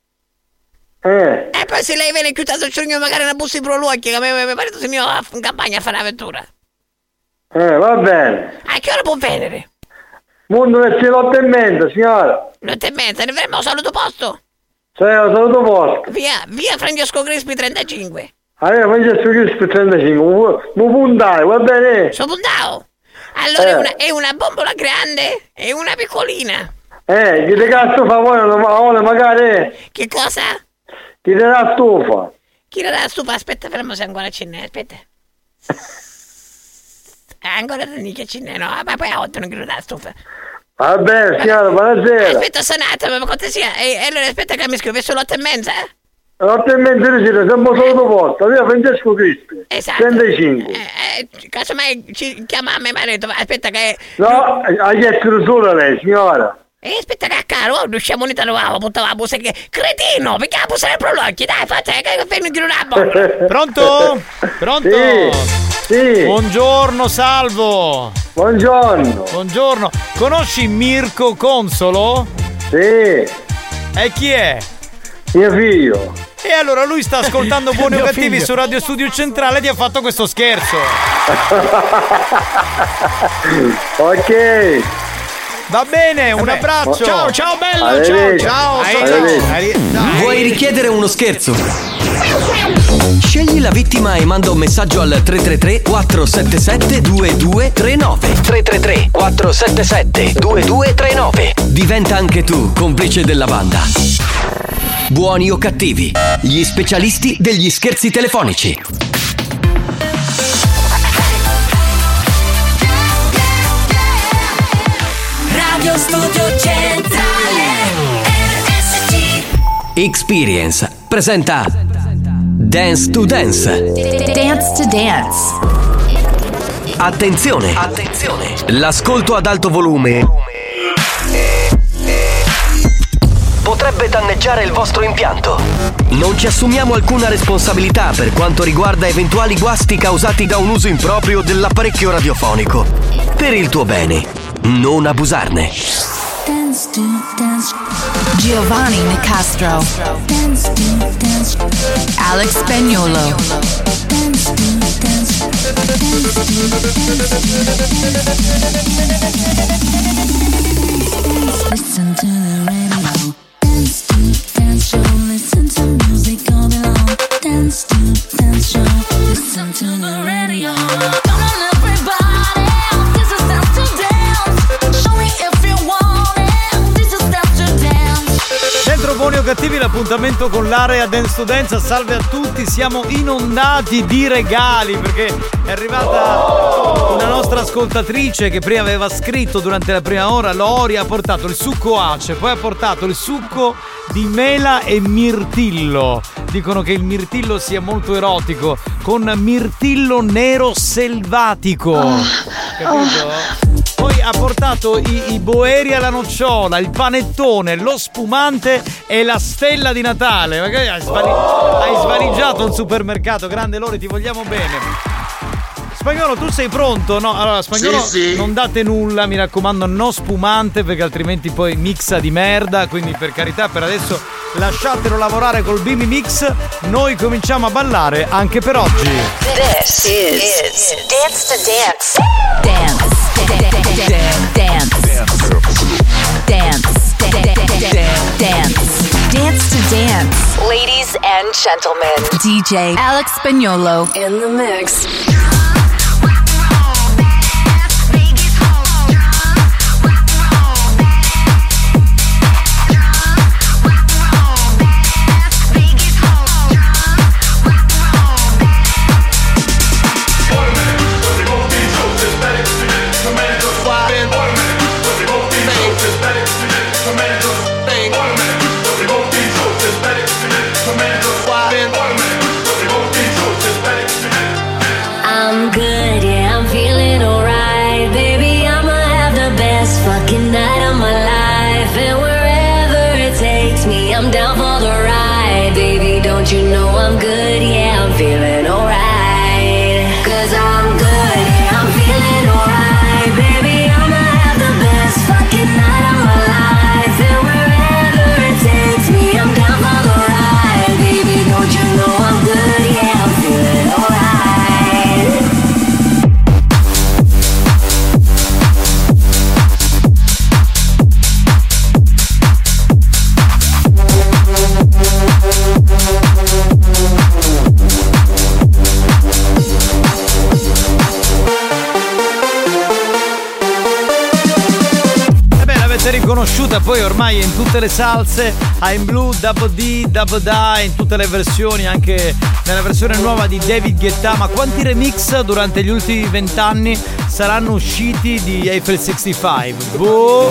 Speaker 12: E poi se lei viene chiusa sul sogno magari una busta di prolocchi, che mi pare che signor in campagna a fare un'avventura.
Speaker 14: Va bene.
Speaker 12: A che ora può venire?
Speaker 14: Mondo del 8:30, signora.
Speaker 12: 8:30, ne avremo un saluto posto?
Speaker 14: Sì, ho saluto posto.
Speaker 12: Via Francesco Crispi 35.
Speaker 14: Allora, Francesco Crispi 35, mi puntare, va bene?
Speaker 12: Sono puntato? Allora è una bombola grande e una piccolina.
Speaker 14: Chi te cazzo fa vuole magari?
Speaker 12: Che cosa?
Speaker 14: Chi te la stufa?
Speaker 12: Chi te la stufa? Aspetta, fermo se ancora ce n'è, aspetta. Ancora che ce n'è, no? Ma poi a 8 non credo la stufa.
Speaker 14: Vabbè, signora, buonasera.
Speaker 12: Aspetta, sonato, ma cortesia. Allora aspetta che mi scrive sull'8:30.
Speaker 14: 8:30 di sera, siamo saluto posto. Io Francesco Crispi.
Speaker 12: Esatto.
Speaker 14: 35.
Speaker 12: Casomai ci chiama a mio marito, aspetta che...
Speaker 14: No, ha chiesto solo lei, signora.
Speaker 12: Aspetta che caro, riusciamo unita nuova, buttava la busta che... Cretino, perché la busta del prolocchi? Dai, faccia che fai di una bomba.
Speaker 6: Pronto? Pronto?
Speaker 14: Sì.
Speaker 6: Buongiorno, Salvo.
Speaker 14: Buongiorno.
Speaker 6: Conosci Mirko Consolo?
Speaker 14: Sì.
Speaker 6: E chi è?
Speaker 14: Mio figlio.
Speaker 6: E allora lui sta ascoltando Buoni o Cattivi
Speaker 14: figlio.
Speaker 6: su Radio Studio Centrale e ti ha fatto questo scherzo.
Speaker 14: Ok.
Speaker 6: Va bene, un abbraccio.
Speaker 3: Ciao bello,
Speaker 14: Arrivederci.
Speaker 3: ciao.
Speaker 1: Vuoi richiedere uno scherzo? Scegli la vittima e manda un messaggio al 333 477 2239. 333 477 2239. Diventa anche tu complice della banda. Buoni o Cattivi, gli specialisti degli scherzi telefonici.
Speaker 7: Radio Studio Centrale RSC.
Speaker 1: Experience presenta Dance to Dance.
Speaker 2: Dance to Dance.
Speaker 1: Attenzione! L'ascolto ad alto volume potrebbe danneggiare il vostro impianto. Non ci assumiamo alcuna responsabilità per quanto riguarda eventuali guasti causati da un uso improprio dell'apparecchio radiofonico. Per il tuo bene, non abusarne.
Speaker 2: Dance to Dance. Giovanni Nicastro. Dance to Dance. Alex Spagnuolo. Dance to Dance. Listen to the radio. Dance to Dance show. Listen to music all day long. Dance to Dance show. Listen to the radio. Come on everybody, this is Dance to Dance. Show me if you want it. This is Dance to Dance.
Speaker 6: Dentro Buoni o Cattivi l'appuntamento con l'area Dance to Dance. Salve a tutti, siamo inondati di regali perché è arrivata una nostra ascoltatrice che prima aveva scritto durante la prima ora. Lori ha portato il succo ace, poi ha portato il succo di mela e mirtillo. Dicono che il mirtillo sia molto erotico, con mirtillo nero selvatico. Capito? Poi ha portato i boeri alla nocciola, il panettone, lo spumante e la stella di Natale. Magari hai svaligiato un supermercato. Grande Lori, ti vogliamo bene. Spagnolo, tu sei pronto? No, allora Spagnolo
Speaker 14: Sì.
Speaker 6: non date nulla, mi raccomando, no spumante perché altrimenti poi mixa di merda, quindi per carità per adesso lasciatelo lavorare col Bimbi Mix, noi cominciamo a ballare anche per oggi.
Speaker 2: This is Dance to Dance. Dance. Dance to Dance. Ladies and gentlemen, DJ Alex Spagnolo in the mix. I'm good, yeah, I'm feeling alright. Baby, I'ma have the best fucking night of my life. And wherever it takes me, I'm down for the ride. Baby, don't you know I'm good, yeah, I'm feeling alright. 'Cause I'm good, yeah, I'm feeling alright. Baby, I'ma have the best fucking night of my life. And wherever it takes me, I'm down for the ride. Baby, don't you know I'm good, yeah, I'm feeling alright.
Speaker 6: Riconosciuta poi ormai in tutte le salse, I'm Blue, Double D, Double Die, in tutte le versioni, anche nella versione nuova di David Guetta. Ma quanti remix durante gli ultimi 20 anni saranno usciti di Eiffel 65? Boh!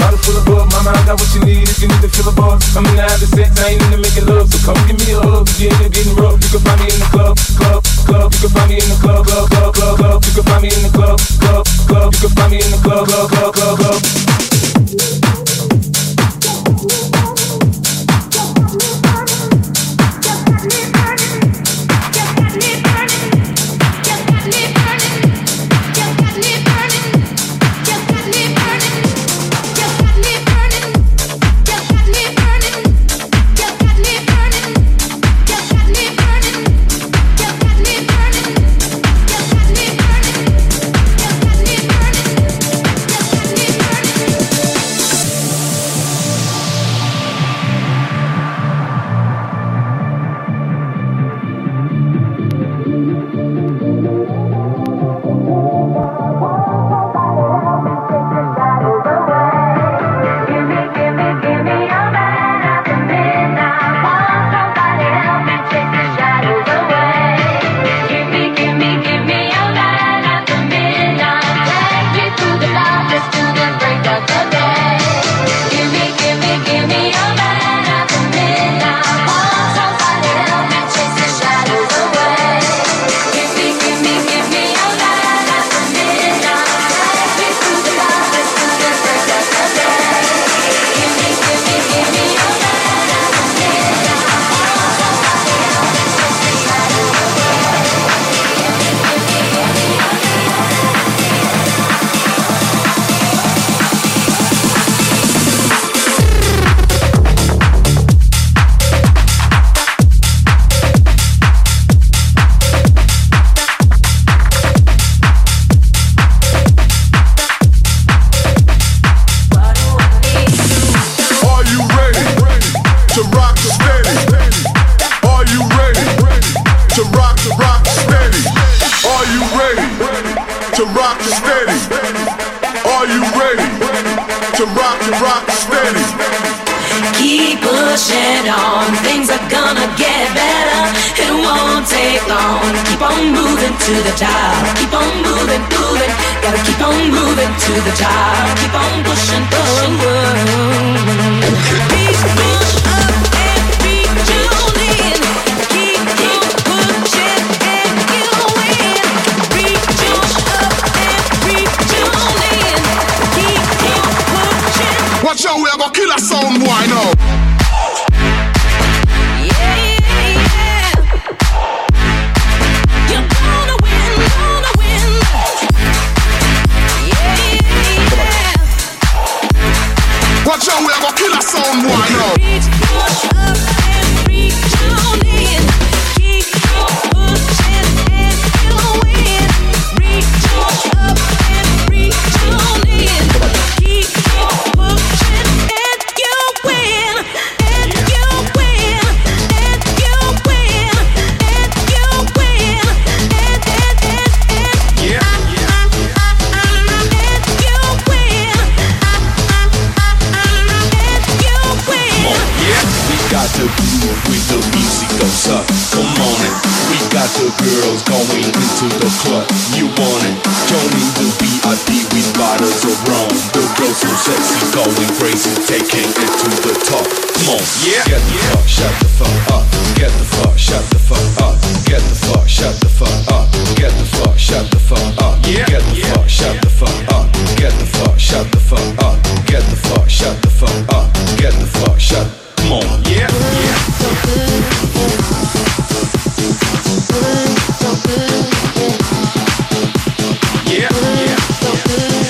Speaker 7: Keep pushing on, things are gonna get better. It won't take long. Keep on moving to the top. Keep on moving, moving. Gotta keep on moving to the top. Keep on pushing, pushing. Keep push up and reach on in. Keep pushing and you'll win. Reach up and reach on in. Keep pushing.
Speaker 21: Watch out, we are gonna kill a sound boy now.
Speaker 7: You're gonna win,
Speaker 5: to the club, you want it. Join in the VIP with bottles of rum. The girls so sexy, going crazy, taking it to the top. Come on, yeah. Get the fuck, shut the fuck up. Get the fuck, shut the fuck up. Get the fuck, shut the fuck up. Get the fuck, shut the fuck up. Get the fuck, shut the fuck up. Get the fuck, shut the fuck up. Get the fuck, shut the fuck up. Get the fuck, shut. Come on, yeah, yeah. So good, so good, yeah, yeah, so good,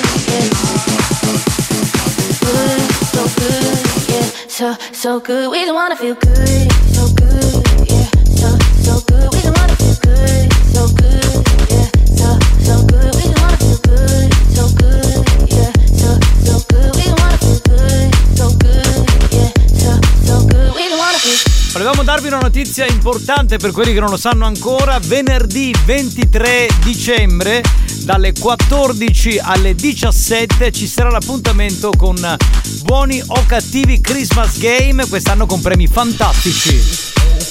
Speaker 5: so good, yeah, so good. We just wanna feel good, so good, yeah, so good. We just wanna feel good, so good, yeah, so good. We just wanna feel good, so good, yeah, so good. We just wanna feel good, so good, yeah, so good. We just wanna feel.
Speaker 6: Volevamo darvi una notizia importante per quelli che non lo sanno ancora. Venerdì 23 dicembre dalle 14 alle 17 ci sarà l'appuntamento con Buoni o Cattivi Christmas Game, quest'anno con premi fantastici.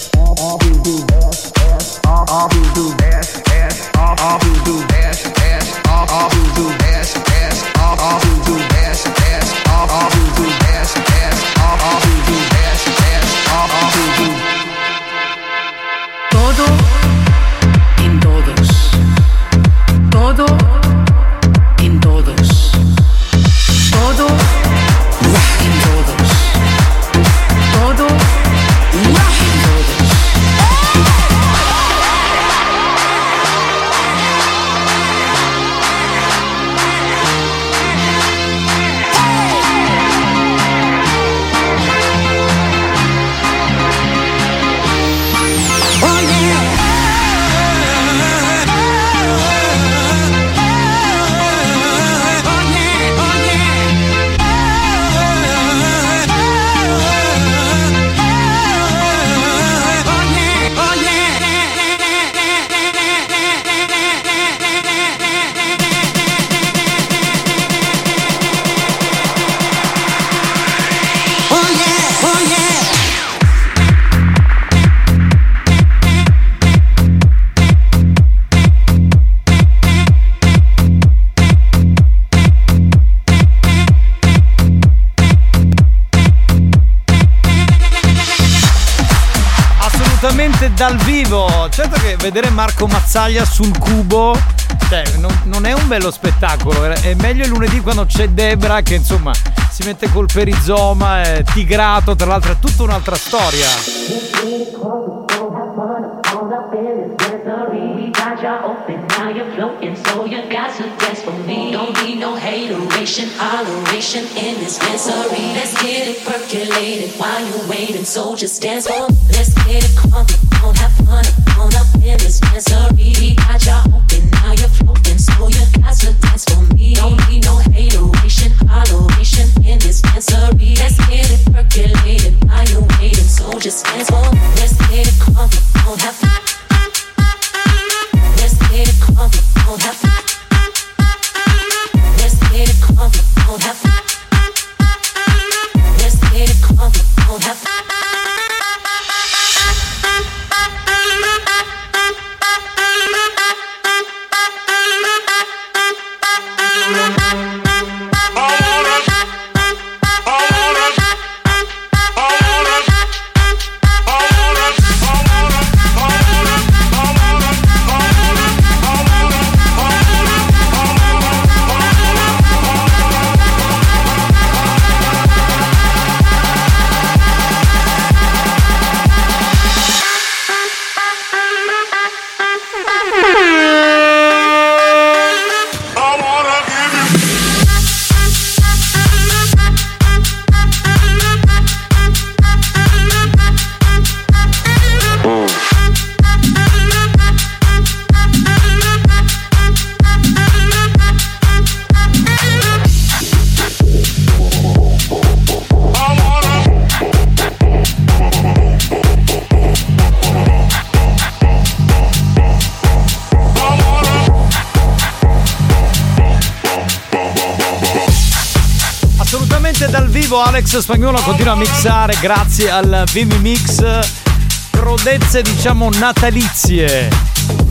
Speaker 2: Todo en todos. Todo en todos. Todo en todos. Todo en todos.
Speaker 6: Dal vivo, certo che vedere Marco Mazzaglia sul cubo, cioè, non è un bello spettacolo. È meglio il lunedì quando c'è Debra che insomma si mette col perizoma, è tigrato, tra l'altro è tutta un'altra storia.
Speaker 2: Don't have fun, on up in this misery. We got you open, now you're floating, so you got to dance for me. Don't need no hateration, holleration in this misery. Let's get it percolated, while you're waiting, so just dance for me. Let's get it crunk, don't have fun. Let's get it crunk, don't have fun. Let's get it crunk, don't have fun. Let's get it crunk, don't have fun.
Speaker 6: Alex Spagnuolo continua a mixare grazie al Vimmy Mix, prodezze diciamo natalizie.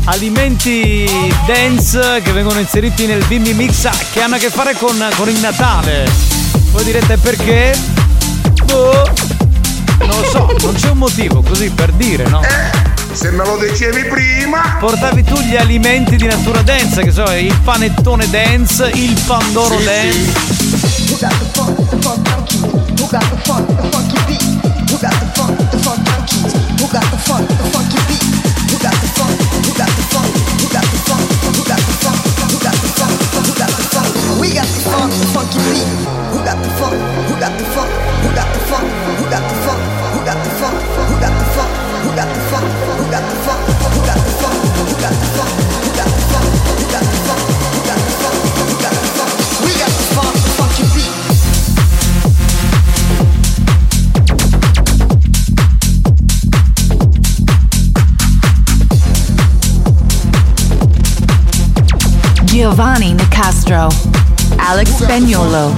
Speaker 6: alimenti dance che vengono inseriti nel Bimbi Mix che hanno a che fare con il Natale. Voi direte perché? Boh, non lo so, non c'è un motivo, così per dire, no?
Speaker 21: Se me lo dicevi prima.
Speaker 6: Portavi tu gli alimenti di natura dance, che so, il panettone dance, il pandoro dance.
Speaker 2: Who got the funk, the funky? Who got the funk, the funky beat? Who got the funk, the funky? Who got the funk, the funky beat? Who got the funk? Who got the funk? Who got the funk? Who got the funk? Who got the funk? Who got the funk? We got the funk, the funky beat. Who got the funk? Who got the funk? Who got the funk? Who got the funk? Who got the funk? Who got the funk? Who got the funk? Who got the funk? Who got the funk? Who got the funk? Who got the funk? Who got the funk? Who got the funk? Who got the funk? We got the funk, the funky beat.
Speaker 4: Giovanni Nicastro, Alex Spagnolo.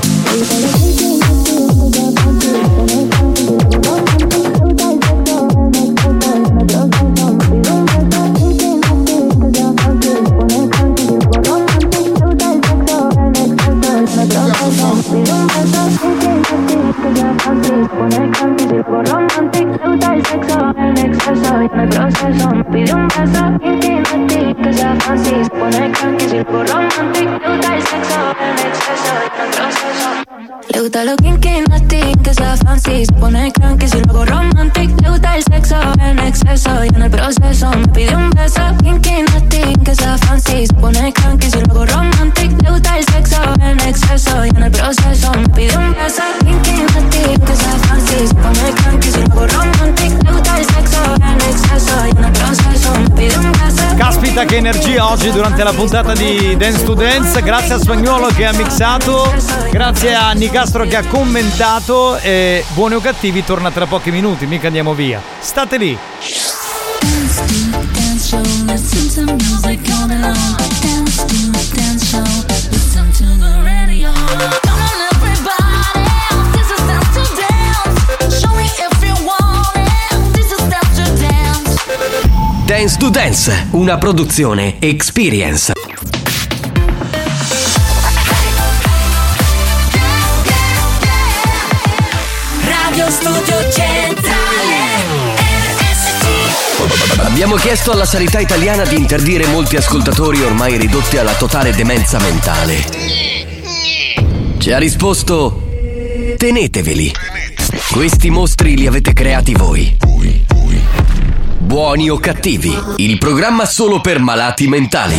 Speaker 2: Le gusta lo kinky, nasty, que sea fancy. Se pone cranky si luego romantic. Le gusta el sexo en exceso y en el proceso me pide un beso. Kinky, nasty, que sea fancy. Se pone cranky si luego romantic. Le gusta el sexo en exceso y en el proceso me pide un beso. Kinky, nasty, que sea fancy. Se pone cranky si luego romantic. Le gusta el sexo en exceso y en el proceso me pide un beso.
Speaker 6: Caspita che energia oggi durante la puntata di Dance to Dance. Grazie a Spagnolo che ha mixato, grazie a Nicastro che ha commentato. E Buoni o Cattivi torna tra pochi minuti, mica andiamo via. State lì.
Speaker 2: Dance to dance show, listen to music all day long. Dance to dance show, listen to the radio. Come on everybody, this is dance to dance. Show me if you want it, this is dance to dance.
Speaker 1: Dance to Dance, una produzione Experience.
Speaker 2: Radio Studio Centrale RSC.
Speaker 1: Abbiamo chiesto alla sanità italiana di interdire molti ascoltatori ormai ridotti alla totale demenza mentale. Ci ha risposto: teneteveli. Questi mostri li avete creati voi. Buoni o Cattivi, il programma solo per malati mentali.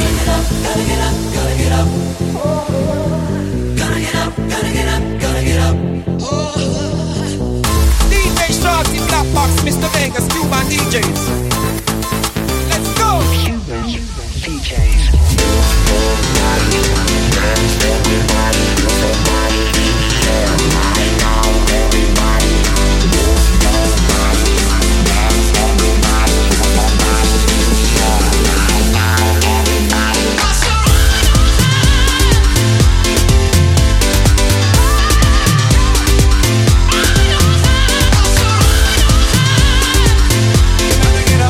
Speaker 22: DJ Sharks in Black Box, Mr. Vegas, Cuban DJs. Let's go! Get up.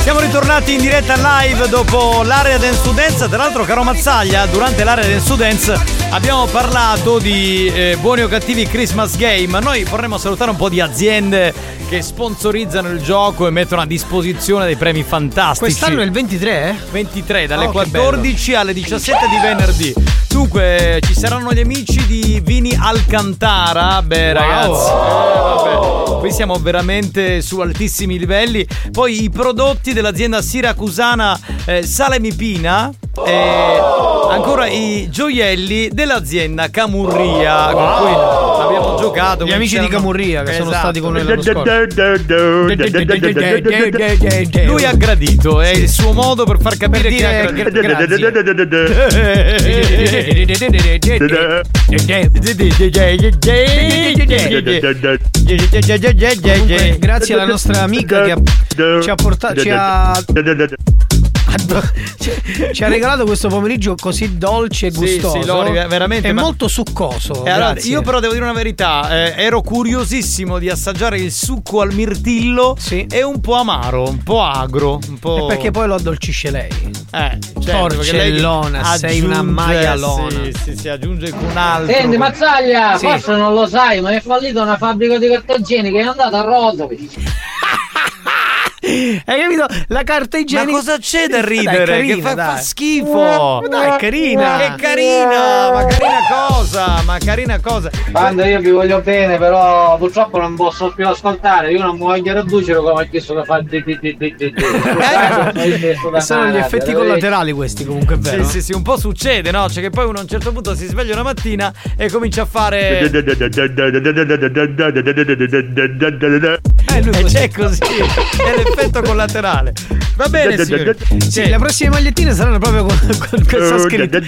Speaker 6: Siamo ritornati in diretta live dopo l'area Dance to Dance. Tra l'altro, caro Mazzaglia, durante l'area Dance to Dance abbiamo parlato di buoni o cattivi Christmas game. Noi vorremmo salutare un po' di aziende che sponsorizzano il gioco e mettono a disposizione dei premi fantastici.
Speaker 3: Quest'anno è il 23?
Speaker 6: 23, dalle 14 alle 17 di venerdì. Dunque, ci saranno gli amici di Vini Alcantara. Beh, ragazzi, vabbè. Qui siamo veramente su altissimi livelli. Poi i prodotti dell'azienda siracusana Salemi Pina. E ancora i gioielli dell'azienda Camurria, con cui abbiamo giocato.
Speaker 3: Gli amici di Camurria che sono stati con noi l'anno scorso.
Speaker 6: Lui ha gradito, è il suo modo per far capire che ha
Speaker 3: grazie alla nostra amica che ci ha portato, ci ha regalato questo pomeriggio così dolce e gustoso.
Speaker 6: Sì, Lori, veramente.
Speaker 3: È molto succoso.
Speaker 6: Allora, io però devo dire una verità, ero curiosissimo di assaggiare il succo al mirtillo.
Speaker 3: Sì.
Speaker 6: È un po' amaro, un po' agro, un po'.
Speaker 3: È perché poi lo addolcisce lei.
Speaker 6: Certo,
Speaker 3: Porcellona, sei una maialona.
Speaker 6: Si aggiunge con un altro.
Speaker 19: Senti, Mazzaglia, forse non lo sai, ma è fallita una fabbrica di carta igienica che è andata a rotoli.
Speaker 3: Hai capito? La carta igienica.
Speaker 6: Ma cosa c'è da ridere?
Speaker 3: Dai, carina,
Speaker 6: che fa schifo.
Speaker 3: Dai, carina.
Speaker 6: Che carina. Ma carina cosa? Ma carina cosa?
Speaker 19: Quando io vi voglio bene, però purtroppo non posso più ascoltare. Io non mi voglio radducere come ho chiesto che fa.
Speaker 3: Sono gli effetti collaterali questi, comunque, è vero.
Speaker 6: Sì, un po' succede, no? Cioè che poi uno a un certo punto si sveglia una mattina e comincia a fare. C'è così. È l'effetto collaterale. Va bene, signori.
Speaker 3: Sì, le prossime magliettine saranno proprio con questa scritta.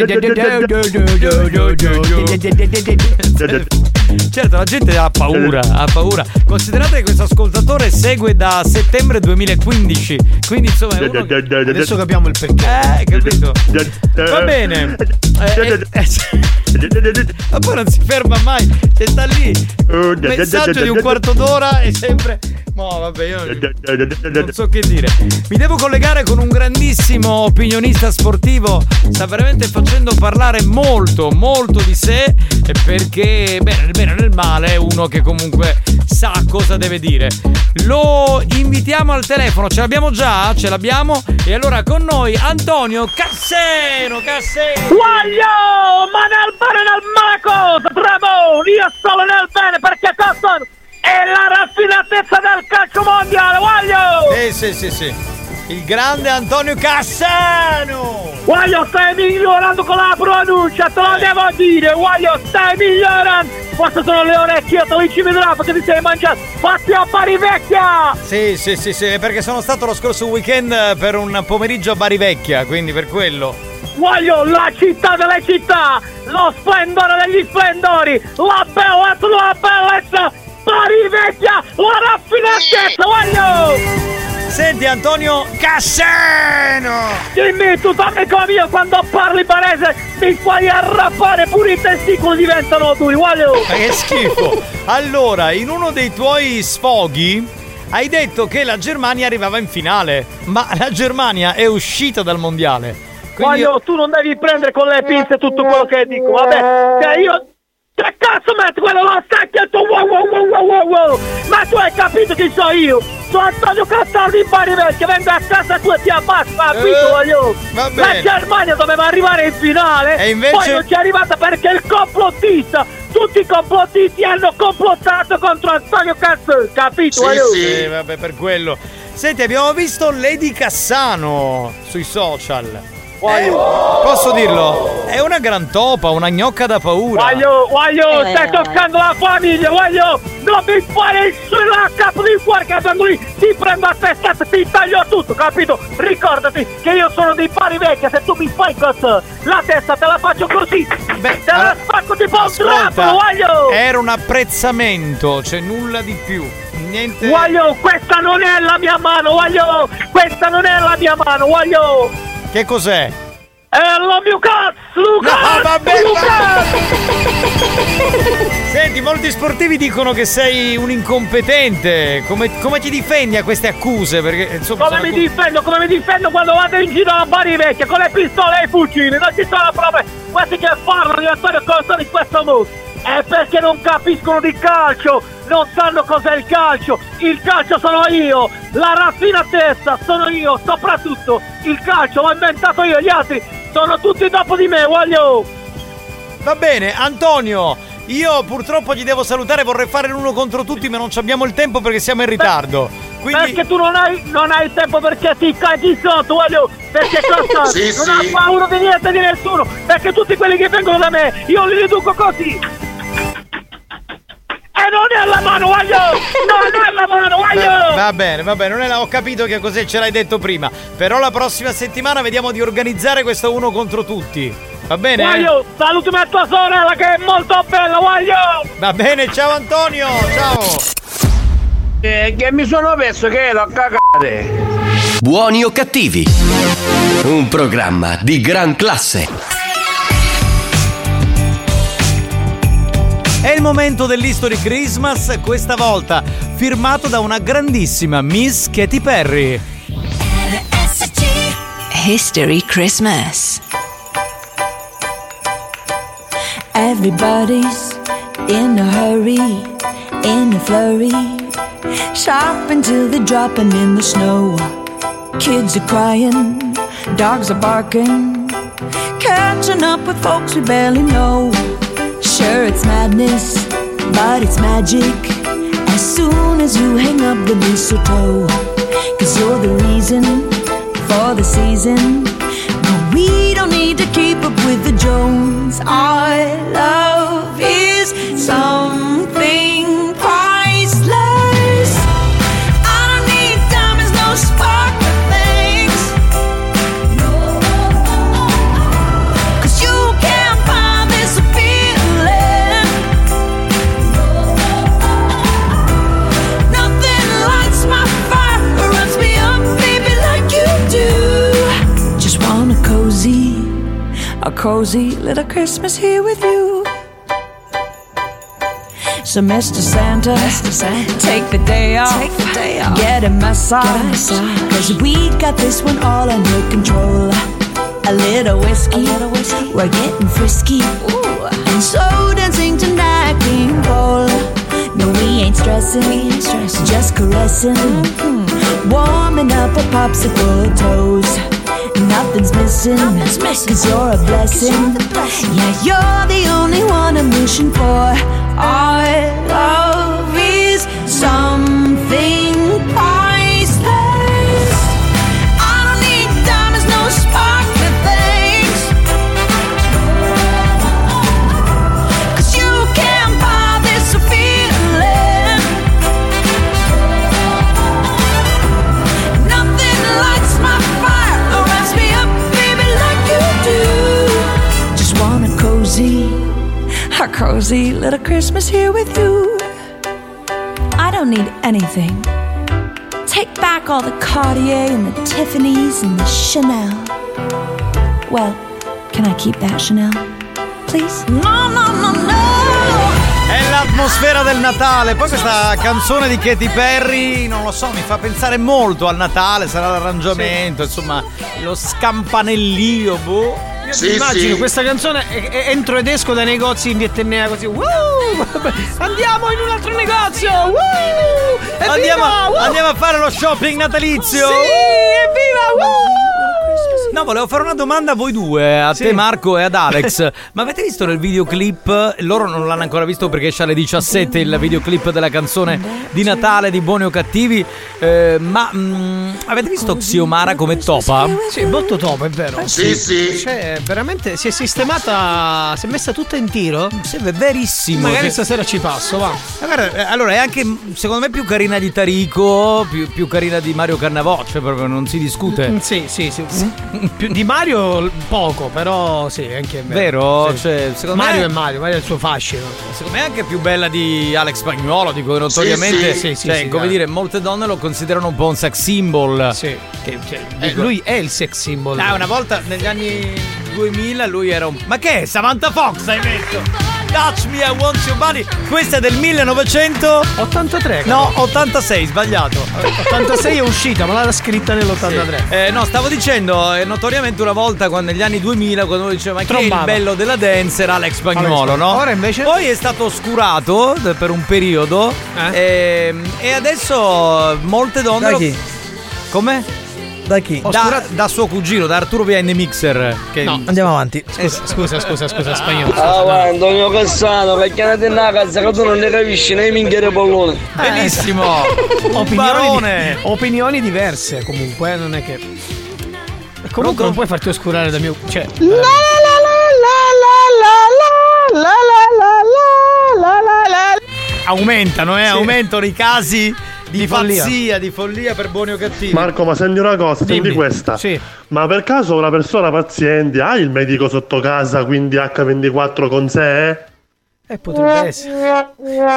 Speaker 6: Certo, la gente ha paura. Considerate che questo ascoltatore segue da settembre 2015. Quindi insomma è uno...
Speaker 3: Adesso capiamo il perché.
Speaker 6: Capito? Va bene. Ma poi non si ferma mai. Se sta lì messaggio di un quarto d'ora e sempre. No, vabbè, io non so che dire. Mi devo collegare con un grandissimo opinionista sportivo. Sta veramente facendo parlare molto di sé, perché bene nel bene e nel male è uno che comunque sa cosa deve dire. Lo invitiamo al telefono. Ce l'abbiamo già? Ce l'abbiamo. E allora con noi Antonio Casseno.
Speaker 18: Guaglio! Ma nel bene nel male cosa, Tremon? Io solo nel bene, perché cosa è la raffinatezza del calcio mondiale, guaglio!
Speaker 6: Sì. Il grande Antonio Cassano!
Speaker 18: Guaglio, stai migliorando con la pronuncia, te lo devo dire, guaglio, stai migliorando! Forse sono le orecchie, te li ci vedrà perché ti sei mangiato! Fatti a Bari Vecchia!
Speaker 6: Sì, perché sono stato lo scorso weekend per un pomeriggio a Bari Vecchia, quindi per quello.
Speaker 18: Guaglio, la città delle città! Lo splendore degli splendori! La bellezza della bellezza! Bari Vecchia, la raffinatezza, guaglio!
Speaker 6: Senti Antonio Cassano!
Speaker 18: Dimmi tu, amico mio, quando parli barese mi fai arrappare, pure i testicoli diventano duri, guaglio!
Speaker 6: Ma che schifo! Allora, in uno dei tuoi sfoghi hai detto che la Germania arrivava in finale, ma la Germania è uscita dal mondiale.
Speaker 18: Guaglio, tu non devi prendere con le pinze tutto quello che dico, vabbè, se io... Che cazzo metti quello là, stacchietto, wow! Ma tu hai capito chi sono io? Sono Antonio Cassano di Bari Vecchia, vengo a casa tua e ti ammazzo, capito, voglio? La Germania doveva arrivare in finale,
Speaker 6: e invece...
Speaker 18: poi non ci è arrivata perché il complottista, tutti i complottisti hanno complottato contro Antonio Cassano, capito, voglio?
Speaker 6: Sì, vabbè, per quello. Senti, abbiamo visto Lady Cassano sui social. Posso dirlo? È una gran topa, una gnocca da paura.
Speaker 18: Guaglio, stai toccando la famiglia, guaglio! Non mi fare il capo di cuore che vengo lì, ti prendo a testata, ti taglio tutto, capito? Ricordati che io sono di Bari Vecchia, se tu mi fai così, la testa te la faccio così, te la spacco tipo un trapano, guaglio!
Speaker 6: Era un apprezzamento, c'è nulla di più. Niente.
Speaker 18: Guaglio, questa non è la mia mano, guaglio! Questa non è la mia mano, guaglio!
Speaker 6: Che cos'è?
Speaker 18: lo mio cazzo, Luca!
Speaker 6: No, vabbè! Senti, molti sportivi dicono che sei un incompetente. Come ti difendi a queste accuse? Perché insomma.
Speaker 18: Come mi difendo quando vado in giro a Bari Vecchia con le pistole e i fucili? Non ci sono proprio questi che parlano di Antonio Costa di questo modo. È perché non capiscono di calcio, non sanno cos'è il calcio sono io, la raffinatezza sono io, soprattutto il calcio l'ho inventato io, gli altri sono tutti dopo di me, voglio.
Speaker 6: Va bene, Antonio, io purtroppo ti devo salutare, vorrei fare l'uno contro tutti ma non abbiamo il tempo perché siamo in ritardo. Quindi...
Speaker 18: Perché tu non hai il tempo perché ti caghi sotto, voglio, perché Costa
Speaker 21: Sì,
Speaker 18: non
Speaker 21: sì.
Speaker 18: ha paura di niente di nessuno, perché tutti quelli che vengono da me io li riduco così. E non è alla mano, voglio! Non è alla mano, voglio!
Speaker 6: Va bene, ho capito che cos'è, ce l'hai detto prima. Però la prossima settimana vediamo di organizzare questo uno contro tutti. Va bene?
Speaker 18: Voglio, salutami a tua sorella che è molto bella, voglio!
Speaker 6: Va bene, ciao Antonio, ciao!
Speaker 21: Che mi sono perso che l'ho cagate.
Speaker 1: Buoni o cattivi? Un programma di gran classe.
Speaker 6: È il momento dell'History Christmas, questa volta firmato da una grandissima Miss Katy Perry.
Speaker 4: History Christmas.
Speaker 2: Everybody's in a hurry, in a flurry, shopping till they're dropping in the snow. Kids are crying, dogs are barking, catching up with folks we barely know. Sure, it's madness, but it's magic as soon as you hang up the mistletoe. 'Cause you're the reason for the season. No, we don't need to keep up with the Jones. Our love is something priceless. I don't need diamonds, no sparkle things. 'Cause you can't buy this feeling. Nothing lights my fire or runs me up, baby, like you do. Just want a cozy little Christmas here with you. So Mr. Santa, take the day off, get a massage, 'cause we got this one all under control. A little whiskey, we're getting frisky. And so dancing tonight, King Cole. No, we ain't stressing, just caressing. Warming up a popsicle toes. Nothing's missing, 'cause you're a blessing. Yeah, you're the only one I'm wishing for. Our love is something priceless. I don't need diamonds, no sparkly things. 'Cause you can't buy this feeling. Nothing lights my fire or wraps me up, baby, like you do. Just want a cozy little Christmas here with you. I don't need anything. Take back all the Cartier and the Tiffany's and the Chanel. Well, can I keep that Chanel, please? No, no, no, no.
Speaker 6: È l'atmosfera del Natale. Poi questa canzone di Katy Perry, non lo so, mi fa pensare molto al Natale. Sarà l'arrangiamento, insomma, lo scampanellio, boh.
Speaker 3: Io immagino questa canzone, entro ed esco dai negozi in Vietnamese così. Andiamo in un altro negozio.
Speaker 6: Andiamo a fare lo shopping natalizio.
Speaker 3: Sì, evviva!
Speaker 6: No, volevo fare una domanda a voi due, a te Marco e ad Alex. Ma avete visto nel videoclip? Loro non l'hanno ancora visto perché esce alle 17 il videoclip della canzone di Natale di Buoni o Cattivi. Ma avete visto Xiomara come topa?
Speaker 3: Sì, molto topa, è vero.
Speaker 21: Sì, sì.
Speaker 3: Cioè, veramente si è sistemata, si è messa tutta in tiro.
Speaker 6: Sì, è verissimo.
Speaker 3: Magari stasera ci passo, va.
Speaker 6: Guarda, allora è anche, secondo me, più carina di Tarico, più carina di Mario Cannavò, cioè proprio non si discute.
Speaker 3: Sì. Più di Mario poco, però sì, anche
Speaker 6: vero.
Speaker 3: Sì.
Speaker 6: Cioè, secondo
Speaker 3: Mario
Speaker 6: me
Speaker 3: è Mario è il suo fascino.
Speaker 6: Secondo me è anche più bella di Alex Spagnuolo, dico notoriamente.
Speaker 3: Sì,
Speaker 6: come dire, molte donne lo considerano un po' un sex symbol.
Speaker 3: Sì. Lui è il sex symbol.
Speaker 6: Una volta negli anni 2000 lui era un... Ma che è? Samantha Fox hai messo? Touch Me, I Want Your Body. Questa è del 1983. No, 86, sbagliato.
Speaker 3: 86 è uscita, ma l'ha scritta nell'83.
Speaker 6: Sì. No, stavo dicendo, notoriamente una volta quando negli anni 2000, quando uno diceva ma chi è il bello della dance, era Alex Spagnuolo, no?
Speaker 3: Ora invece?
Speaker 6: Poi è stato oscurato per un periodo e adesso molte donne...
Speaker 8: Da chi?
Speaker 6: Come?
Speaker 8: Da chi?
Speaker 6: Da suo cugino, da Arturo Behind the Mixer. Che...
Speaker 8: No, andiamo avanti.
Speaker 3: Scusa, Spagnolo.
Speaker 21: Antonio Cassano, che chiamate nella casa che tu non ne capisci nei minchiere pollone.
Speaker 6: Benissimo.
Speaker 3: Opinioni diverse comunque, non è che... Comunque non puoi farti oscurare da mio... Cioè...
Speaker 6: Aumentano,
Speaker 3: Sì.
Speaker 6: aumentano i casi di
Speaker 3: follia.
Speaker 6: pazzia, di follia per buoni o cattivi.
Speaker 15: Marco, ma senti una cosa, senti
Speaker 3: Dimmi.
Speaker 15: questa.
Speaker 3: Sì.
Speaker 15: Ma per caso una persona paziente ha il medico sotto casa, quindi H24 con sé?
Speaker 3: Potrebbe essere.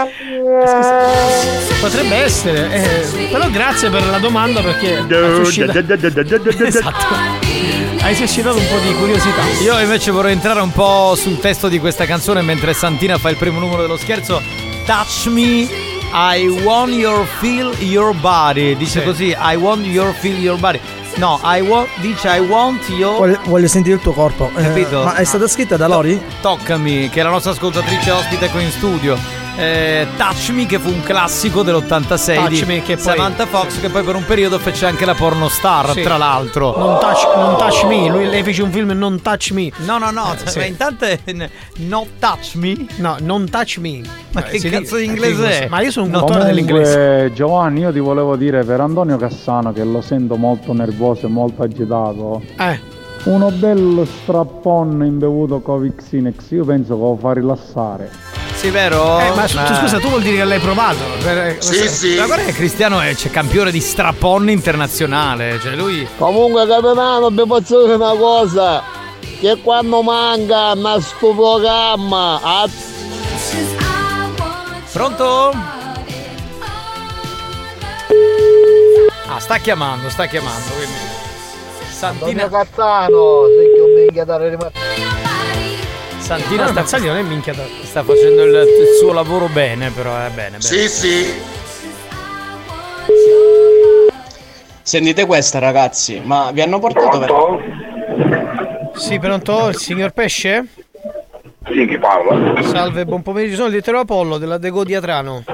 Speaker 3: Potrebbe essere. Però grazie per la domanda perché esatto. Hai suscitato un po' di curiosità.
Speaker 6: Io invece vorrei entrare un po' sul testo di questa canzone mentre Santina fa il primo numero dello scherzo. Touch me, I want your feel your body. Dice
Speaker 3: Sì.
Speaker 6: così, I want your feel your body. No, dice I want your...
Speaker 8: Voglio sentire il tuo corpo.
Speaker 6: Capito?
Speaker 8: Ma è stata scritta da Lori?
Speaker 6: Toccami, che è la nostra ascoltatrice ospite qui in studio. Touch Me, che fu un classico dell'86
Speaker 3: Touch
Speaker 6: di
Speaker 3: Me, che poi...
Speaker 6: Samantha Fox, che poi per un periodo fece anche la porno star,
Speaker 3: Sì.
Speaker 6: tra l'altro.
Speaker 3: Non touch me. Lei fece un film Non Touch Me.
Speaker 6: No,
Speaker 3: sì.
Speaker 6: ma intanto è Not Touch Me.
Speaker 3: No, Non Touch Me.
Speaker 6: Ma che cazzo di inglese è?
Speaker 3: Ma io sono un cultore dell'inglese.
Speaker 10: Giovanni, io ti volevo dire per Antonio Cassano, che lo sento molto nervoso e molto agitato. Uno bello strappone imbevuto Covid Xinex, io penso che lo fa rilassare.
Speaker 6: Sì, vero?
Speaker 3: Ma scusa, tu vuol dire che l'hai provato?
Speaker 6: Sì. Ma guarda che Cristiano c'è campione di strappon internazionale. Cioè lui...
Speaker 14: Comunque capitano, vi posso dire una cosa, che quando manca sto programma
Speaker 6: Pronto? sta chiamando quindi. Santina
Speaker 14: Cazzano, sei che un minchia da rimattina.
Speaker 6: Santina
Speaker 3: non è minchia
Speaker 6: sta facendo il suo lavoro bene, però è bene.
Speaker 20: Sì. Sentite questa, ragazzi, ma vi hanno portato
Speaker 3: Sì, pronto? Il signor Pesce?
Speaker 11: Sì, chi parla?
Speaker 3: Salve, buon pomeriggio, sono il direttore Apollo della Deco di Adrano.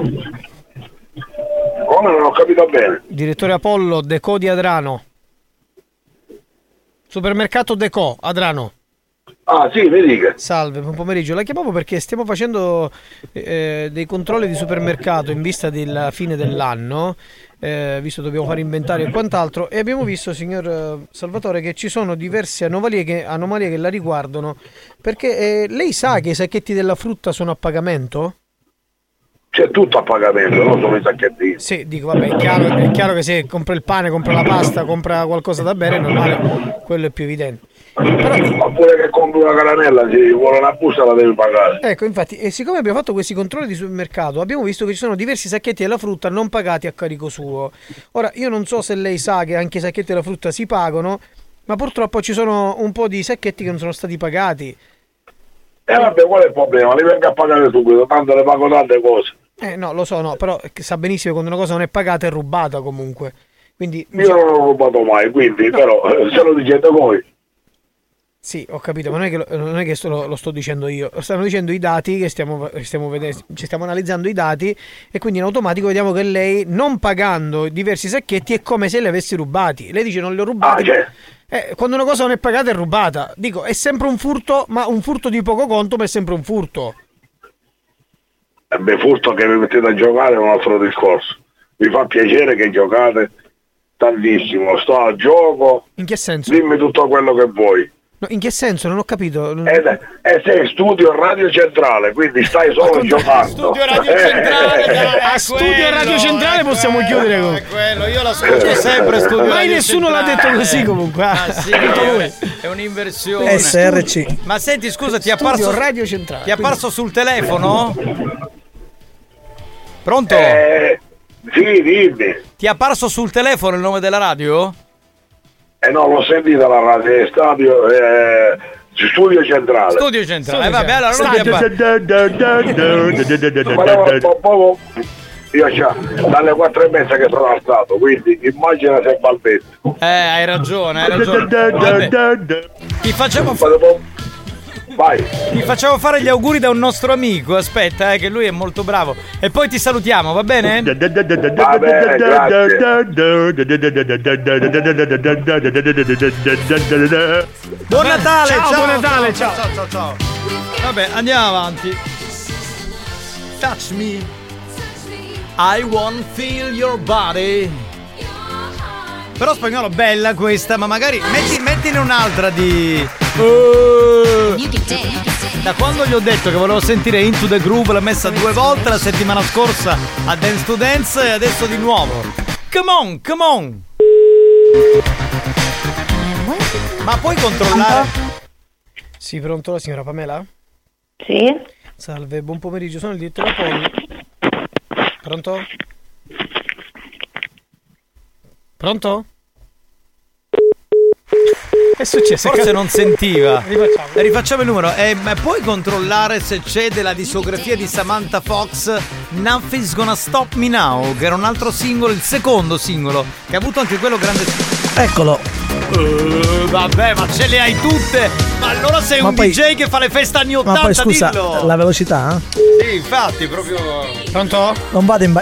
Speaker 11: Come non ho capito bene?
Speaker 3: Direttore Apollo, Deco di Adrano. Supermercato Deco, Adrano.
Speaker 11: Ah, sì, mi dica.
Speaker 3: Salve, buon pomeriggio. La chiamavo perché stiamo facendo dei controlli di supermercato in vista della fine dell'anno, visto dobbiamo fare inventario e quant'altro, e abbiamo visto, signor Salvatore, che ci sono diverse anomalie che la riguardano, perché lei sa che i sacchetti della frutta sono a pagamento?
Speaker 11: C'è tutto a pagamento, non solo i sacchettini.
Speaker 3: Sì, dico, vabbè, è chiaro che se compra il pane, compra la pasta, compra qualcosa da bere, è normale, quello è più evidente.
Speaker 11: Oppure che compri una caramella, se vuole una busta la devi pagare.
Speaker 3: Ecco, infatti, e siccome abbiamo fatto questi controlli di supermercato, abbiamo visto che ci sono diversi sacchetti della frutta non pagati a carico suo. Ora, io non so se lei sa che anche i sacchetti della frutta si pagano, ma purtroppo ci sono un po' di sacchetti che non sono stati pagati.
Speaker 11: Vabbè, qual è il problema? Li venga a pagare subito, tanto le pago tante cose.
Speaker 3: No, lo so, no, però sa benissimo che quando una cosa non è pagata è rubata comunque. Quindi
Speaker 11: Io non ho rubato mai, quindi, però, se lo dicete voi.
Speaker 3: Sì, ho capito, ma non è che lo sto dicendo io, lo stanno dicendo i dati che stiamo vedendo, ci stiamo analizzando i dati, e quindi in automatico vediamo che lei, non pagando diversi sacchetti, è come se li avessi rubati. Lei dice non li ho rubati. Quando una cosa non è pagata è rubata. Dico, è sempre un furto, ma un furto di poco conto, ma è sempre un furto.
Speaker 11: Furto che vi mettete a giocare è un altro discorso. Mi fa piacere che giocate tantissimo, sto a gioco.
Speaker 3: In che senso?
Speaker 11: Dimmi tutto quello che vuoi.
Speaker 3: No, in che senso? Non ho capito.
Speaker 11: Sei studio Radio Centrale, quindi stai solo giocando.
Speaker 6: Studio Radio Centrale,
Speaker 3: a Studio Radio Centrale possiamo chiudere con
Speaker 6: quello. Io l'ascolto sempre Studio Radio
Speaker 3: Mai nessuno
Speaker 6: Centrale.
Speaker 3: l'ha detto così comunque.
Speaker 6: Sì, è un'inversione.
Speaker 8: SRC.
Speaker 6: Ma senti, scusa, ti è
Speaker 3: Studio
Speaker 6: apparso
Speaker 3: Radio Centrale.
Speaker 6: Ti è apparso sul telefono? Pronto?
Speaker 11: Sì, dimmi.
Speaker 6: Ti è apparso sul telefono il nome della radio?
Speaker 11: No, l'ho sentita la radio, è stadio Studio centrale.
Speaker 6: Studio centrale, vabbè, allora non
Speaker 11: io dalle 4:30 che sono alzato, quindi immagina se balbetto.
Speaker 6: Hai ragione. Vabbè. Ti facciamo fare gli auguri da un nostro amico. Aspetta, che lui è molto bravo. E poi ti salutiamo, va bene?
Speaker 11: Va bene,
Speaker 6: Buon Natale, ciao.
Speaker 3: Buon Natale, ciao.
Speaker 6: Ciao. Vabbè, andiamo avanti. Touch me, I wanna feel your body. Però Spagnolo, bella questa, ma magari mettine un'altra di... Da quando gli ho detto che volevo sentire Into the Groove, l'ho messa 2 volte la settimana scorsa a Dance to Dance e adesso di nuovo. Come on. Ma puoi controllare?
Speaker 3: Sì, pronto la signora Pamela?
Speaker 16: Sì.
Speaker 3: Salve, buon pomeriggio, sono il direttore Poli. Pronto? Pronto? È successo?
Speaker 6: Forse non sentiva.
Speaker 3: Rifacciamo
Speaker 6: il numero. Ma puoi controllare se c'è della discografia di Samantha Fox Nothing's Gonna Stop Me Now, che era un altro singolo, il secondo singolo, che ha avuto anche quello grande.
Speaker 8: Eccolo.
Speaker 6: Vabbè, ma ce le hai tutte. Ma allora sei un DJ che fa le feste anni 80.
Speaker 8: Ma poi scusa,
Speaker 6: dillo.
Speaker 8: la velocità?
Speaker 6: Sì, infatti, proprio.
Speaker 3: Pronto?
Speaker 8: Non vado in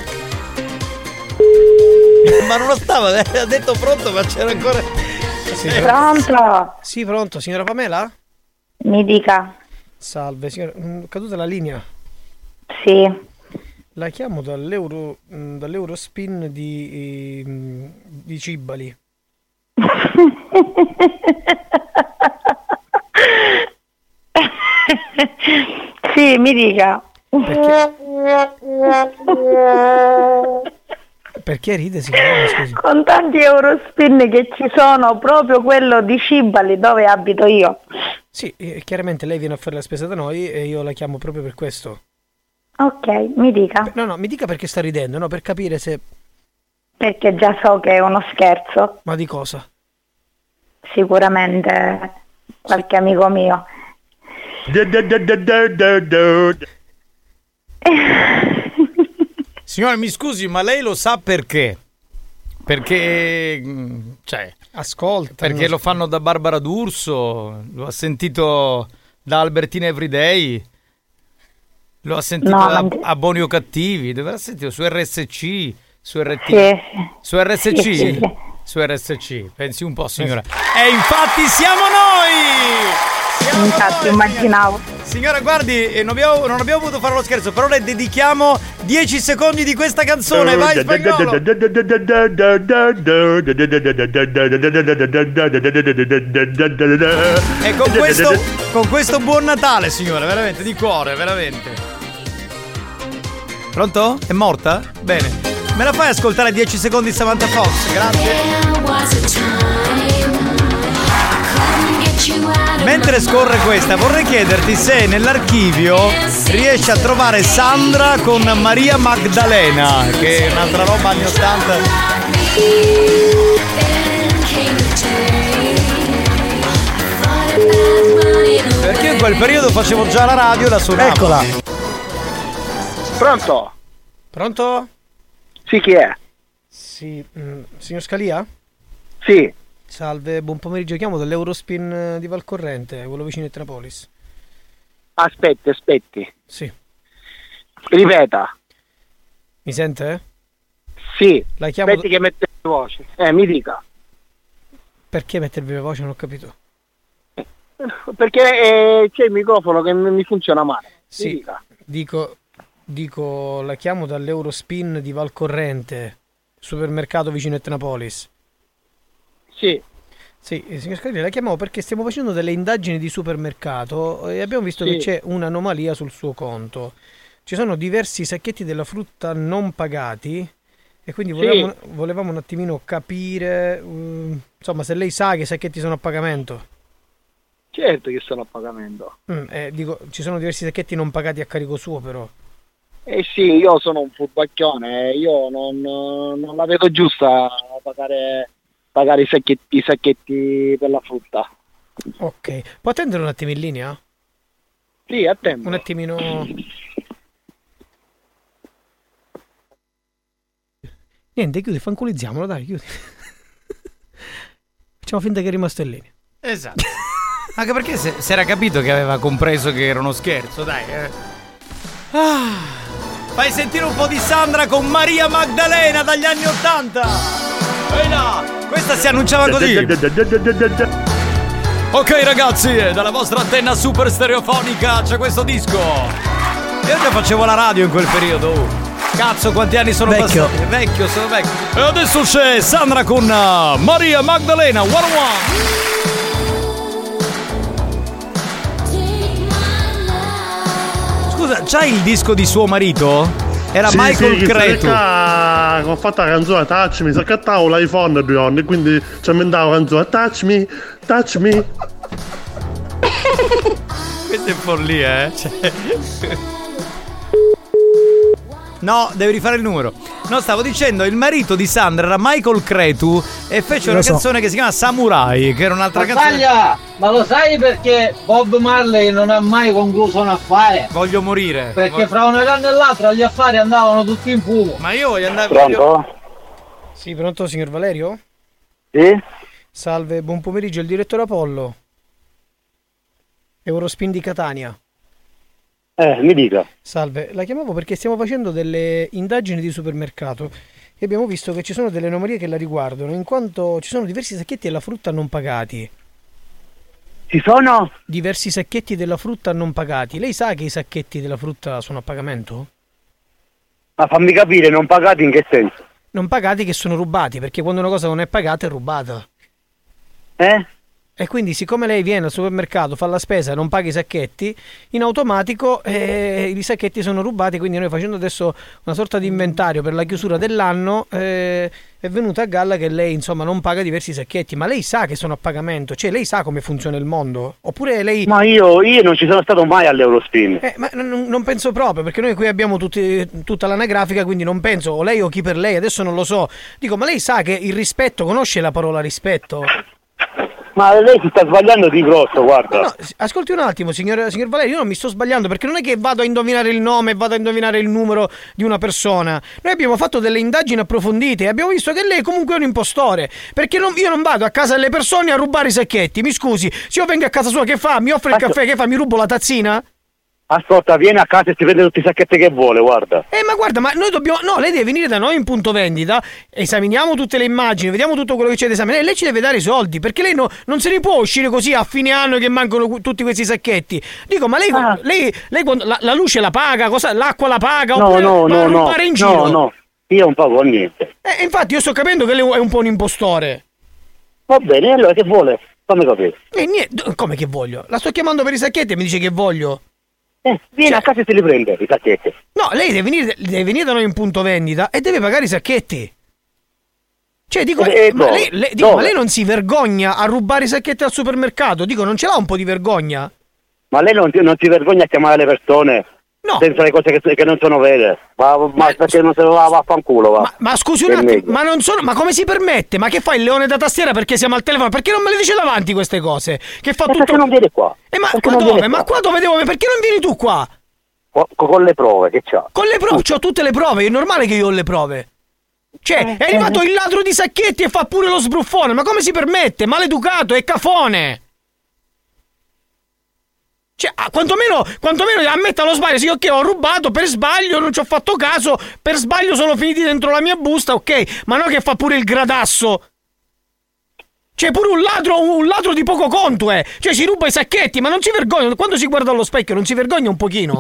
Speaker 6: Ma non lo stava, ha detto pronto, ma c'era ancora.
Speaker 3: Sì,
Speaker 16: pronto?
Speaker 3: Sì, pronto, signora Pamela?
Speaker 16: Mi dica.
Speaker 3: Salve, signora, caduta la linea?
Speaker 16: Sì.
Speaker 3: La chiamo dall'Eurospin di Cibali.
Speaker 16: Sì, mi dica.
Speaker 3: Perché ride, signora? Scusi.
Speaker 16: Con tanti Eurospin che ci sono, proprio quello di Cibali dove abito io.
Speaker 3: Sì, chiaramente lei viene a fare la spesa da noi e io la chiamo proprio per questo.
Speaker 16: Ok, mi dica.
Speaker 3: No, mi dica perché sta ridendo, no? Per capire se...
Speaker 16: Perché già so che è uno scherzo.
Speaker 3: Ma di cosa?
Speaker 16: Sicuramente qualche amico mio.
Speaker 6: Signora, mi scusi, ma lei lo sa perché? Perché, cioè,
Speaker 3: ascolta.
Speaker 6: Perché lo fanno da Barbara D'Urso, lo ha sentito da Albertina Everyday, lo ha sentito a Buoni o Cattivi, dove l'ha sentito? Su RSC, su RT,
Speaker 16: sì.
Speaker 6: Su RSC?
Speaker 16: Sì.
Speaker 6: Su RSC, pensi un po', signora. E infatti siamo noi!
Speaker 16: Infatti, immaginavo.
Speaker 6: Signora, guardi, non abbiamo potuto fare lo scherzo, però le dedichiamo 10 secondi di questa canzone. Vai, Spagnolo! E con questo buon Natale, signora, veramente, di cuore, veramente. Pronto? È morta? Bene. Me la fai ascoltare 10 secondi di Samantha Fox? Grazie. Mentre scorre questa, vorrei chiederti se nell'archivio riesci a trovare Sandra con Maria Magdalena, che è un'altra roba anni 80. Perché in quel periodo facevo già la radio e la suonavo.
Speaker 8: Eccola.
Speaker 18: Pronto?
Speaker 3: Pronto?
Speaker 18: Sì, chi è?
Speaker 3: Sì, signor Scalia?
Speaker 18: Sì.
Speaker 3: Salve, buon pomeriggio, chiamo dall'Eurospin di Valcorrente, quello vicino a Trapolis.
Speaker 18: Aspetti.
Speaker 3: Sì.
Speaker 18: Ripeta.
Speaker 3: Mi sente?
Speaker 18: Sì.
Speaker 3: La chiamo...
Speaker 18: Aspetti che mette voce. Mi dica.
Speaker 3: Perché mettervi la voce? Non ho capito.
Speaker 18: Perché c'è il microfono che mi funziona male.
Speaker 3: Sì,
Speaker 18: mi dica.
Speaker 3: Dico, la chiamo dall'Eurospin di Valcorrente, supermercato vicino a Etnapolis.
Speaker 18: Sì.
Speaker 3: Sì, signor Scalia, la chiamavo perché stiamo facendo delle indagini di supermercato e abbiamo visto che c'è un'anomalia sul suo conto. Ci sono diversi sacchetti della frutta non pagati e quindi volevamo un attimino capire, insomma, se lei sa che i sacchetti sono a pagamento.
Speaker 18: Certo che sono a pagamento.
Speaker 3: Dico, ci sono diversi sacchetti non pagati a carico suo, però.
Speaker 18: Sì, io sono un furbacchione, io non la vedo giusta a pagare i sacchetti per la frutta.
Speaker 3: Ok, può attendere un attimo in linea?
Speaker 18: Sì, attendo.
Speaker 3: Un attimino. Niente, chiudi, fanculizziamolo, dai, chiudi. Facciamo finta che è rimasto in linea.
Speaker 6: Esatto. Anche perché si era capito che aveva compreso che era uno scherzo, dai. Fai sentire un po' di Sandra con Maria Maddalena dagli anni 80. Ehi là, questa si annunciava così. Ok ragazzi, dalla vostra antenna super stereofonica c'è questo disco. Io già facevo la radio in quel periodo. Cazzo, quanti anni sono passati? Vecchio, sono vecchio. E adesso c'è Sandra con Maria Maddalena 101. Scusa, c'hai il disco di suo marito? Era
Speaker 15: sì,
Speaker 6: Michael Cretu.
Speaker 15: Ho fatto la canzone Touch Me, saccattavo l'iPhone 2 anni, quindi ci inventavo la canzone Touch Me, Touch Me.
Speaker 6: Questa è follia, No, devi rifare il numero. No, stavo dicendo, il marito di Sandra era Michael Cretu e fece una canzone che si chiama Samurai, che era un'altra canzone.
Speaker 19: Ma lo sai perché Bob Marley non ha mai concluso un affare?
Speaker 6: Voglio morire.
Speaker 19: Perché fra un anno e l'altro gli affari andavano tutti in fumo.
Speaker 6: Ma io voglio andare.
Speaker 13: Pronto?
Speaker 3: Sì, pronto signor Valerio?
Speaker 13: Sì?
Speaker 3: Salve, buon pomeriggio, il direttore Apollo. Eurospin di Catania.
Speaker 13: Mi dica.
Speaker 3: Salve, la chiamavo perché stiamo facendo delle indagini di supermercato e abbiamo visto che ci sono delle anomalie che la riguardano, in quanto ci sono diversi sacchetti della frutta non pagati.
Speaker 13: Ci sono?
Speaker 3: Diversi sacchetti della frutta non pagati. Lei sa che i sacchetti della frutta sono a pagamento?
Speaker 13: Ma fammi capire, non pagati in che senso?
Speaker 3: Non pagati che sono rubati, perché quando una cosa non è pagata è rubata. E quindi siccome lei viene al supermercato, fa la spesa e non paga i sacchetti, in automatico i sacchetti sono rubati, quindi noi facendo adesso una sorta di inventario per la chiusura dell'anno è venuta a galla che lei insomma non paga diversi sacchetti. Ma lei sa che sono a pagamento? Cioè lei sa come funziona il mondo? Oppure lei...
Speaker 13: Ma io non ci sono stato mai all'Eurospin.
Speaker 3: Ma non penso proprio, perché noi qui abbiamo tutta l'anagrafica, quindi non penso, o lei o chi per lei, adesso non lo so. Dico, ma lei sa che il rispetto, conosce la parola rispetto?
Speaker 13: Ma lei si sta sbagliando di grosso, guarda.
Speaker 3: No, ascolti un attimo, signor Valerio, io non mi sto sbagliando, perché non è che vado a indovinare il nome, vado a indovinare il numero di una persona. Noi abbiamo fatto delle indagini approfondite e abbiamo visto che lei comunque è un impostore, perché io non vado a casa delle persone a rubare i sacchetti. Mi scusi, se io vengo a casa sua, che fa? Mi offre il caffè, che fa? Mi rubo la tazzina?
Speaker 13: Ascolta, vieni a casa e si prende tutti i sacchetti che vuole, guarda.
Speaker 3: Ma guarda, ma noi dobbiamo... No, lei deve venire da noi in punto vendita, esaminiamo tutte le immagini, vediamo tutto quello che c'è da esaminare. Lei ci deve dare i soldi, perché lei non se ne può uscire così a fine anno che mancano tutti questi sacchetti. Dico, ma lei quando la luce la paga, l'acqua la paga?
Speaker 13: No,
Speaker 3: rubare in giro?
Speaker 13: No, io non pago niente.
Speaker 3: Infatti io sto capendo che lei è un po' un impostore.
Speaker 13: Va bene, allora che vuole? Fammi capire.
Speaker 3: Niente, come che voglio? La sto chiamando per i sacchetti e mi dice che voglio.
Speaker 13: Vieni a casa e se li prende i sacchetti.
Speaker 3: No, lei deve venire da noi in punto vendita e deve pagare i sacchetti. Cioè, dico, ma lei non si vergogna a rubare i sacchetti al supermercato? Dico, non ce l'ha un po' di vergogna?
Speaker 13: Ma lei non si vergogna a chiamare le persone?
Speaker 3: No.
Speaker 13: Senza le cose che non sono vere. Ma perché non se lo va a fanculo, va.
Speaker 3: Ma scusi un attimo, ma come si permette? Ma che fa il leone da tastiera perché siamo al telefono? Perché non me le dice davanti queste cose? Che fa tutto...
Speaker 13: Perché non viene qua?
Speaker 3: Ma dove? Ma qua dove devo? Perché non vieni tu qua?
Speaker 13: Con le prove, che c'ha?
Speaker 3: Con le prove? C'ho tutte le prove, è normale che io ho le prove. Cioè, è arrivato il ladro di sacchetti e fa pure lo sbruffone. Ma come si permette? Maleducato, è cafone. Cioè, quantomeno ammetta lo sbaglio. Sì, ok, ho rubato per sbaglio, non ci ho fatto caso, per sbaglio sono finiti dentro la mia busta, ok, ma no che fa pure il gradasso. Cioè, pure un ladro di poco conto, Cioè, si ruba i sacchetti, ma non si vergogna. Quando si guarda allo specchio non si vergogna un pochino?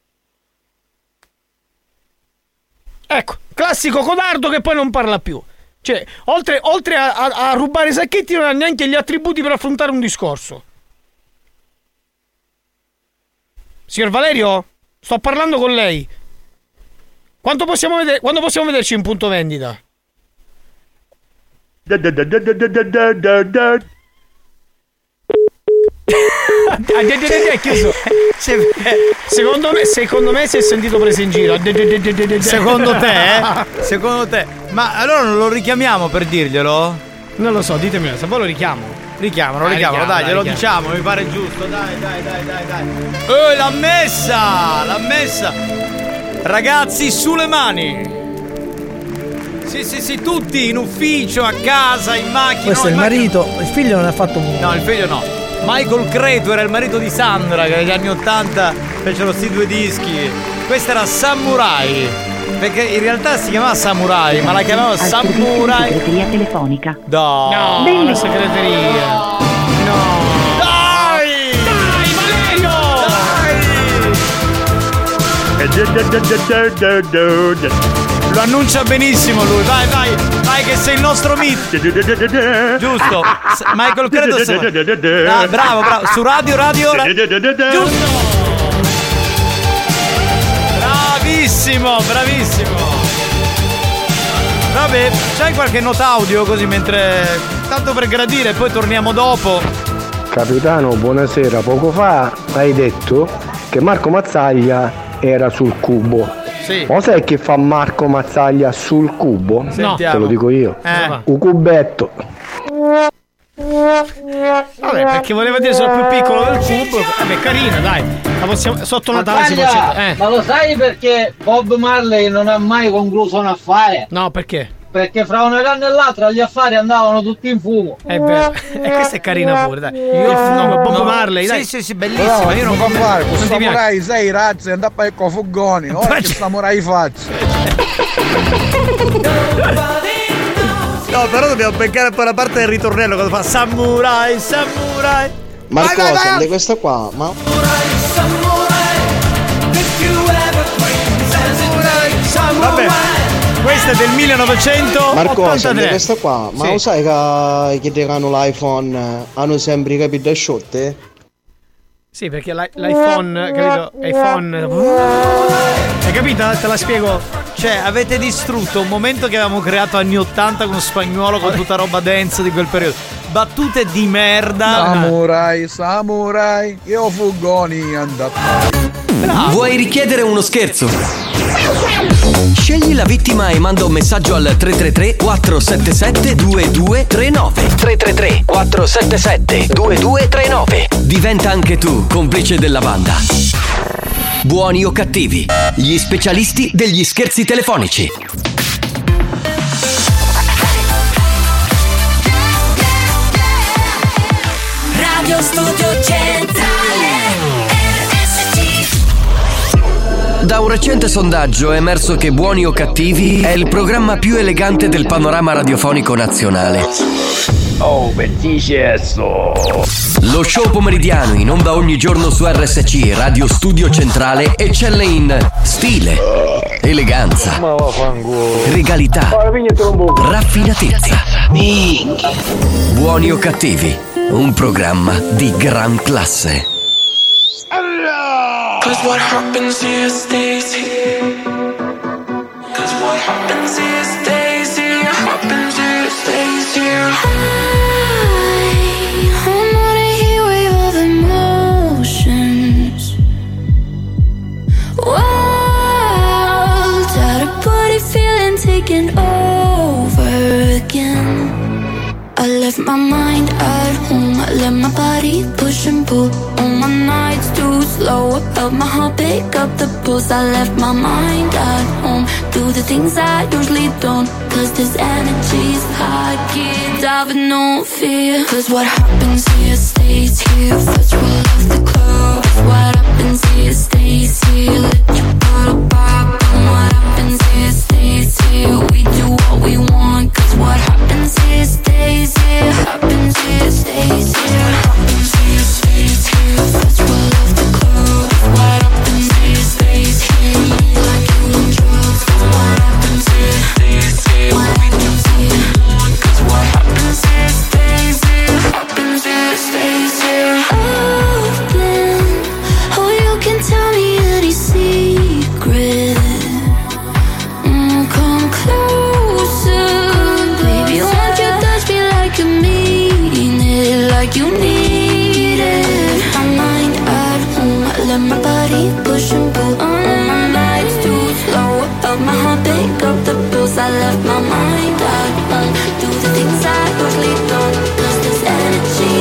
Speaker 3: Ecco, classico codardo che poi non parla più. Cioè, oltre a rubare i sacchetti non ha neanche gli attributi per affrontare un discorso. Signor Valerio, sto parlando con lei. Quando possiamo vederci in punto vendita? È chiuso. Secondo me si è sentito preso in giro.
Speaker 6: Secondo te? Ma allora non lo richiamiamo per dirglielo?
Speaker 3: Non lo so, ditemi, se voi lo richiamo.
Speaker 6: Richiamalo, dai, glielo diciamo, mi pare giusto. Dai. L'ha messa. Ragazzi, sulle mani. Sì, tutti in ufficio, a casa, in macchina.
Speaker 8: Questo è il marito, il figlio non ha fatto nulla.
Speaker 6: No, il figlio no. Michael Cretu era il marito di Sandra, che negli anni 80 fecero sti 2 dischi. Questo era Samurai, perché in realtà si chiamava Samurai, ma la chiamavano Samurai.
Speaker 9: Segreteria telefonica.
Speaker 6: No, la segreteria. No. Dai, Valerio! Lo annuncia benissimo lui, vai che sei il nostro meet. Giusto. Michael Cretu. Bravo. Su radio. Giusto. Bravissimo. Vabbè, c'hai qualche nota audio così mentre. Tanto per gradire, poi torniamo dopo.
Speaker 17: Capitano, buonasera. Poco fa hai detto che Marco Mazzaglia era sul cubo.
Speaker 6: Sì.
Speaker 17: Ma sai che fa Marco Mazzaglia sul cubo?
Speaker 6: No.
Speaker 17: Te lo dico io. Un cubetto.
Speaker 3: Vabbè, perché voleva dire sono più piccolo del cubo. Vabbè, carina, dai. La possiamo. Sotto Natale si può accendere.
Speaker 19: Ma lo sai perché Bob Marley non ha mai concluso un affare?
Speaker 3: No, perché?
Speaker 19: Perché fra una canna e l'altra gli affari andavano tutti in fumo.
Speaker 3: È vero. E questa è carina pure, dai. Bob Marley, dai.
Speaker 6: Sì, bellissima.
Speaker 10: Però,
Speaker 6: io non
Speaker 10: può fare, con
Speaker 3: non ti
Speaker 10: samurai 6 razze e andare a con fuggoni. Ora che samurai faccio.
Speaker 6: No, però dobbiamo beccare poi la parte del ritornello quando fa Samurai.
Speaker 17: Ma cosa? Di questa qua? Ma
Speaker 6: vabbè, questa è del 1983.
Speaker 17: Marco, di questa qua? Ma lo sai che ti hanno l'iPhone hanno sempre i capi da sciotte?
Speaker 3: Sì, perché l'iPhone, capito? iPhone. Hai capito? Te la spiego.
Speaker 6: Cioè, avete distrutto un momento che avevamo creato anni 80 con Spagnuolo, con tutta roba dance di quel periodo. Battute di merda.
Speaker 10: Samurai, io fuggoni andate.
Speaker 1: Vuoi richiedere uno scherzo? Scegli la vittima e manda un messaggio al 333 477 2239. 333 477 2239. Diventa anche tu complice della banda. Buoni o cattivi, gli specialisti degli scherzi telefonici.
Speaker 2: Radio Studio Centrale RSC.
Speaker 1: Da un recente sondaggio è emerso che Buoni o cattivi è il programma più elegante del panorama radiofonico nazionale.
Speaker 21: Oh, benissimo.
Speaker 1: Lo show pomeridiano in onda ogni giorno su RSC Radio Studio Centrale eccelle in stile, eleganza, regalità, raffinatezza. Buoni o cattivi, un programma di gran classe.
Speaker 2: Cause what happens here stays here. Cause what happens here stays here. Happens here stays here. I'm not a hero of emotions. Wild, out of body feeling taken over again. I left my mind at home, I let my body push and pull. On my nights too slow, I felt my heart pick up the pulse. I left my mind at home, do the things I usually don't. Cause this energy's high, get out with no fear. Cause what happens here stays here. First rule of the club, what happens here stays here. Let your bottle pop, and what happens here stays here. We do what we want, cause what happens here stays here. Happens here stays here. Happens here stays here. First rule of the club, what happens here stays here. Like you on drugs, cause what happens here stays here. What happens here, cause what happens here stays here. Happens here stays here. Open, oh you can tell me any secret. Come closer, baby, won't you touch me like you mean it, like you need it. My mind at home, I let my body push and pull. On my nights too slow, I felt my heart pick up the pulse. I left my mind at home, do the things I usually don't. Cause this energy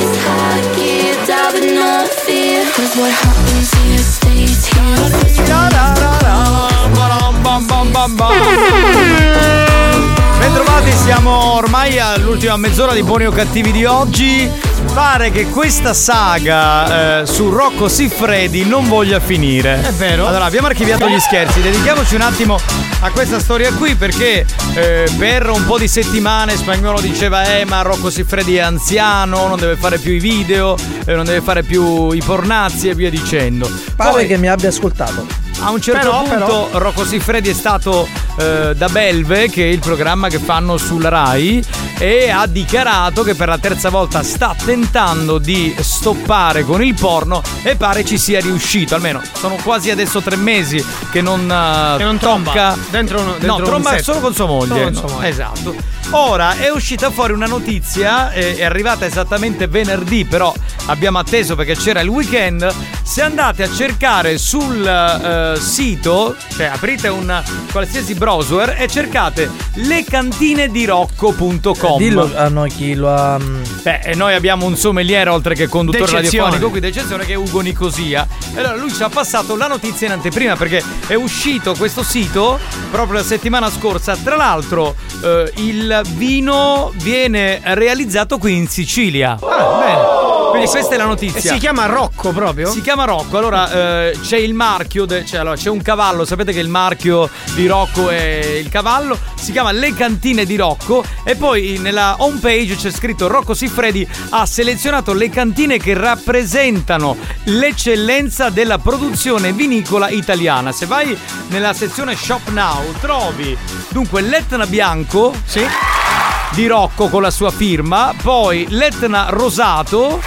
Speaker 6: nell'ultima mezz'ora di Buoni o Cattivi di oggi. Pare che questa saga su Rocco Siffredi non voglia finire.
Speaker 3: È vero.
Speaker 6: Allora, abbiamo archiviato gli scherzi. Dedichiamoci un attimo a questa storia qui, perché per un po' di settimane Spagnuolo diceva ma Rocco Siffredi è anziano, non deve fare più i video, non deve fare più i pornazzi e via dicendo.
Speaker 8: Pare che mi abbia ascoltato.
Speaker 6: A un certo punto Rocco Siffredi è stato da Belve, che è il programma che fanno sulla Rai, e ha dichiarato che per la terza volta sta tentando di stoppare con il porno e pare ci sia riuscito. Almeno sono quasi adesso 3 mesi che non tocca
Speaker 3: dentro
Speaker 6: tromba solo con sua moglie.
Speaker 3: Solo con sua moglie.
Speaker 6: Esatto. Ora è uscita fuori una notizia, è arrivata esattamente venerdì, però abbiamo atteso perché c'era il weekend. Se andate a cercare sul sito, cioè aprite un qualsiasi browser e cercate lecantinedirocco.com.
Speaker 8: Dillo a noi chi lo ha.
Speaker 6: Beh, noi abbiamo un sommelier oltre che conduttore
Speaker 3: D'eccezione.
Speaker 6: radiofonico qui d'eccezione, che è Ugo Nicosia. Allora lui ci ha passato la notizia in anteprima, perché è uscito questo sito proprio la settimana scorsa. Tra l'altro il vino viene realizzato qui in Sicilia.
Speaker 3: Bene.
Speaker 6: Quindi questa è la notizia.
Speaker 3: E si chiama Rocco proprio?
Speaker 6: Si chiama Rocco. Allora c'è il marchio, c'è un cavallo. Sapete che il marchio di Rocco è il cavallo. Si chiama Le Cantine di Rocco. E poi nella home page c'è scritto: Rocco Siffredi ha selezionato le cantine che rappresentano l'eccellenza della produzione vinicola italiana. Se vai nella sezione Shop Now trovi dunque l'Etna Bianco, sì, di Rocco con la sua firma, poi l'Etna Rosato,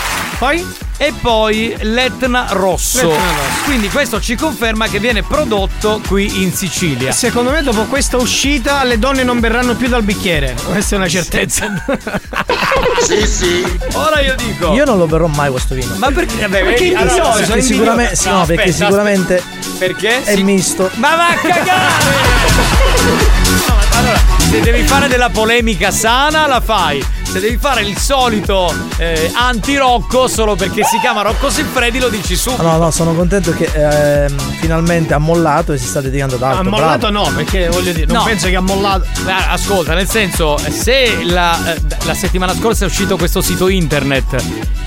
Speaker 6: e poi l'Etna Rosso. Quindi questo ci conferma che viene prodotto qui in Sicilia.
Speaker 3: Secondo me dopo questa uscita le donne non berranno più dal bicchiere. Questa è una certezza.
Speaker 6: Sì. Ora io dico,
Speaker 8: io non lo berrò mai questo vino.
Speaker 6: Ma perché?
Speaker 8: Perché sicuramente sicuramente
Speaker 6: perché
Speaker 8: è misto.
Speaker 6: Ma va a cagare! Allora, se devi fare della polemica sana, la fai. Se devi fare il solito anti-Rocco solo perché si chiama Rocco Siffredi, lo dici subito.
Speaker 8: No, sono contento che finalmente ha mollato e si sta dedicando ad altro.
Speaker 3: Ha mollato no, perché voglio dire, non penso che ha mollato.
Speaker 6: Ascolta, nel senso, se la settimana scorsa è uscito questo sito internet,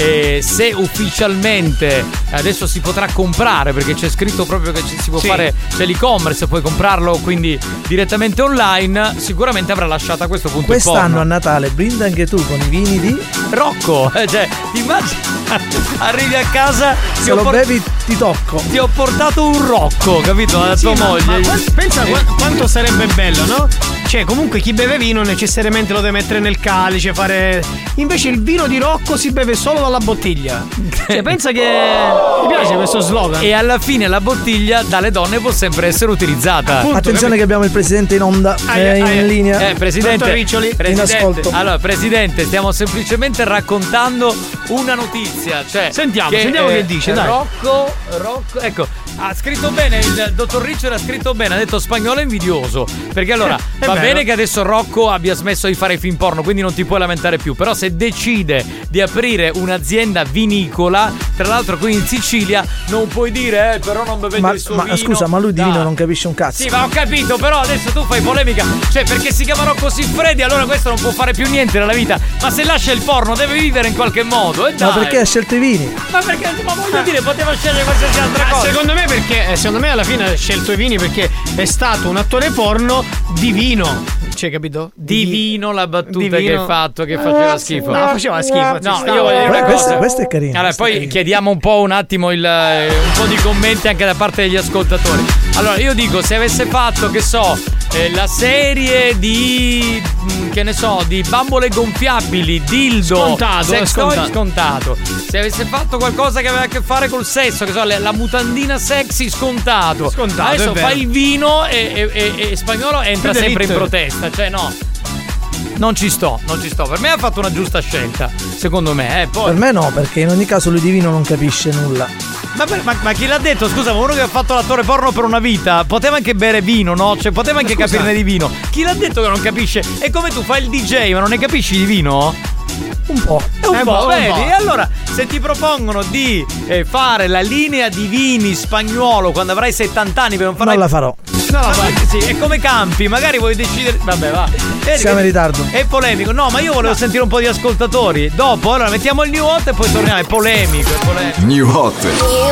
Speaker 6: se ufficialmente adesso si potrà comprare, perché c'è scritto proprio che si può fare, c'è l'e-commerce, puoi comprarlo quindi direttamente online, sicuramente avrà lasciato a questo punto
Speaker 8: quest'anno
Speaker 6: il porno.
Speaker 8: a Natale brinda anche tu con i vini di
Speaker 6: Rocco, cioè immagina, arrivi a casa,
Speaker 8: se lo bevi ti tocco.
Speaker 6: Ti ho portato un Rocco, capito? La tua moglie.
Speaker 3: Ma pensa quanto sarebbe bello, no? Cioè comunque chi beve vino necessariamente lo deve mettere nel calice, fare. Invece il vino di Rocco si beve solo dalla bottiglia. Cioè pensa che mi piace questo slogan.
Speaker 6: E alla fine la bottiglia dalle donne può sempre essere utilizzata.
Speaker 8: Appunto, attenzione che abbiamo il presidente in onda, in linea.
Speaker 6: Presidente,
Speaker 8: in ascolto.
Speaker 6: Allora, presidente, stiamo semplicemente raccontando una notizia. Cioè,
Speaker 3: sentiamo che dice, dai.
Speaker 6: Rocco, ecco, ha scritto bene, il dottor Richard ha scritto bene, ha detto Spagnolo è invidioso. Perché allora va bene che adesso Rocco abbia smesso di fare i film porno, quindi non ti puoi lamentare più. Però se decide di aprire un'azienda vinicola, tra l'altro qui in Sicilia, non puoi dire però non bevete il suo vino.
Speaker 8: Scusa, ma lui di vino non capisce un cazzo.
Speaker 6: Sì, ma ho capito, però adesso tu fai polemica. Cioè, perché si chiama Rocco Siffredi, allora questo non può fare più niente nella vita. Ma se lascia il porno deve vivere in qualche modo. E dai.
Speaker 8: Ma perché ha scelto i vini?
Speaker 6: Ma perché, ma voglio dire, poteva scegliere qualsiasi altra cosa.
Speaker 3: Secondo me alla fine ha scelto i vini perché è stato un attore porno di vino. Cioè, capito?
Speaker 6: Di vino la battuta che hai fatto, che faceva schifo.
Speaker 3: No, faceva schifo.
Speaker 6: No, io voglio dire una cosa.
Speaker 8: Questo è carino.
Speaker 6: Allora, poi chiediamo un attimo un po' di commenti anche da parte degli ascoltatori. Allora, io dico, se avesse fatto, che so, la serie di che ne so, di bambole gonfiabili, dildo, scontato. Se avesse fatto qualcosa che aveva a che fare col sesso, che so, la mutandina sexy, scontato. Adesso fa il vino e Spagnolo entra sempre in protesta. Cioè no, non ci sto. Per me ha fatto una giusta scelta, secondo me. Poi.
Speaker 8: Per me no, perché in ogni caso lui di vino non capisce nulla.
Speaker 6: Ma chi l'ha detto? Scusa, ma uno che ha fatto l'attore porno per una vita poteva anche bere vino, no? Cioè poteva anche capirne di vino. Chi l'ha detto che non capisce? È come tu fai il DJ, ma non ne capisci di vino?
Speaker 8: Un po'.
Speaker 6: Vedi? E allora, se ti propongono di fare la linea di vini Spagnuolo quando avrai 70 anni, per non
Speaker 8: la farò.
Speaker 6: Sì, è come Campi, magari vuoi decidere. Vabbè, va.
Speaker 8: Siamo in ritardo.
Speaker 6: È polemico. No, ma io volevo sentire un po' di ascoltatori. Dopo, allora mettiamo il New Hot e poi torniamo. È polemico, è polemico.
Speaker 9: New Hot.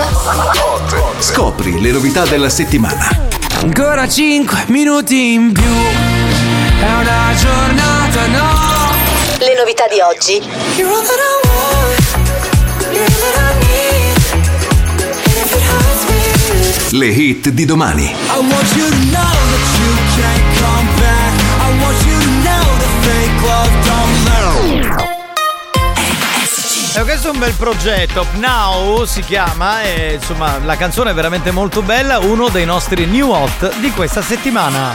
Speaker 9: Scopri le novità della settimana.
Speaker 7: Ancora 5 minuti in più. È una giornata, no.
Speaker 12: Le novità di oggi.
Speaker 7: You're all that I want. You're all that I need. And if it hurts me.
Speaker 9: Le hit di domani.
Speaker 7: I want you to know that you can't come back. I want you to know that fake love don't last.
Speaker 6: Questo è un bel progetto, Now si chiama, e insomma la canzone è veramente molto bella, uno dei nostri New Hot di questa settimana.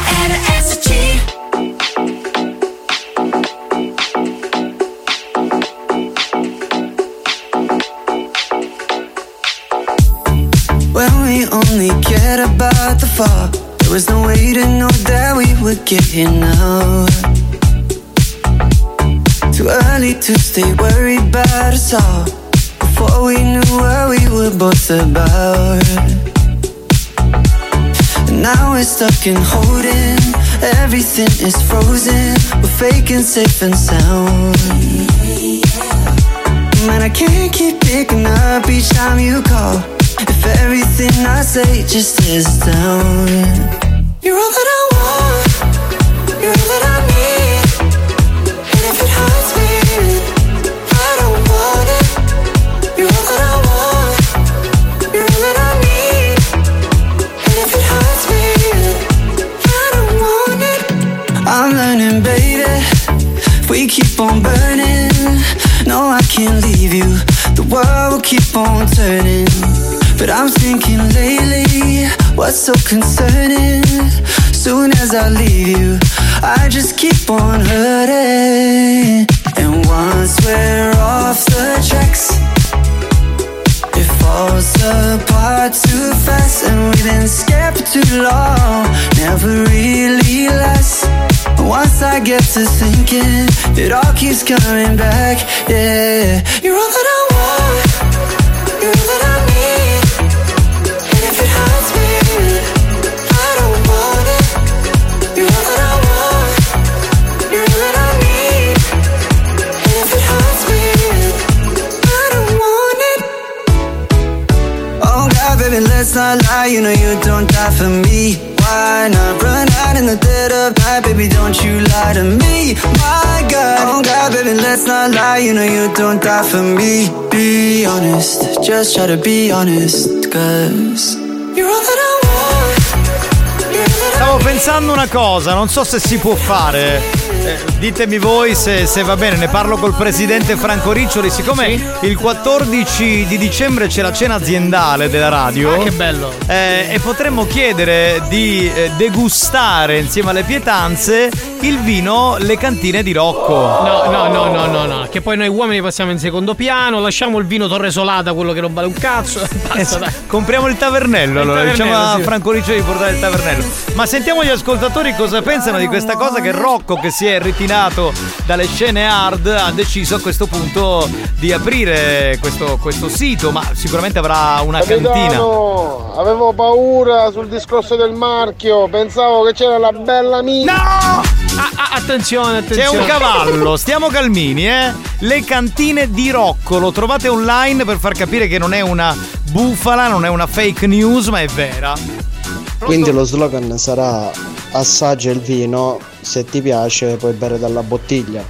Speaker 7: When we only cared about the fall, there was no way to know that we would get here now. Too early to stay worried about us all, before we knew what we were both about. And now we're stuck in holding, everything is frozen, we're faking safe and sound. Man, I can't keep picking up each time you call, if everything I say just is down. You're all that I want, you're all that I need. And if it hurts me, I don't want it. You're all that I want, you're all that I need. And if it hurts me, I don't want it. I'm learning, baby, if we keep on burning, no, I can't leave you, the world will keep on turning. But I'm thinking lately, what's so concerning? Soon as I leave you, I just keep on hurting. And once we're off the tracks, it falls apart too fast. And we've been scared for too long, never really lasts. Once I get to thinking, it all keeps coming back, yeah. You're all that I want, you're all that I need. And if it hurts me, I don't want it. You're all that I want, you're all that I need. And if it hurts me, I don't want it. Oh God, baby, let's not lie, you know you don't die for me. Why not run out in the dead of night, baby, don't you lie to me. My God, oh God, baby, let's not lie, you know you don't die for me. Be honest, just try to be honest, cause you're all that I want, you're all that I
Speaker 6: Stavo pensando una cosa, non so se si può fare. Ditemi voi se va bene, ne parlo col presidente Franco Riccioli. Siccome il 14 di dicembre c'è la cena aziendale della radio,
Speaker 3: che bello,
Speaker 6: e potremmo chiedere di degustare insieme alle pietanze il vino Le Cantine di Rocco.
Speaker 3: No, che poi noi uomini passiamo in secondo piano, lasciamo il vino Torresolata, quello che non vale un cazzo. Basta, dai.
Speaker 6: Compriamo il tavernello, allora diciamo a
Speaker 3: sì.
Speaker 6: Franco Riccioli di portare il tavernello. Ma sentiamo gli ascoltatori cosa pensano di questa cosa, che Rocco, che si è ritirato dalle scene hard, ha deciso a questo punto di aprire questo sito, ma sicuramente avrà una cantina.
Speaker 14: Avevo paura sul discorso del marchio, pensavo che c'era la bella mina.
Speaker 6: No!
Speaker 3: Attenzione.
Speaker 6: C'è un cavallo, stiamo calmini, Le Cantine di Rocco, lo trovate online per far capire che non è una bufala, non è una fake news, ma è vera.
Speaker 23: Quindi lo slogan sarà: assaggia il vino, se ti piace puoi bere dalla bottiglia.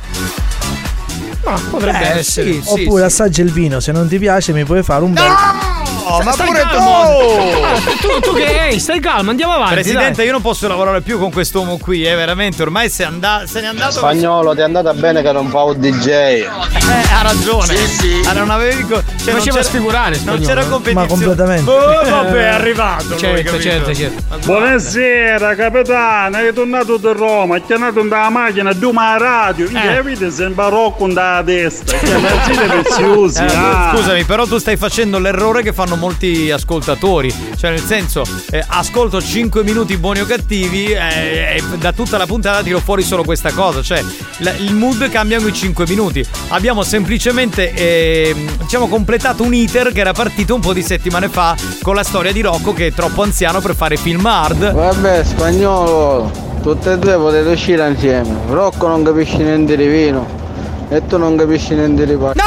Speaker 8: No, potrebbe essere.
Speaker 23: sì,
Speaker 8: Oppure
Speaker 23: sì.
Speaker 8: assaggia il vino, se non ti piace mi puoi fare un bel.
Speaker 6: Ma
Speaker 3: stai
Speaker 6: pure
Speaker 3: calmo. Tu che sei? Stai calmo, andiamo avanti.
Speaker 6: Presidente,
Speaker 3: dai.
Speaker 6: io non posso lavorare più con quest'uomo qui, veramente, ormai se n'è andato.
Speaker 21: Spagnolo, ti è andata bene che non fa un DJ.
Speaker 6: Ha ragione.
Speaker 21: Sì.
Speaker 6: Non avevi
Speaker 3: Ci faceva sfigurare
Speaker 6: non
Speaker 3: Spagnolo.
Speaker 6: c'era competizione.
Speaker 8: Ma completamente.
Speaker 6: Vabbè, è arrivato.
Speaker 3: Certo.
Speaker 10: Buonasera capitano, è tornato da Roma, è chiamato da macchina, duma radio, vedi sembra Rocco da destra, che preziosi.
Speaker 6: Scusami, però tu stai facendo l'errore che fanno fanno molti ascoltatori. Cioè, nel senso, ascolto 5 minuti buoni o cattivi e da tutta la puntata tiro fuori solo questa cosa. Cioè, il mood cambia ogni 5 minuti. Abbiamo semplicemente completato un iter che era partito un po' di settimane fa con la storia di Rocco, che è troppo anziano per fare film hard.
Speaker 23: Vabbè, Spagnolo, tutte e due potete uscire insieme. Rocco non capisce niente di vino e tu non capisci niente di pane.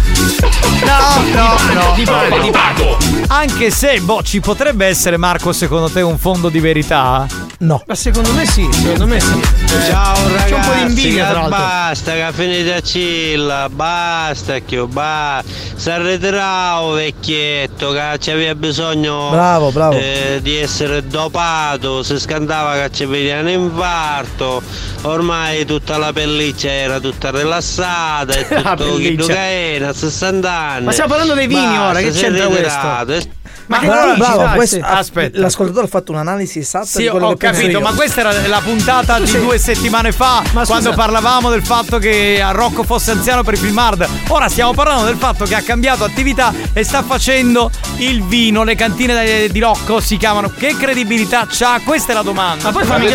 Speaker 6: No. Anche se, ci potrebbe essere, Marco, secondo te un fondo di verità?
Speaker 8: No.
Speaker 3: Ma secondo me sì.
Speaker 4: Ciao ragazzi,
Speaker 3: c'è un po' di invidia, tra l'altro.
Speaker 4: Basta che finite a Cilla, basta che si arretrao vecchietto che c'aveva bisogno
Speaker 8: bravo.
Speaker 4: Di essere dopato, si scandava che ci veniva un infarto, ormai tutta la pelliccia era tutta rilassata e tutto cocaina, 60 anni.
Speaker 3: Ma stiamo parlando dei vini ora, che c'entra questo?
Speaker 8: Ma bravo, aspetta. L'ascoltatore ha fatto un'analisi esatta.
Speaker 6: Sì,
Speaker 8: di quello
Speaker 6: ho
Speaker 8: che penso
Speaker 6: capito,
Speaker 8: io.
Speaker 6: ma questa era la puntata di 2 settimane fa, quando parlavamo del fatto che Rocco fosse anziano per i film hard. Ora stiamo parlando del fatto che ha cambiato attività e sta facendo il vino. Le cantine di Rocco si chiamano. Che credibilità c'ha? Questa è la domanda.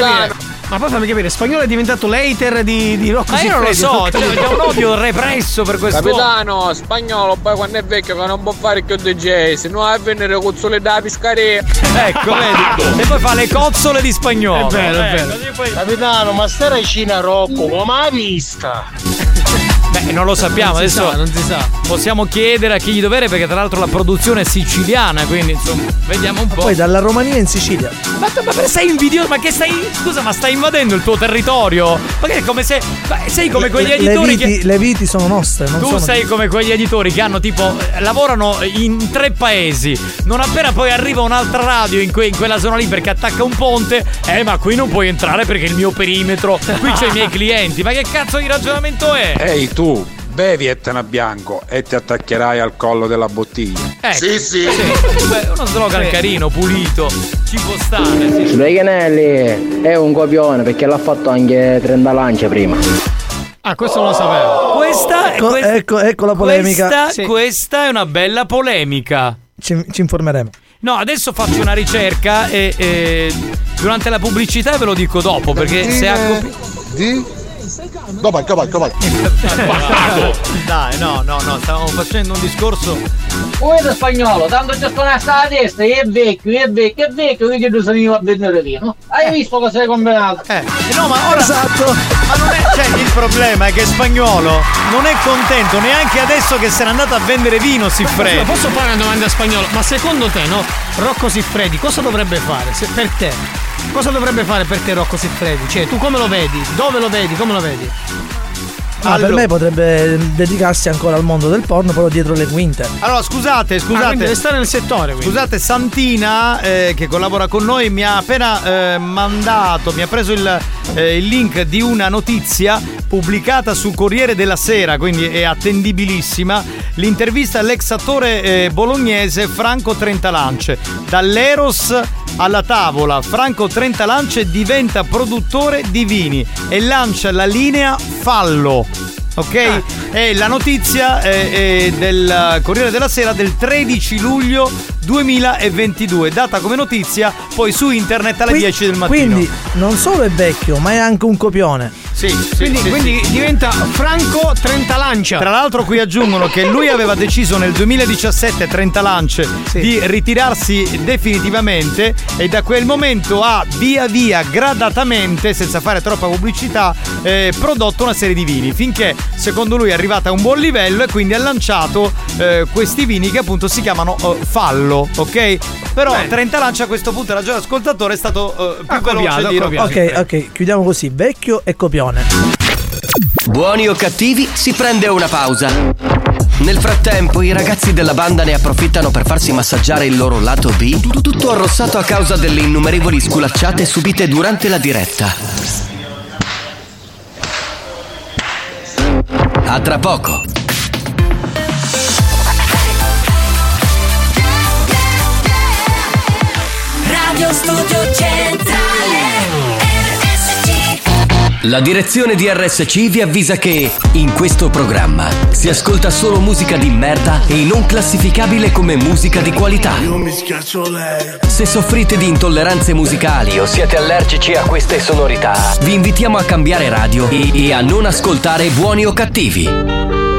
Speaker 3: Ma poi fammi capire, Spagnolo è diventato l'hater di Rocco
Speaker 6: Ma io non lo so,
Speaker 3: Siffredi.
Speaker 6: c'è un odio represso per questo.
Speaker 10: Capitano, Spagnolo poi quando è vecchio che non può fare più DJ, se no a venire cozzole da piscaria.
Speaker 6: Ecco, vedi? E poi fa le cozzole di Spagnolo.
Speaker 3: È vero.
Speaker 17: Capitano, ma sta racina Rocco, come l'ha vista?
Speaker 6: Beh, non lo sappiamo,
Speaker 3: non si sa.
Speaker 6: Possiamo chiedere a chi gli dovere, perché tra l'altro la produzione è siciliana, quindi insomma, vediamo un po'.
Speaker 8: Poi dalla Romania in Sicilia.
Speaker 6: Ma sei invidioso, ma che stai. Scusa, ma stai invadendo il tuo territorio? Ma che è come se. Sei come quegli editori
Speaker 8: le viti sono nostre, non
Speaker 6: tu
Speaker 8: sono
Speaker 6: sei come quegli editori che hanno tipo. Lavorano in 3 paesi. Non appena poi arriva un'altra radio in quella zona lì perché attacca un ponte. Ma qui non puoi entrare perché è il mio perimetro. Qui c'ho i miei clienti. Ma che cazzo di ragionamento è?
Speaker 5: Ehi tu, bevi Etna Bianco e ti attaccherai al collo della bottiglia.
Speaker 6: Sì. Beh, uno slogan carino, pulito. Ci può stare. Sì.
Speaker 23: Spreghinelli è un copione perché l'ha fatto anche 30 lancia prima.
Speaker 3: Ah, questo non lo sapevo.
Speaker 8: Ecco la polemica.
Speaker 6: Questa è una bella polemica.
Speaker 8: Ci informeremo.
Speaker 6: No, adesso faccio una ricerca e durante la pubblicità ve lo dico dopo, perché se ha
Speaker 17: Vai.
Speaker 6: Dai, no, stavamo facendo un discorso.
Speaker 19: Guarda Spagnolo, tanto c'è suonata la testa, è vecchio, che tu sei a vendere vino. Hai visto cosa hai combinato?
Speaker 6: No, ma ora.
Speaker 8: Esatto.
Speaker 6: Ma non è. Cioè, il problema è che Spagnolo non è contento neanche adesso che se n'è andato a vendere vino Siffredi.
Speaker 3: Posso fare una domanda a Spagnolo? Ma secondo te, no? Rocco Siffredi cosa dovrebbe fare? Per te? Cosa dovrebbe fare per te Rocco Siffredi? Cioè, tu come lo vedi? Dove lo vedi? Come lo vedi?
Speaker 8: Per me potrebbe dedicarsi ancora al mondo del porno, però dietro le quinte.
Speaker 6: Allora scusate
Speaker 3: deve stare nel settore, quindi.
Speaker 6: Scusate, Santina che collabora con noi mi ha appena mandato, mi ha preso il link di una notizia pubblicata sul Corriere della Sera, quindi è attendibilissima, l'intervista all'ex attore bolognese Franco Trentalance. Dall'Eros alla tavola, Franco Trentalance diventa produttore di vini e lancia la linea Fallo. Ok? E la notizia è del Corriere della Sera del 13 luglio 2022, data come notizia poi su internet alle 10 del mattino.
Speaker 8: Quindi non solo è vecchio, ma è anche un copione.
Speaker 3: Quindi diventa Franco Trentalancia.
Speaker 6: Tra l'altro qui aggiungono che lui aveva deciso nel 2017 Trentalance di ritirarsi definitivamente e da quel momento ha via gradatamente, senza fare troppa pubblicità, prodotto una serie di vini finché secondo lui è arrivata a un buon livello e quindi ha lanciato questi vini che appunto si chiamano Fallo, ok? Però Trentalancia a questo punto, ragione ascoltatore, è stato più veloce di
Speaker 8: Ok, chiudiamo così, vecchio e copione.
Speaker 1: Buoni o cattivi, si prende una pausa. Nel frattempo i ragazzi della banda ne approfittano per farsi massaggiare il loro lato B, tutto arrossato a causa delle innumerevoli sculacciate subite durante la diretta. A tra poco.
Speaker 2: Radio Studio Centrale RSC.
Speaker 1: La direzione di RSC vi avvisa che in questo programma si ascolta solo musica di merda e non classificabile come musica di qualità.
Speaker 11: Io mi schiaccio lei.
Speaker 1: Se soffrite di intolleranze musicali o siete allergici a queste sonorità, vi invitiamo a cambiare radio e a non ascoltare Buoni o Cattivi.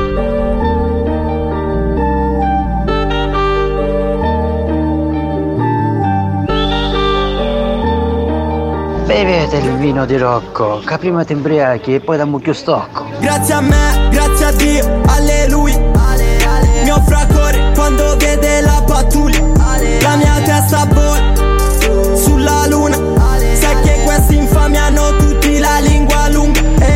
Speaker 20: Bevete il vino di Rocco, che prima ti imbriachi e poi dammo più stocco.
Speaker 7: Grazie a me, grazie a Dio, alleluia. Mio fra corre quando vede la pattuglia. La mia testa vola sulla luna. Sai che questi infami hanno tutti la lingua lunga.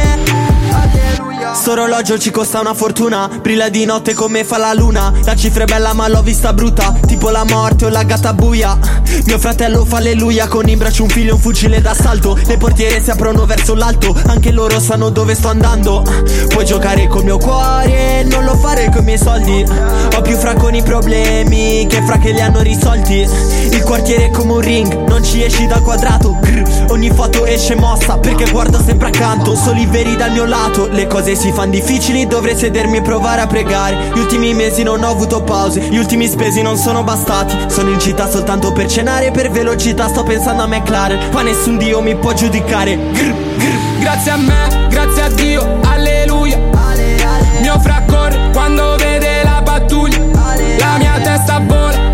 Speaker 7: Sto orologio ci costa una fortuna, brilla di notte come fa la luna. La cifra è bella ma l'ho vista brutta, tipo la morte o la gatta buia. Mio fratello fa alleluia, con in braccio un figlio e un fucile d'assalto. Le portiere si aprono verso l'alto, anche loro sanno dove sto andando. Puoi giocare col mio cuore, non lo fare coi miei soldi. Ho più fra con i problemi che fra che li hanno risolti. Il quartiere è come un ring, non ci esci dal quadrato. Ogni foto esce mossa, perché guardo sempre accanto. Solo i veri dal mio lato, le cose si fanno difficili, dovrei sedermi e provare a pregare. Gli ultimi mesi non ho avuto pause, gli ultimi spesi non sono bastati. Sono in città soltanto per cenare, per velocità sto pensando a McLaren. Ma nessun dio mi può giudicare. Grazie a me, grazie a Dio, alleluia. Mio fra corre quando vede la pattuglia. La mia testa vola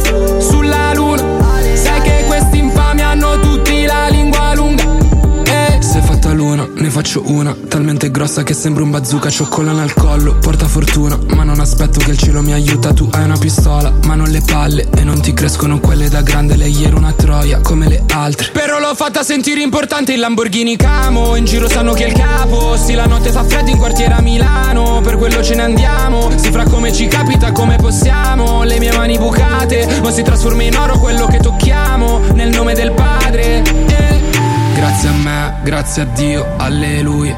Speaker 7: sulla luna. Sai che questi infami hanno tutti la lingua lunga.
Speaker 22: Se è fatta luna, ne faccio una talmente grossa che sembra un bazooka. C'ho collana al collo, porta fortuna, ma non aspetto che il cielo mi aiuta. Tu hai una pistola, ma non le palle, e non ti crescono quelle da grande. Lei era una troia, come le altre, però l'ho fatta sentire importante. Il Lamborghini Camo, in giro sanno che è il capo. Sì, la notte fa freddo in quartiere a Milano, per quello ce ne andiamo. Si fra come ci capita, come possiamo. Le mie mani bucate, ma si trasforma in oro quello che tocchiamo, nel nome del Padre. Grazie a me, grazie a Dio, alleluia.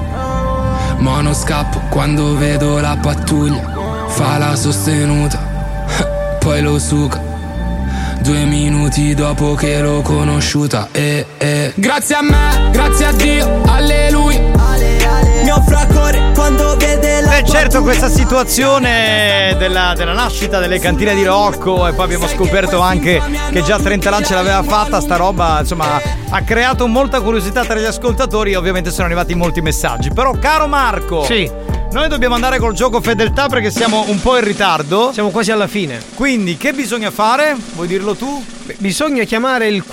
Speaker 22: Mono scappo quando vedo la pattuglia. Fa la sostenuta, poi lo suca 2 minuti dopo che l'ho conosciuta. Grazie a me, grazie a Dio, alleluia.
Speaker 7: Mio fra corre quando vede la
Speaker 6: pattuglia. Certo, questa situazione della nascita delle cantine di Rocco, e poi abbiamo scoperto anche che già Trentalan ce l'aveva fatta sta roba, insomma ha creato molta curiosità tra gli ascoltatori e ovviamente sono arrivati molti messaggi. Però caro Marco,
Speaker 3: sì,
Speaker 6: noi dobbiamo andare col gioco fedeltà perché siamo un po' in ritardo.
Speaker 3: Siamo quasi alla fine.
Speaker 6: Quindi che bisogna fare? Vuoi dirlo tu?
Speaker 3: Bisogna chiamare il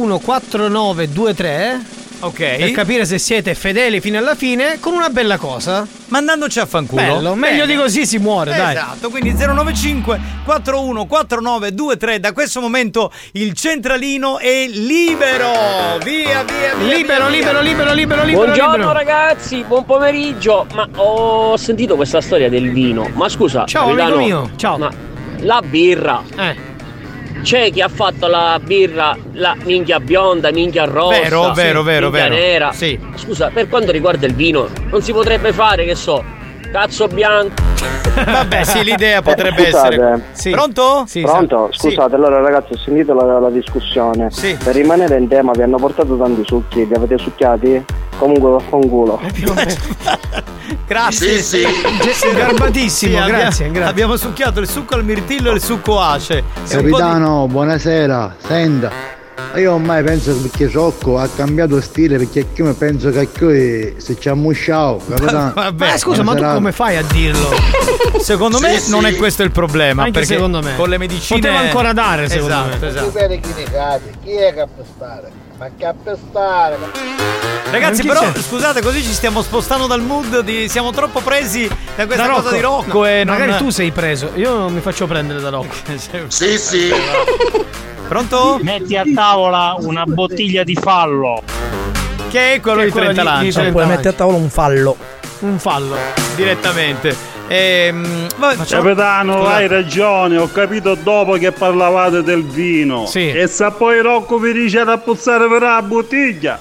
Speaker 3: 414923.
Speaker 6: Ok.
Speaker 3: Per capire se siete fedeli fino alla fine con una bella cosa.
Speaker 6: Mandandoci a fanculo.
Speaker 3: Bello, meglio di così si muore, dai.
Speaker 6: Esatto, quindi 095 414923. Da questo momento il centralino è libero. Via.
Speaker 3: Libero.
Speaker 24: Buongiorno ragazzi, buon pomeriggio. Ma ho sentito questa storia del vino. Ma scusa,
Speaker 3: ciao
Speaker 24: capitano,
Speaker 3: amico mio. Ciao.
Speaker 24: Ma la birra. C'è chi ha fatto la birra, la minchia bionda, minchia rossa,
Speaker 6: vero,
Speaker 24: minchia nera.
Speaker 6: Sì.
Speaker 24: Scusa, per quanto riguarda il vino, non si potrebbe fare, che so, cazzo bianco.
Speaker 6: Vabbè, sì, l'idea potrebbe essere. Sì. Pronto?
Speaker 17: Sì, pronto? Scusate, allora ragazzi, ho sentito la discussione.
Speaker 6: Sì.
Speaker 17: Per rimanere in tema, vi hanno portato tanti succhi, li avete succhiati? Comunque vaffanculo.
Speaker 6: Grazie.
Speaker 17: Sì.
Speaker 3: Garbatissimo,
Speaker 6: sì,
Speaker 3: grazie.
Speaker 6: Abbiamo succhiato il succo al mirtillo e il succo ace.
Speaker 23: Capitano, buonasera. Senta, io ormai penso che Rocco ha cambiato stile, perché io penso che qui si ci ammusciao, capitano.
Speaker 3: Vabbè, scusa, ma tu come fai a dirlo?
Speaker 6: Secondo me non è questo il problema.
Speaker 3: Anche
Speaker 6: perché
Speaker 3: secondo me
Speaker 6: con le medicine
Speaker 3: poteva ancora dare, secondo me.
Speaker 14: Esatto. Chi è che può stare? Ma che può stare?
Speaker 6: Ragazzi, però scusate, così ci stiamo spostando dal mood siamo troppo presi da questa cosa di Rocco, e
Speaker 3: magari tu sei preso. Io non mi faccio prendere da Rocco.
Speaker 14: Sì.
Speaker 6: Pronto?
Speaker 25: Metti a tavola una bottiglia di fallo.
Speaker 6: Che è quello di 30 lanci.
Speaker 8: Puoi mettere a tavola un fallo
Speaker 6: direttamente.
Speaker 15: Capitano, hai ragione, ho capito dopo che parlavate del vino.
Speaker 3: Sì.
Speaker 15: E se poi Rocco vi dice da puzzare per la bottiglia.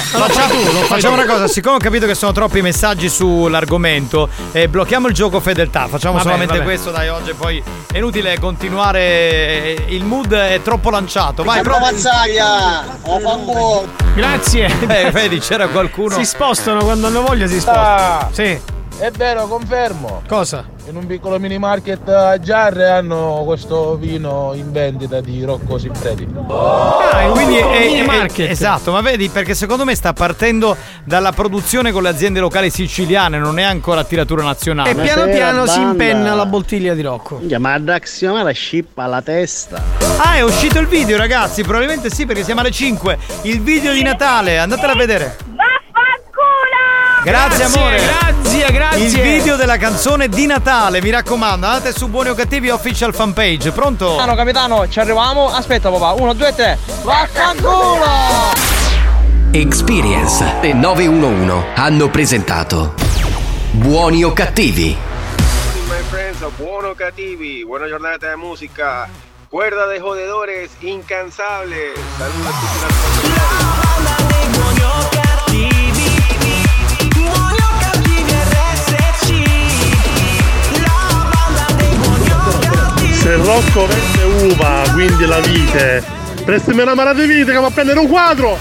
Speaker 6: Facciamo una cosa, siccome ho capito che sono troppi messaggi sull'argomento, blocchiamo il gioco fedeltà. Facciamo solamente questo, dai, oggi poi è inutile continuare. Il mood è troppo lanciato. Vai,
Speaker 14: Mazzaglia!
Speaker 3: Grazie.
Speaker 6: Vedi, c'era qualcuno.
Speaker 3: Si spostano quando hanno voglia, si spostano. Sì.
Speaker 11: È vero, confermo.
Speaker 3: Cosa?
Speaker 11: In un piccolo mini market a Giarre hanno questo vino in vendita di Rocco Siffredi.
Speaker 6: Quindi è market. Esatto, ma vedi, perché secondo me sta partendo dalla produzione con le aziende locali siciliane, non è ancora tiratura nazionale.
Speaker 3: E piano piano si impenna la bottiglia di Rocco.
Speaker 14: Ma a la scippa alla testa.
Speaker 6: È uscito il video, ragazzi, probabilmente sì, perché siamo alle 5. Il video di Natale, andatela a vedere. Grazie amore.
Speaker 3: Grazie.
Speaker 6: Il video della canzone di Natale, mi raccomando, andate su Buoni o Cattivi official fanpage. Pronto?
Speaker 11: Capitano, ci arriviamo. Aspetta papà, 1, 2, 3. Vaffanculo!
Speaker 1: Experience e 911 hanno presentato Buoni o Cattivi.
Speaker 12: My friends, Buoni o Cattivi, buena giornata de música. Cuerda de jodedores incansables. Saludos a tutti i
Speaker 7: Buoni o Cattivi.
Speaker 15: Se Rocco vende uva, quindi la vite, prestami una mano di vite che va a prendere un quadro.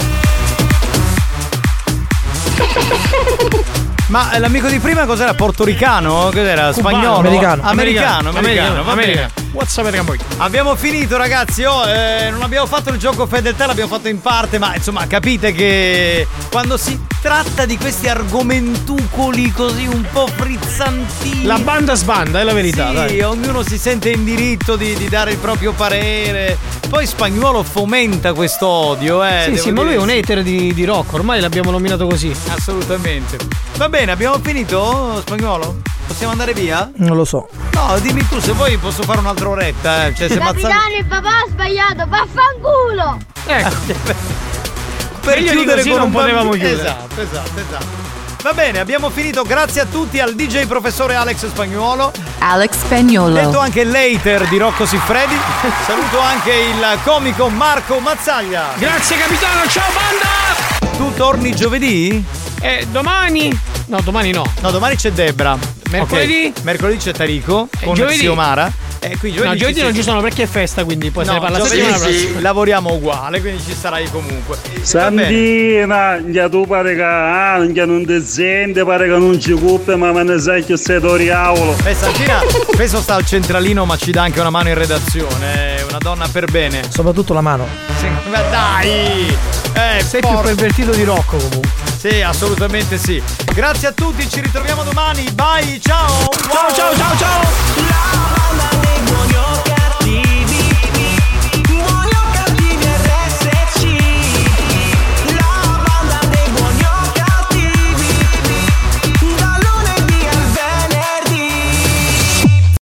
Speaker 6: Ma l'amico di prima cos'era? Portoricano? Cos'era? Spagnolo? Americano.
Speaker 3: What's American boy?
Speaker 6: Abbiamo finito, ragazzi. Non abbiamo fatto il gioco fedeltà, l'abbiamo fatto in parte, ma insomma capite che quando si tratta di questi argomentucoli così un po' frizzantini,
Speaker 3: la banda sbanda, è la verità.
Speaker 6: Sì,
Speaker 3: dai.
Speaker 6: ognuno si sente in diritto di dare il proprio parere. Poi Spagnuolo fomenta questo odio,
Speaker 3: Sì, ma lui è un hater di Rocco, ormai l'abbiamo nominato così.
Speaker 6: Assolutamente. Va bene, abbiamo finito, Spagnuolo? Possiamo andare via?
Speaker 8: Non lo so.
Speaker 6: No, dimmi tu, se vuoi posso fare un'altra oretta. Cioè, se
Speaker 13: Capitano, il papà ha sbagliato, vaffanculo!
Speaker 3: Ecco.
Speaker 6: Per chiudere
Speaker 3: così
Speaker 6: con
Speaker 3: non
Speaker 6: un
Speaker 3: potevamo chiudere.
Speaker 6: Esatto. Va bene, abbiamo finito. Grazie a tutti, al DJ professore Alex Spagnuolo.
Speaker 16: Alex Spagnuolo.
Speaker 6: Detto anche l'hater di Rocco Siffredi. Saluto anche il comico Marco Mazzaglia.
Speaker 3: Grazie capitano, ciao banda!
Speaker 6: Tu torni giovedì?
Speaker 3: Domani? No, domani no.
Speaker 6: No, domani c'è Debra.
Speaker 3: Mercoledì?
Speaker 6: Mercoledì c'è Tarico con
Speaker 3: giovedì?
Speaker 6: Xiomara.
Speaker 3: Giovedì non ci sono perché è festa, quindi poi se ne parla
Speaker 6: settimana prossima. Lavoriamo uguale, quindi ci sarai comunque.
Speaker 10: Sandina, tu pare che non ti sente, pare che non ci cuppe, ma ne sai che sei toriavolo.
Speaker 6: Santina spesso sta al centralino, ma ci dà anche una mano in redazione. È una donna per bene.
Speaker 8: Soprattutto la mano.
Speaker 6: Sì, ma dai!
Speaker 3: Sei più pervertito di Rocco comunque.
Speaker 6: Sì, assolutamente sì. Grazie a tutti, ci ritroviamo domani. Bye, ciao!
Speaker 3: Ciao.